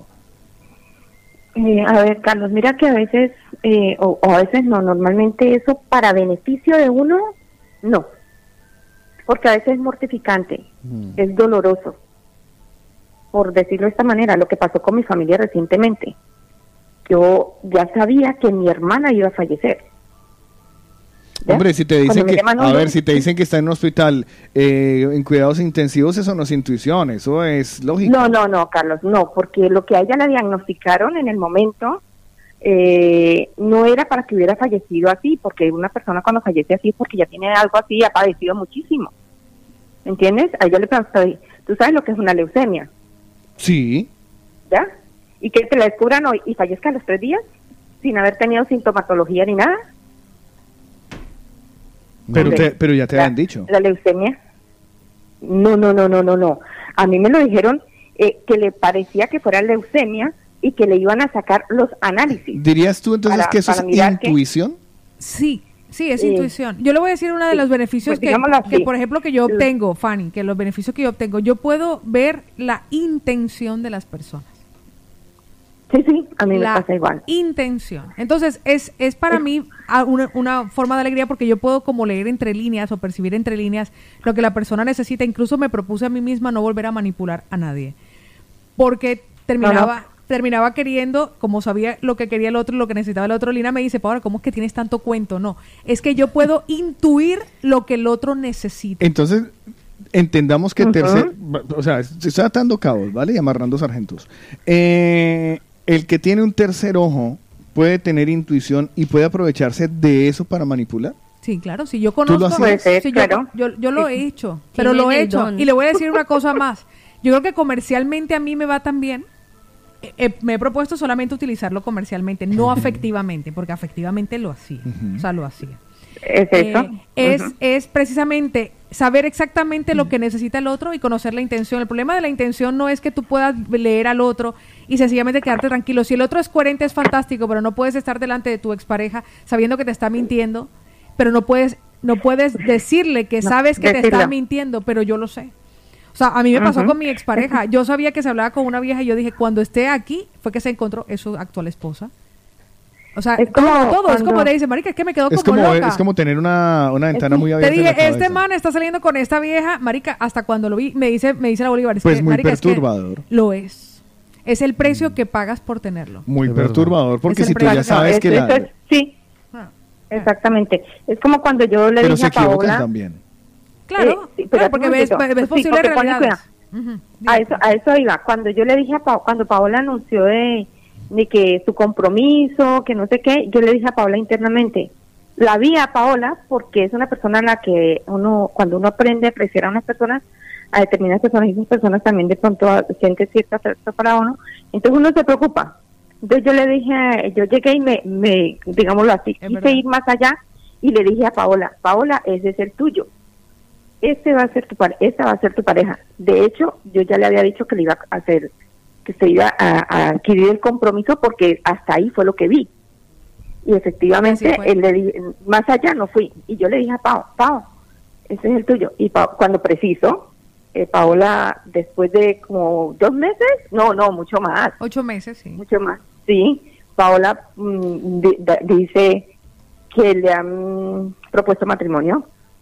Eh, a ver, Carlos, mira que a veces, eh, o, o a veces no, normalmente eso para beneficio de uno, no. Porque a veces es mortificante, es doloroso. Por decirlo de esta manera, lo que pasó con mi familia recientemente. Yo ya sabía que mi hermana iba a fallecer. ¿Ya? Hombre, si te dicen Cuando me que, llaman, a no, ver, no. si te dicen que está en un hospital eh, en cuidados intensivos, eso no es intuición, eso es lógico. No, no, no, Carlos, no, porque lo que a ella le diagnosticaron en el momento eh, no era para que hubiera fallecido así, porque una persona cuando fallece así es porque ya tiene algo así y ha padecido muchísimo. ¿Entiendes? A ella le pregunté, ¿tú sabes lo que es una leucemia? Sí. ¿Ya? Y que te la descubran hoy y fallezca a los tres días sin haber tenido sintomatología ni nada. Pero, Hombre, te, pero ya te la- habían dicho. La leucemia. No, no, no, no, no, no. A mí me lo dijeron eh, que le parecía que fuera leucemia y que le iban a sacar los análisis. ¿Dirías tú entonces Para- que eso para es mirar que- intuición? Sí, sí, es Sí. intuición. Yo le voy a decir uno de los beneficios Pues que, digámoslo así. que, por ejemplo, que yo obtengo, Fanny, que los beneficios que yo obtengo, yo puedo ver la intención de las personas. Sí, sí, a mí la me pasa igual. intención. Entonces, es, es para mí a- una, una forma de alegría porque yo puedo como leer entre líneas o percibir entre líneas lo que la persona necesita. Incluso me propuse a mí misma no volver a manipular a nadie. Porque terminaba... No, terminaba queriendo, como sabía lo que quería el otro y lo que necesitaba el otro. Lina me dice, Paola, ¿cómo es que tienes tanto cuento? No, es que yo puedo intuir lo que el otro necesita. Entonces, entendamos que Ujú. tercer, o sea, se está atando cabos, ¿vale? Y amarrando sargentos. Eh, el que tiene un tercer ojo puede tener intuición y puede aprovecharse de eso para manipular. Sí, claro, si yo ¿Tú lo conozco, hacías? Puede ser, sí, yo, claro. yo, yo lo he hecho, pero Tienen lo he el hecho. don. Y le voy a decir una cosa más. Yo creo que comercialmente a mí me va tan bien. eh, eh, me he propuesto solamente utilizarlo comercialmente, no afectivamente, porque afectivamente lo hacía, o sea, lo hacía. ¿Es eso? Eh, es, Ujú. es precisamente saber exactamente lo que necesita el otro y conocer la intención. El problema de la intención no es que tú puedas leer al otro y sencillamente quedarte tranquilo. Si el otro es coherente es fantástico, pero no puedes estar delante de tu expareja sabiendo que te está mintiendo, pero no puedes no puedes decirle que No, sabes que te decirlo. está mintiendo, pero yo lo sé. O sea, a mí me pasó Ujú. con mi expareja. Yo sabía que se hablaba con una vieja y yo dije, cuando esté aquí, fue que se encontró es su actual esposa. O sea, Es como todo, todo. Es cuando- como le dice, marica, es que me quedo Es como, como, loca. es como tener una, una ventana muy Te abierta en dije, la cabeza. este man está saliendo con esta vieja, marica, hasta cuando lo vi, me dice, me dice la Bolívar, es Pues que, muy marica, es que perturbador. lo es. Es el precio que pagas por tenerlo. Muy perturbador, porque Es el si tú ya precio. sabes No, que eso- la... eso es- sí, exactamente. Es como cuando yo le Pero dije se a equivocan Paola... también. Claro, Eh, sí, pero claro, porque un ves, momentito. ves Sí, posibles porque ponle realidades. cuidado. Ujú. A eso, a eso iba. Cuando yo le dije a Paola, cuando Paola anunció de, de que su compromiso, que no sé qué, yo le dije a Paola internamente, la vi a Paola porque es una persona a la que uno, cuando uno aprende a apreciar a unas personas, a determinadas personas, y esas personas también de pronto siente cierta afecto para uno, entonces uno se preocupa. Entonces yo le dije, yo llegué y me, me digámoslo así, quise verdad. ir más allá y le dije a Paola, Paola, ese es el tuyo. Este va a ser tu pare- esta va a ser tu pareja. De hecho, yo ya le había dicho que le iba a hacer, que se iba a, a adquirir el compromiso porque hasta ahí fue lo que vi. Y efectivamente, Así fue. él le di- más allá no fui. Y yo le dije a Pao, Pao, ese es el tuyo. Y Pao, cuando preciso, eh, Paola, después de como dos meses, no, no, mucho más. Ocho meses, sí. Mucho más. Sí, Paola mm, di- da- dice que le han propuesto matrimonio.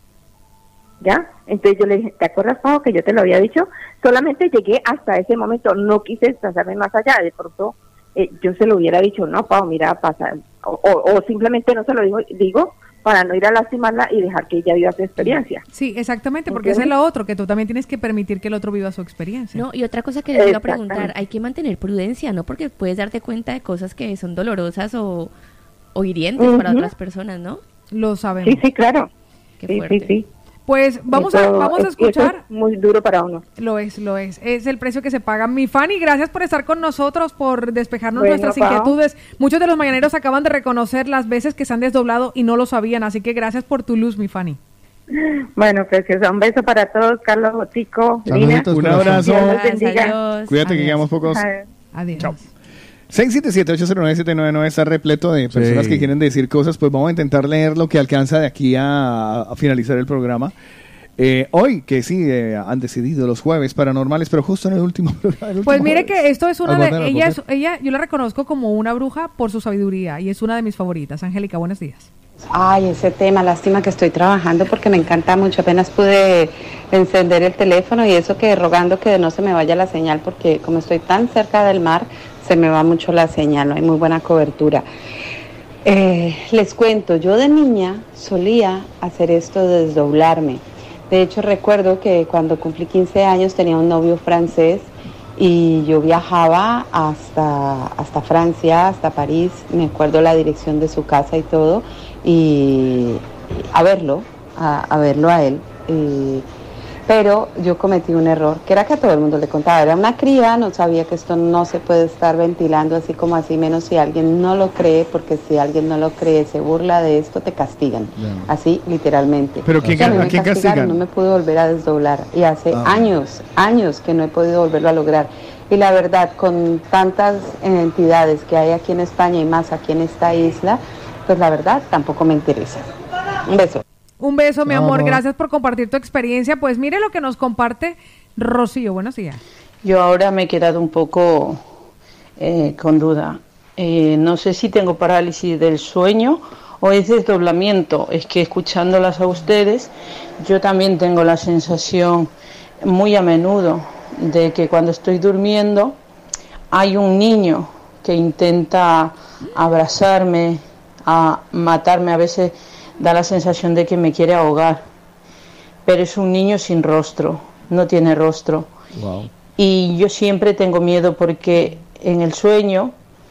¿Ya? Entonces yo le dije, ¿te acuerdas, Pau, que yo te lo había dicho? Solamente llegué hasta ese momento, no quise desplazarme más allá. De pronto eh, yo se lo hubiera dicho, no, Pau, mira, pasa. O, o, o simplemente no se lo digo, digo para no ir a lastimarla y dejar que ella viva su experiencia. Sí, exactamente, porque ese es lo otro, que tú también tienes que permitir que el otro viva su experiencia. No, y otra cosa que les iba a preguntar, Exactamente. hay que mantener prudencia, ¿no? Porque puedes darte cuenta de cosas que son dolorosas o, o hirientes para Ujú. otras personas, ¿no? Lo sabemos. Sí, sí, claro. Qué Sí, fuerte. sí, sí. Pues vamos a, Eso- vamos a eso escuchar. es muy duro para uno. Lo es, lo es. Es el precio que se paga. Mi Fanny, gracias por estar con nosotros, por despejarnos Bueno, nuestras Pau. inquietudes. Muchos de los mañaneros acaban de reconocer las veces que se han desdoblado y no lo sabían, así que gracias por tu luz, mi Fanny. Bueno, preciosa. Un beso para todos, Carlos, Botico, Lina. Saluditos, Un corazón. abrazo. Dios los Gracias, bendiga. adiós. Cuídate que Adiós. quedamos pocos. Adiós. Adiós. Chao. seis siete siete, ocho cero nueve, siete nueve nueve está repleto de personas Sí. que quieren decir cosas. Pues vamos a intentar leer lo que alcanza de aquí a, a finalizar el programa. Eh, hoy, que sí, eh, han decidido los jueves paranormales, pero justo en el último programa. el Pues último mire jueves. que esto es una Al de volver, al ella, es- volver. ella, yo la reconozco como una bruja por su sabiduría y es una de mis favoritas. Angélica, buenos días. Ay, ese tema, lástima que estoy trabajando porque me encanta mucho. Apenas pude encender el teléfono y eso que rogando que no se me vaya la señal porque como estoy tan cerca del mar, se me va mucho la señal, no hay muy buena cobertura. Eh, les cuento, yo de niña solía hacer esto de desdoblarme. De hecho, recuerdo que cuando cumplí quince años tenía un novio francés y yo viajaba hasta, hasta Francia, hasta París, me acuerdo la dirección de su casa y todo, y a verlo, a, a verlo a él. Y, pero yo cometí un error, que era que a todo el mundo le contaba, era una cría, no sabía que esto no se puede estar ventilando así como así, menos si alguien no lo cree, porque si alguien no lo cree, se burla de esto, te castigan, Bien. así literalmente. ¿Pero quién- O sea, a mí a me quién castigaron, castigan? no me pude volver a desdoblar, y hace Ah. años, años que no he podido volverlo a lograr. Y la verdad, con tantas entidades que hay aquí en España y más aquí en esta isla, pues la verdad tampoco me interesa. Un beso. Un beso, mi Chao, amor. amor. Gracias por compartir tu experiencia. Pues mire lo que nos comparte Rocío. Buenos días. Yo ahora me he quedado un poco eh, con duda. Eh, no sé si tengo parálisis del sueño o es desdoblamiento. Es que escuchándolas a ustedes, yo también tengo la sensación muy a menudo de que cuando estoy durmiendo hay un niño que intenta abrazarme, a matarme. A veces da la sensación de que me quiere ahogar, pero es un niño sin rostro, no tiene rostro. Wow. Y yo siempre tengo miedo porque en el sueño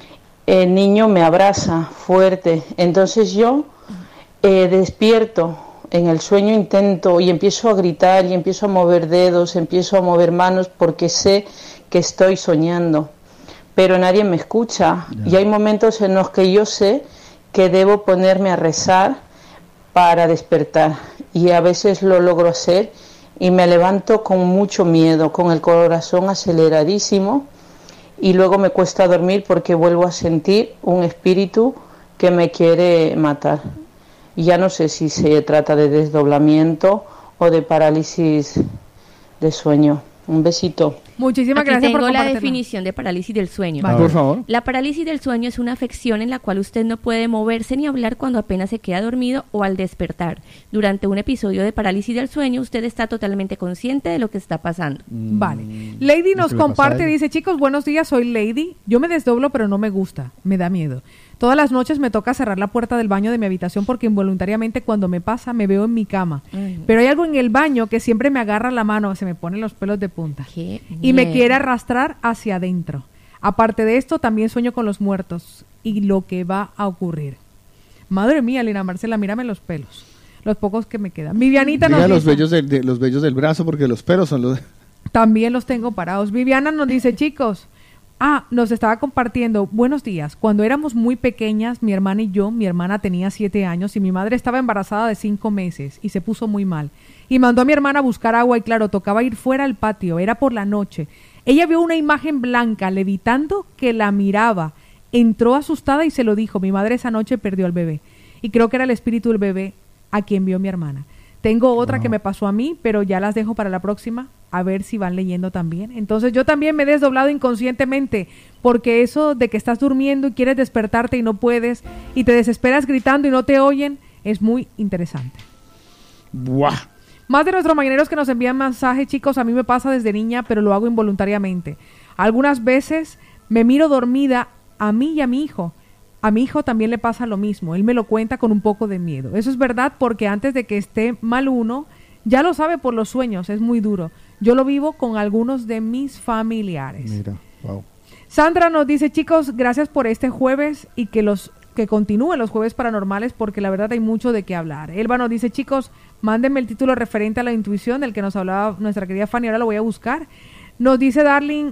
el niño me abraza fuerte, entonces yo eh, despierto en el sueño, intento y empiezo a gritar y empiezo a mover dedos, empiezo a mover manos porque sé que estoy soñando, pero nadie me escucha. Y hay momentos en los que yo sé que debo ponerme a rezar para despertar, y a veces lo logro hacer y me levanto con mucho miedo, con el corazón aceleradísimo, y luego me cuesta dormir porque vuelvo a sentir un espíritu que me quiere matar. Y ya no sé si se trata de desdoblamiento o de parálisis de sueño. Un besito. Muchísimas Aquí gracias por tengo la compartirlo. definición de parálisis del sueño. Vale. Por favor. La parálisis del sueño es una afección en la cual usted no puede moverse ni hablar cuando apenas se queda dormido o al despertar. Durante un episodio de parálisis del sueño, usted está totalmente consciente de lo que está pasando. Vale. Lady nos ¿Qué le pasa a comparte, él? dice, chicos, buenos días, soy Lady. Yo me desdoblo, pero no me gusta, me da miedo. Todas las noches me toca cerrar la puerta del baño de mi habitación porque involuntariamente cuando me pasa me veo en mi cama. Ay, no. Pero hay algo en el baño que siempre me agarra la mano, se me ponen los pelos de punta. Qué Y me miedo. quiere arrastrar hacia adentro. Aparte de esto, también sueño con los muertos y lo que va a ocurrir. Madre mía, Lina Marcela, mírame los pelos. Los pocos que me quedan. Vivianita nos Diga los dice- vellos, del, de, los vellos del brazo porque los pelos son los... También los tengo parados. Viviana nos dice, chicos, ah, nos estaba compartiendo, buenos días, cuando éramos muy pequeñas, mi hermana y yo, mi hermana tenía siete años y mi madre estaba embarazada de cinco meses y se puso muy mal. Y mandó a mi hermana a buscar agua y claro, tocaba ir fuera al patio, era por la noche. Ella vio una imagen blanca levitando que la miraba, entró asustada y se lo dijo, mi madre esa noche perdió al bebé. Y creo que era el espíritu del bebé a quien vio mi hermana. Tengo otra que me pasó a mí, pero ya las dejo para la próxima, a ver si van leyendo también. Entonces yo también me he desdoblado inconscientemente, porque eso de que estás durmiendo y quieres despertarte y no puedes, y te desesperas gritando y no te oyen, es muy interesante. ¡Buah! Más de nuestros mañaneros que nos envían mensajes, chicos, a mí me pasa desde niña, pero lo hago involuntariamente. Algunas veces me miro dormida a mí y a mi hijo. A mi hijo también le pasa lo mismo, él me lo cuenta con un poco de miedo. Eso es verdad porque antes de que esté mal uno, ya lo sabe por los sueños, es muy duro. Yo lo vivo con algunos de mis familiares. Mira, wow. Sandra nos dice, chicos, gracias por este jueves y que los que continúen los jueves paranormales porque la verdad hay mucho de qué hablar. Elba nos dice, chicos, mándenme el título referente a la intuición del que nos hablaba nuestra querida Fanny, ahora lo voy a buscar. Nos dice Darling,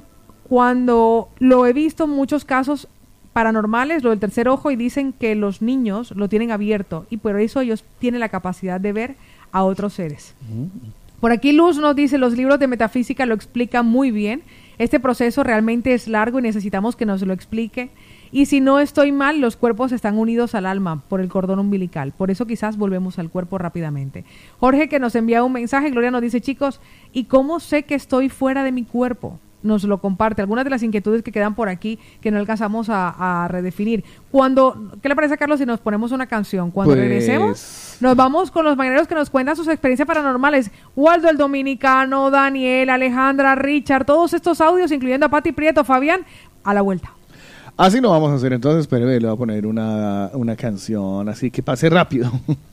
cuando lo he visto en muchos casos paranormales, lo del tercer ojo, y dicen que los niños lo tienen abierto y por eso ellos tienen la capacidad de ver a otros seres. Por aquí Luz nos dice, los libros de metafísica lo explican muy bien. Este proceso realmente es largo y necesitamos que nos lo explique. Y si no estoy mal, los cuerpos están unidos al alma por el cordón umbilical. Por eso quizás volvemos al cuerpo rápidamente. Jorge, que nos envía un mensaje, Gloria nos dice, chicos, ¿y cómo sé que estoy fuera de mi cuerpo? Nos lo comparte. Algunas de las inquietudes que quedan por aquí que no alcanzamos a, a redefinir. Cuando, ¿qué le parece, Carlos, si nos ponemos una canción? Cuando Pues- regresemos, nos vamos con los mañaneros que nos cuentan sus experiencias paranormales. Waldo el Dominicano, Daniel, Alejandra, Richard, todos estos audios, incluyendo a Pati Prieto, Fabián, a la vuelta. Así lo vamos a hacer, entonces espere, le voy a poner una, una canción, así que pase rápido.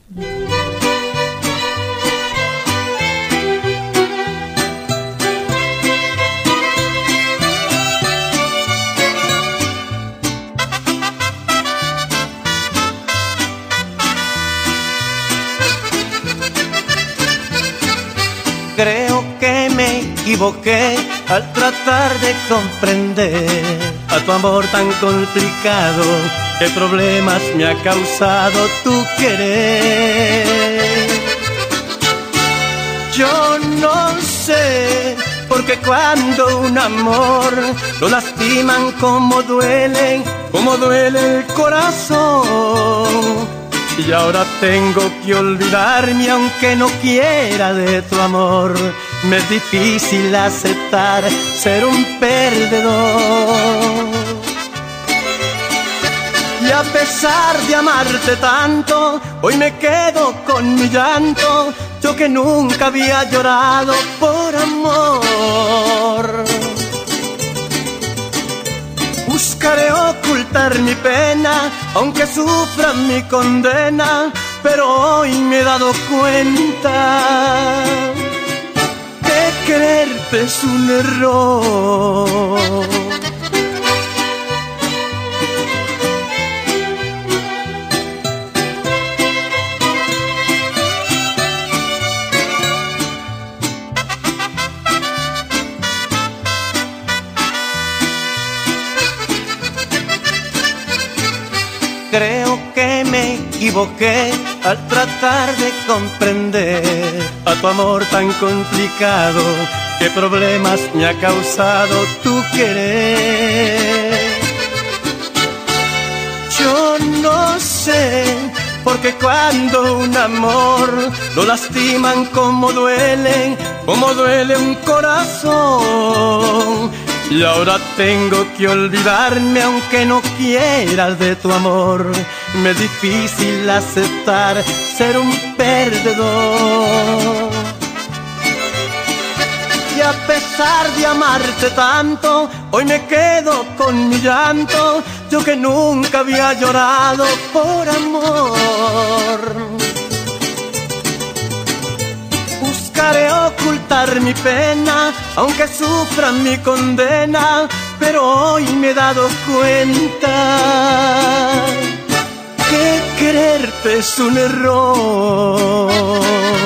Creo que me equivoqué al tratar de comprender a tu amor tan complicado, qué problemas me ha causado tu querer. Yo no sé, porque cuando un amor lo lastiman, como duele, como duele el corazón. Y ahora tengo que olvidarme aunque no quiera de tu amor. Me es difícil aceptar ser un perdedor. Y a pesar de amarte tanto, hoy me quedo con mi llanto. Yo que nunca había llorado por amor. Buscaré ocultar mi pena, aunque sufra mi condena, pero hoy me he dado cuenta que quererte es un error. Creo que me equivoqué al tratar de comprender a tu amor tan complicado, qué problemas me ha causado tu querer. Yo no sé, porque cuando un amor lo lastiman, como duele, como duele un corazón. Y ahora tengo que olvidarme aunque no quieras de tu amor. Me es difícil aceptar ser un perdedor. Y a pesar de amarte tanto, hoy me quedo con mi llanto. Yo que nunca había llorado por amor. Buscaré ocultar mi pena, aunque sufra mi condena, pero hoy me he dado cuenta que quererte es un error.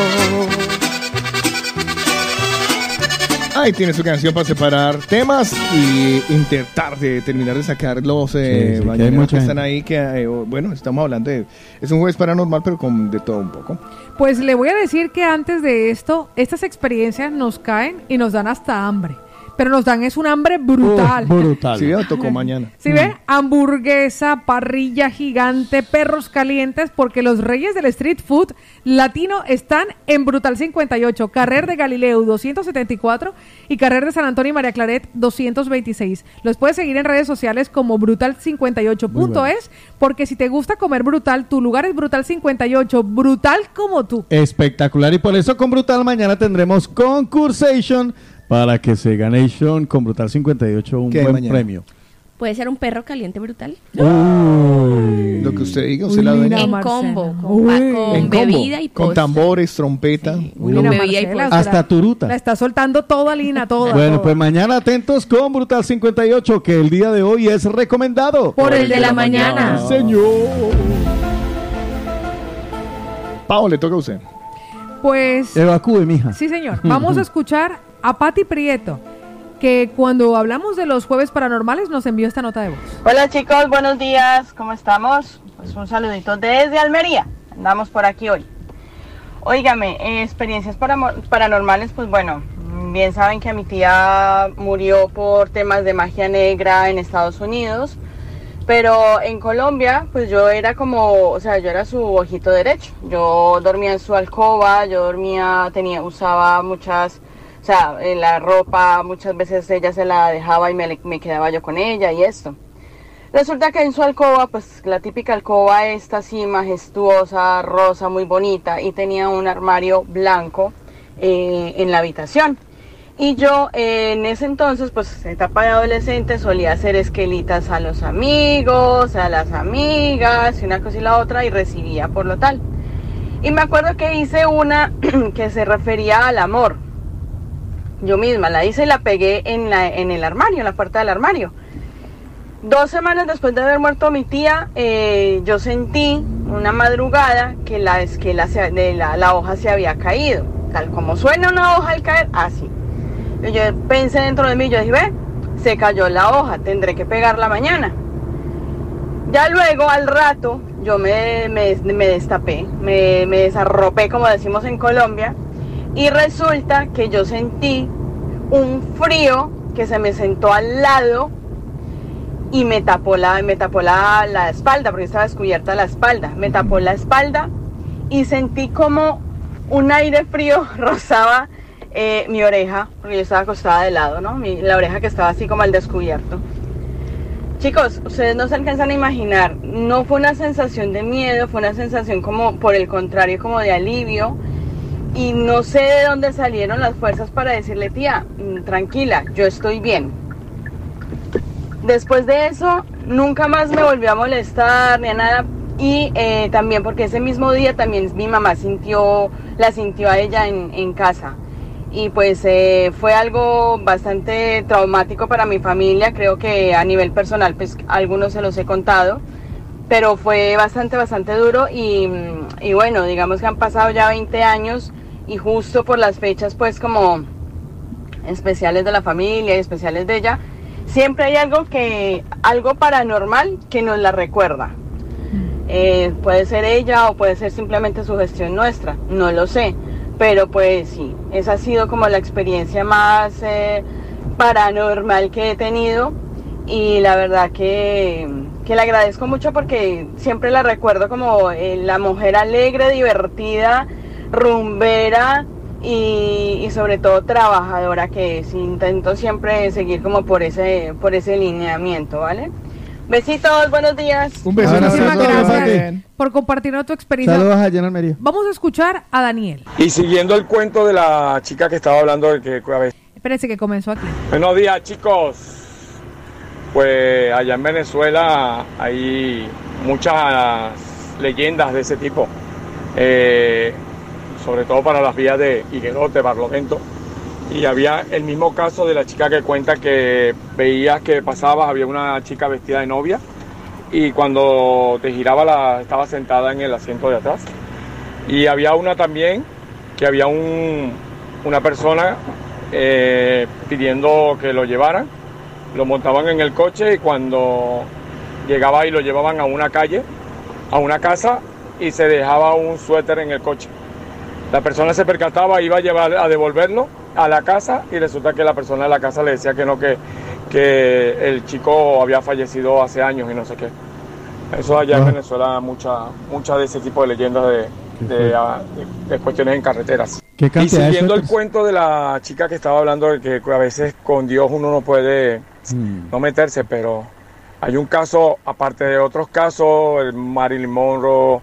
Ahí tiene su canción para separar temas y intentar de terminar de sacar los eh, Sí, sí, mañaneros que hay mucha que están gente. ahí, que eh, bueno, estamos hablando de... Es un jueves paranormal, pero con de todo un poco. Pues le voy a decir que antes de esto, estas experiencias nos caen y nos dan hasta hambre. Pero nos dan es un hambre brutal. Uh, brutal. Sí, me tocó mañana. ¿Sí Mm. ve? Hamburguesa, parrilla gigante, perros calientes, porque los reyes del street food latino están en Brutal cincuenta y ocho, Carrer de Galileo doscientos setenta y cuatro y Carrer de San Antonio y María Claret doscientos veintiséis. Los puedes seguir en redes sociales como brutal cincuenta y ocho punto es, porque si te gusta comer brutal, tu lugar es Brutal cincuenta y ocho, brutal como tú. Espectacular, y por eso con Brutal mañana tendremos concursation para que se ganation con Brutal cincuenta y ocho un ¿Qué buen mañana? premio. Puede ser un perro caliente brutal. Uy. Lo que usted diga, usted la dueña. En combo, con, pa- con En combo, bebida y con postre. tambores, trompeta. Uy, Lina bebida y Marcela, postre. Hasta la- turuta. La está soltando toda, Lina, toda. Bueno, toda. pues mañana atentos con Brutal cincuenta y ocho, que el día de hoy es recomendado Por el de la mañana. Sí, señor. Pau, le toca a usted. Pues... Evacúe, mija. Sí, señor. Vamos a escuchar a Pati Prieto, que cuando hablamos de los jueves paranormales nos envió esta nota de voz. Hola chicos, buenos días, ¿cómo estamos? Pues un saludito desde Almería, andamos por aquí hoy. Óigame, eh, experiencias paramo- paranormales, pues bueno, bien saben que mi tía murió por temas de magia negra en Estados Unidos, pero en Colombia, pues yo era como, o sea, yo era su ojito derecho. Yo dormía en su alcoba, yo dormía, tenía, usaba muchas... O sea, en la ropa muchas veces ella se la dejaba y me, le- me quedaba yo con ella y esto. Resulta que en su alcoba, pues la típica alcoba esta así majestuosa, rosa, muy bonita, y tenía un armario blanco eh, en la habitación. Y yo eh, en ese entonces, pues etapa de adolescente, solía hacer esquelitas a los amigos, a las amigas, y una cosa y la otra, y recibía por lo tal. Y me acuerdo que hice una que se refería al amor. Yo misma la hice y la pegué en, la, en el armario, en la puerta del armario. Dos semanas después de haber muerto mi tía, eh, yo sentí una madrugada que, la, que la, de la, la hoja se había caído. Tal como suena una hoja al caer, así. Yo pensé dentro de mí, yo dije, ve, se cayó la hoja, tendré que pegarla mañana. Ya luego, al rato, yo me, me, me destapé, me, me desarropé, como decimos en Colombia, y resulta que yo sentí un frío que se me sentó al lado y me tapó la, me tapó la, la espalda, porque estaba descubierta la espalda, me tapó la espalda y sentí como un aire frío rozaba Eh, mi oreja, porque yo estaba acostada de lado, ¿no? Mi, la oreja que estaba así como al descubierto. Chicos, ustedes no se alcanzan a imaginar, no fue una sensación de miedo, fue una sensación como, por el contrario, como de alivio, y no sé de dónde salieron las fuerzas para decirle, tía, tranquila, yo estoy bien. Después de eso, nunca más me volvió a molestar ni a nada, y eh, también porque ese mismo día también mi mamá sintió, la sintió a ella en, en casa. Y pues eh, fue algo bastante traumático para mi familia, creo que a nivel personal pues algunos se los he contado, pero fue bastante, bastante duro y, y bueno, digamos que han pasado ya veinte años y justo por las fechas pues como especiales de la familia y especiales de ella, siempre hay algo que, algo paranormal que nos la recuerda. Eh, puede ser ella o puede ser simplemente sugestión nuestra, no lo sé. Pero pues sí, esa ha sido como la experiencia más eh, paranormal que he tenido y la verdad que, que le agradezco mucho porque siempre la recuerdo como eh, la mujer alegre, divertida, rumbera y, y sobre todo trabajadora que es. Intento siempre seguir como por ese, por ese lineamiento, ¿vale? Besitos, buenos días. Un beso. Muchísimas gracias por compartirnos tu experiencia. Saludos allá en Almería. Vamos a escuchar a Daniel. Y siguiendo el cuento de la chica que estaba hablando de que a veces... Espérense que comenzó aquí. Buenos días, chicos. Pues allá en Venezuela hay muchas leyendas de ese tipo. Eh, sobre todo para las vías de Higuerote, Barlovento. Y había el mismo caso de la chica que cuenta que veías que pasabas, había una chica vestida de novia y cuando te giraba la, estaba sentada en el asiento de atrás. Y había una también que había un, una persona eh, pidiendo que lo llevaran, lo montaban en el coche y cuando llegaba y lo llevaban a una calle, a una casa y se dejaba un suéter en el coche. La persona se percataba, iba a llevar a devolverlo a la casa y resulta que la persona de la casa le decía que no, que, que el chico había fallecido hace años y no sé qué. Eso allá en Venezuela, mucha, mucha de ese tipo de leyendas de, de, de, de cuestiones en carreteras. ¿Qué y siguiendo el cuento de la chica que estaba hablando, de que a veces con Dios uno no puede hmm. no meterse, pero hay un caso, aparte de otros casos, el Marilyn Monroe,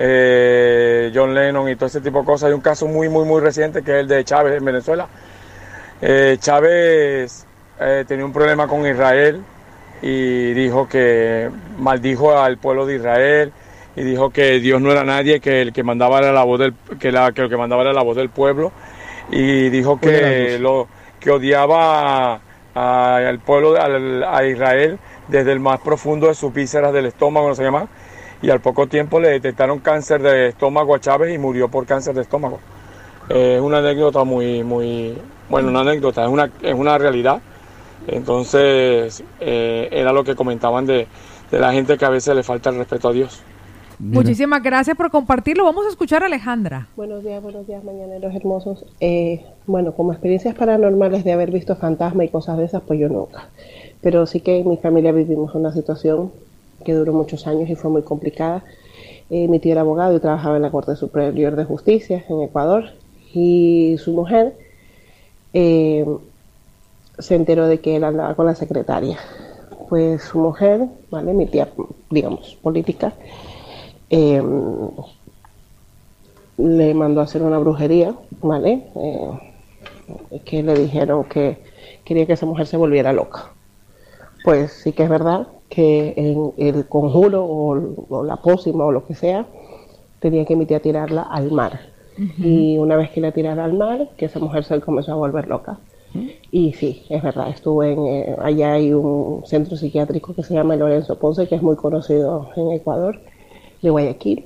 eh, John Lennon y todo ese tipo de cosas, hay un caso muy, muy, muy reciente que es el de Chávez en Venezuela. Eh, Chávez eh, tenía un problema con Israel y dijo que maldijo al pueblo de Israel y dijo que Dios no era nadie, que el que mandaba era la voz del que, la, que el que mandaba era la voz del pueblo y dijo que lo que odiaba al pueblo de, a, a Israel desde el más profundo de sus vísceras del estómago, no se llama, y al poco tiempo le detectaron cáncer de estómago a Chávez y murió por cáncer de estómago. Eh, es una anécdota muy, muy, bueno, una anécdota, es una, es una realidad. Entonces, eh, era lo que comentaban de, de la gente que a veces le falta el respeto a Dios. Mira. Muchísimas gracias por compartirlo. Vamos a escuchar a Alejandra. Buenos días, buenos días, mañaneros hermosos. Eh, bueno, como experiencias paranormales de haber visto fantasmas y cosas de esas, pues yo nunca. Pero sí que en mi familia vivimos una situación que duró muchos años y fue muy complicada. Eh, mi tío era abogado y trabajaba en la Corte Superior de Justicia en Ecuador. Y su mujer eh, se enteró de que él andaba con la secretaria. Pues su mujer, ¿vale? Mi tía, digamos, política, eh, le mandó a hacer una brujería, ¿vale? Eh, que le dijeron que quería que esa mujer se volviera loca. Pues sí que es verdad que en el conjuro o, o la pócima o lo que sea, tenía que mi tía tirarla al mar. Uh-huh. Y una vez que la tirara al mar, que esa mujer se comenzó a volver loca. Uh-huh. Y sí, es verdad, estuve en, eh, allá hay un centro psiquiátrico que se llama Lorenzo Ponce, que es muy conocido en Ecuador, de Guayaquil.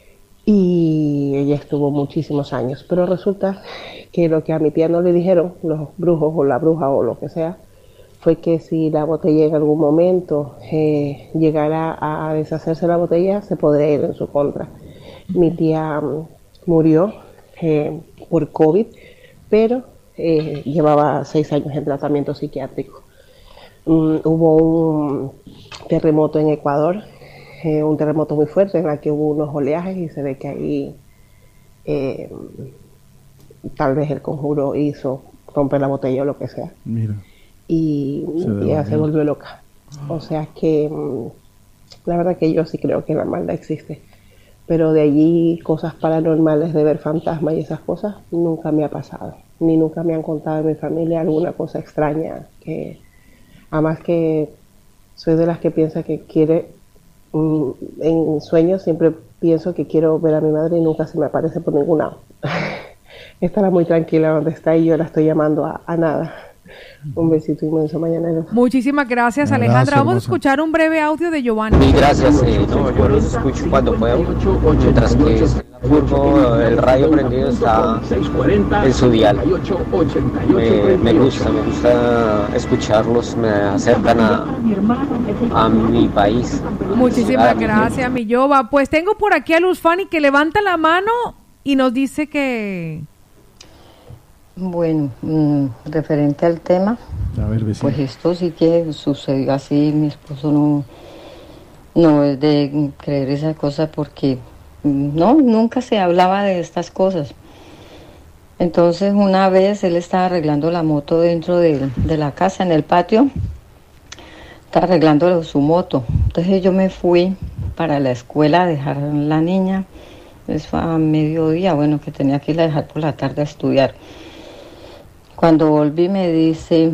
Y ella estuvo muchísimos años, pero resulta que lo que a mi tía no le dijeron, los brujos o la bruja o lo que sea, fue que si la botella en algún momento eh, llegara a deshacerse la botella, se podría ir en su contra. Mi tía um, murió eh, por COVID, pero eh, llevaba seis años en tratamiento psiquiátrico. Um, hubo un terremoto en Ecuador, Eh, un terremoto muy fuerte en el que hubo unos oleajes y se ve que ahí eh, tal vez el conjuro hizo romper la botella o lo que sea. Mira. Y se ella se volvió loca. O sea que la verdad que yo sí creo que la maldad existe. Pero de allí cosas paranormales de ver fantasmas y esas cosas nunca me ha pasado. Ni nunca me han contado en mi familia alguna cosa extraña. Que además que soy de las que piensa que quiere... En sueños siempre pienso que quiero ver a mi madre y nunca se me aparece por ningún lado. Estará muy tranquila donde está y yo la estoy llamando a, a nada. Un besito inmenso, mañanero. Muchísimas gracias, Alejandra. Vamos a escuchar un breve audio de Giovanni. Sí, gracias. Eh, no, yo los escucho cuando puedo. Mientras que el radio prendido está en su dial. Me, me gusta, me gusta escucharlos, me acercan a, a mi país. Muchísimas gracias, mi Yoba. Pues tengo por aquí a Luz Fanny que levanta la mano y nos dice que... Bueno, mmm, referente al tema, a ver, pues esto sí que sucedió así. Mi esposo no, no es de creer esas cosas porque no, nunca se hablaba de estas cosas. Entonces una vez él estaba arreglando la moto dentro de, de la casa, en el patio, estaba arreglando su moto. Entonces yo me fui para la escuela a dejar a la niña, eso fue a mediodía, bueno, que tenía que ir a dejar por la tarde a estudiar. Cuando volví me dice,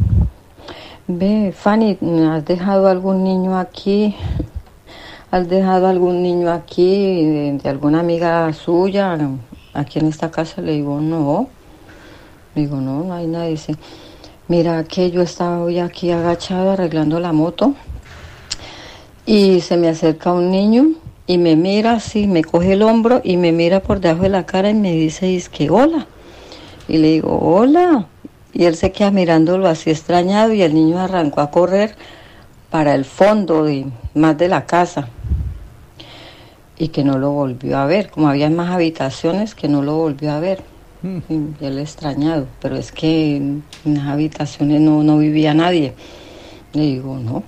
ve, Fanny, ¿has dejado algún niño aquí? ¿Has dejado algún niño aquí de, de alguna amiga suya aquí en esta casa? Le digo, no. Le digo, no, no hay nadie. Dice, mira que yo estaba hoy aquí agachado arreglando la moto y se me acerca un niño y me mira así, me coge el hombro y me mira por debajo de la cara y me dice, es que hola. Y le digo, hola. Y él se queda mirándolo así extrañado y el niño arrancó a correr para el fondo de, más de la casa. Y que no lo volvió a ver. Como había más habitaciones, que no lo volvió a ver. Mm. Y él extrañado. Pero es que en las habitaciones no, no vivía nadie. Le digo, no.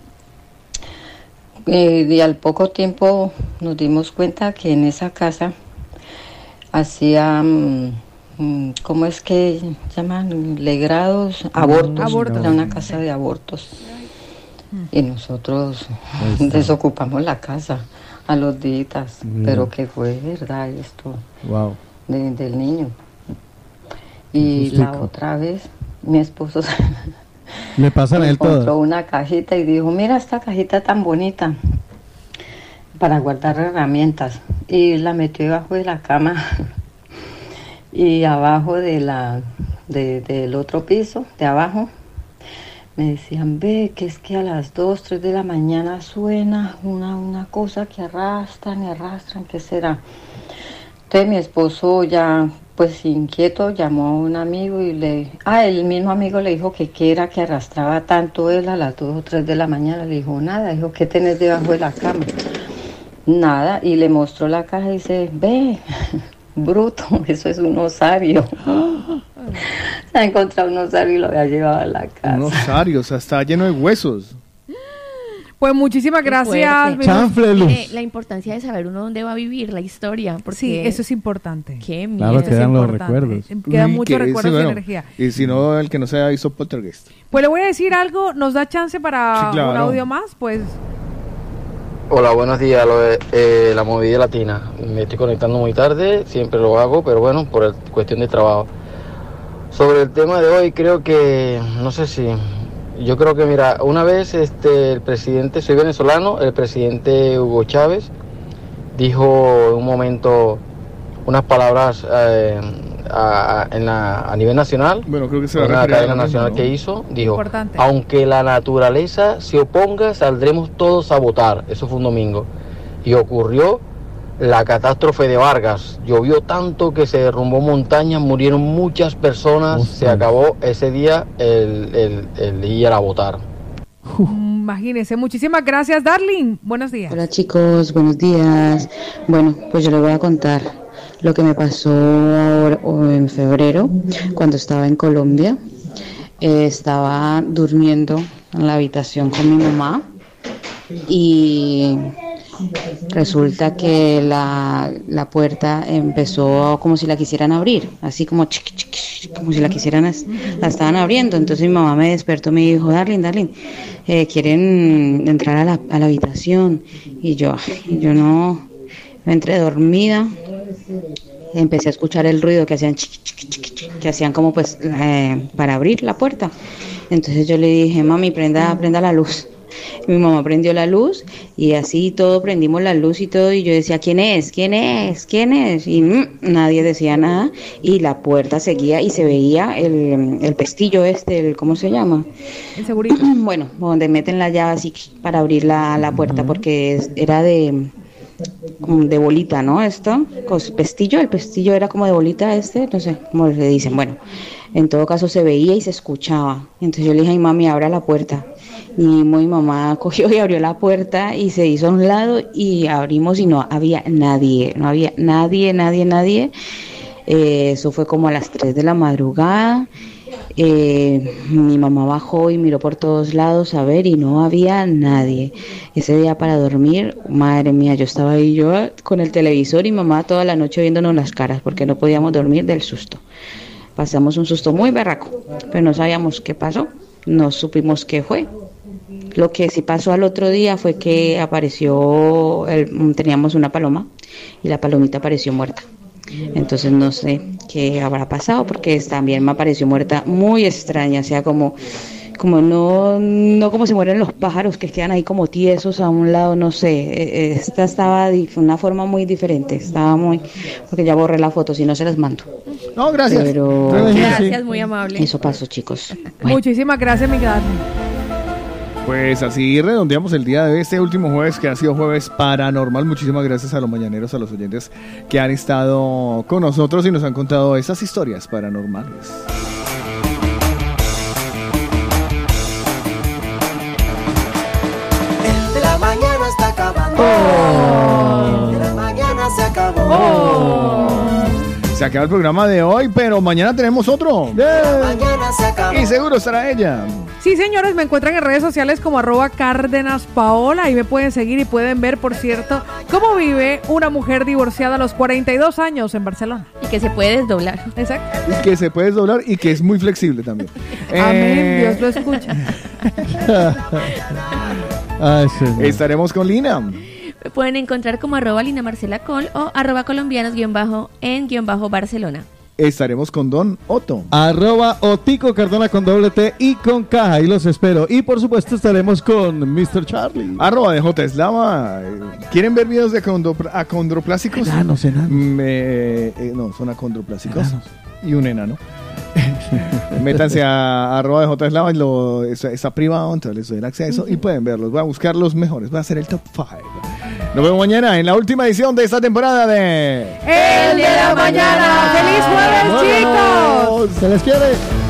Eh, y al poco tiempo nos dimos cuenta que en esa casa hacían... ¿Cómo es que llaman? Legrados, abortos. Abortos. Era una casa de abortos. Y nosotros desocupamos la casa a los días. Mm. Pero que fue verdad esto. Wow. De, del niño. Y la otra vez, mi esposo le pasan a él todo. Encontró una cajita y dijo, mira esta cajita tan bonita para guardar herramientas. Y la metió debajo de la cama. Y abajo de la de, del otro piso, de abajo, me decían, ve, que es que a las dos, tres de la mañana suena una, una cosa que arrastran y arrastran, ¿qué será? Entonces mi esposo ya, pues inquieto, llamó a un amigo y le... Ah, el mismo amigo le dijo que qué era que arrastraba tanto él a las dos o tres de la mañana. Le dijo, nada, dijo, ¿qué tenés debajo de la cama? Nada, y le mostró la caja y dice, ve... Bruto, eso es un osario. Se ha encontrado un osario y lo había llevado a la casa. Un osario, o sea, está lleno de huesos. Pues muchísimas gracias. Eh, la importancia de saber uno dónde va a vivir, la historia. Porque sí, eso es importante. Qué miedo. Claro, quedan los recuerdos. Quedan muchos recuerdos sí, y bueno, energía. Y si no, el que no se haya visto Poltergeist. Pues le voy a decir algo, ¿nos da chance para sí, claro. un audio más? Pues... Hola, buenos días, lo de, eh, la movida latina. Me estoy conectando muy tarde, siempre lo hago, pero bueno, por el, cuestión de trabajo. Sobre el tema de hoy, creo que, no sé si, yo creo que, mira, una vez este, el presidente, soy venezolano, el presidente Hugo Chávez dijo en un momento unas palabras eh, a, a, en la, a nivel nacional, bueno, creo que se va en a la referir cadena a lo nacional mismo, ¿no? que hizo, dijo, Importante. aunque la naturaleza se oponga, saldremos todos a votar. Eso fue un domingo. Y ocurrió la catástrofe de Vargas. Llovió tanto que se derrumbó montañas, murieron muchas personas, se acabó ese día el, el, el ir a votar. Imagínese. Muchísimas gracias, Darling. Buenos días. Hola chicos, buenos días. Bueno, pues yo les voy a contar lo que me pasó ahora o en febrero cuando estaba en Colombia. Eh, estaba durmiendo en la habitación con mi mamá y resulta que la, la puerta empezó como si la quisieran abrir, así como chiqui, chiqui, como si la quisieran, la estaban abriendo. Entonces mi mamá me despertó, me dijo, Darling, Darling, eh, quieren entrar a la, a la habitación. Y yo, yo no, me entré dormida, empecé a escuchar el ruido que hacían, chiqui, chiqui, chiqui, chiqui, que hacían como pues eh, para abrir la puerta. Entonces yo le dije, mami, prenda, prenda la luz. Mi mamá prendió la luz y así todo, prendimos la luz y todo, y yo decía, ¿quién es? ¿quién es? ¿quién es? Y mmm, nadie decía nada, y la puerta seguía y se veía el, el pestillo este, el, ¿cómo se llama? El segurito. Bueno, donde meten la llave así para abrir la, la puerta, porque es, era de, de bolita, ¿no? Esto, cos, pestillo, el pestillo era como de bolita este, no sé cómo le dicen. Bueno, en todo caso se veía y se escuchaba. Entonces yo le dije, ay mami, abra la puerta. Y mi mamá cogió y abrió la puerta y se hizo a un lado y abrimos y no había nadie, no había nadie, nadie, nadie. Eh, eso fue como a las tres de la madrugada. Eh, mi mamá bajó y miró por todos lados a ver y no había nadie. Ese día para dormir, madre mía, yo estaba ahí yo con el televisor y mamá toda la noche viéndonos las caras porque no podíamos dormir del susto. Pasamos un susto muy berraco, pero no sabíamos qué pasó, no supimos qué fue. Lo que sí pasó al otro día fue que apareció, el, teníamos una paloma y la palomita apareció muerta. Entonces no sé qué habrá pasado porque también me apareció muerta muy extraña, o sea, como, como no, no como se mueren los pájaros que quedan ahí como tiesos a un lado, no sé. Esta estaba de una forma muy diferente, estaba muy, porque ya borré la foto, si no se las mando. No, gracias. Pero, Gracias, muy amable. Eso pasó, chicos. Muchísimas gracias, mi Darling. Pues así redondeamos el día de hoy, este último jueves que ha sido jueves paranormal. Muchísimas gracias a los mañaneros, a los oyentes que han estado con nosotros y nos han contado esas historias paranormales. El de la mañana está acabando. Oh. El de la mañana se acabó. Oh. Se acaba el programa de hoy, pero mañana tenemos otro. Yeah. Mañana se acabó. Y seguro estará ella. Sí, señores, me encuentran en redes sociales como arroba Cárdenas Paola. Ahí me pueden seguir y pueden ver, por cierto, cómo vive una mujer divorciada a los cuarenta y dos años en Barcelona. Y que se puede desdoblar. Exacto. Y que se puede desdoblar y que es muy flexible también. Amén, eh... Dios lo escucha. Ay, estaremos con Lina. Me pueden encontrar como arroba Lina Marcela Col o arroba colombianos guión bajo en guión bajo Barcelona. Estaremos con Don Otto. Arroba Otico Cardona con doble T y con K. Ahí los espero. Y por supuesto estaremos con mister Charlie. Arroba de J Eslava. ¿Quieren ver videos de acondroplásicos? Enanos, enanos. Me, eh, no, son acondroplásicos. Enanos. Y un enano. Métanse a arroba de J Eslava y lo, está, está privado, entonces les doy el acceso uh-huh. y pueden verlos. Voy a buscar los mejores. Voy a hacer el top cinco. Nos vemos mañana en la última edición de esta temporada de El de la Mañana. ¡Feliz jueves, chicos! ¡Se les quiere!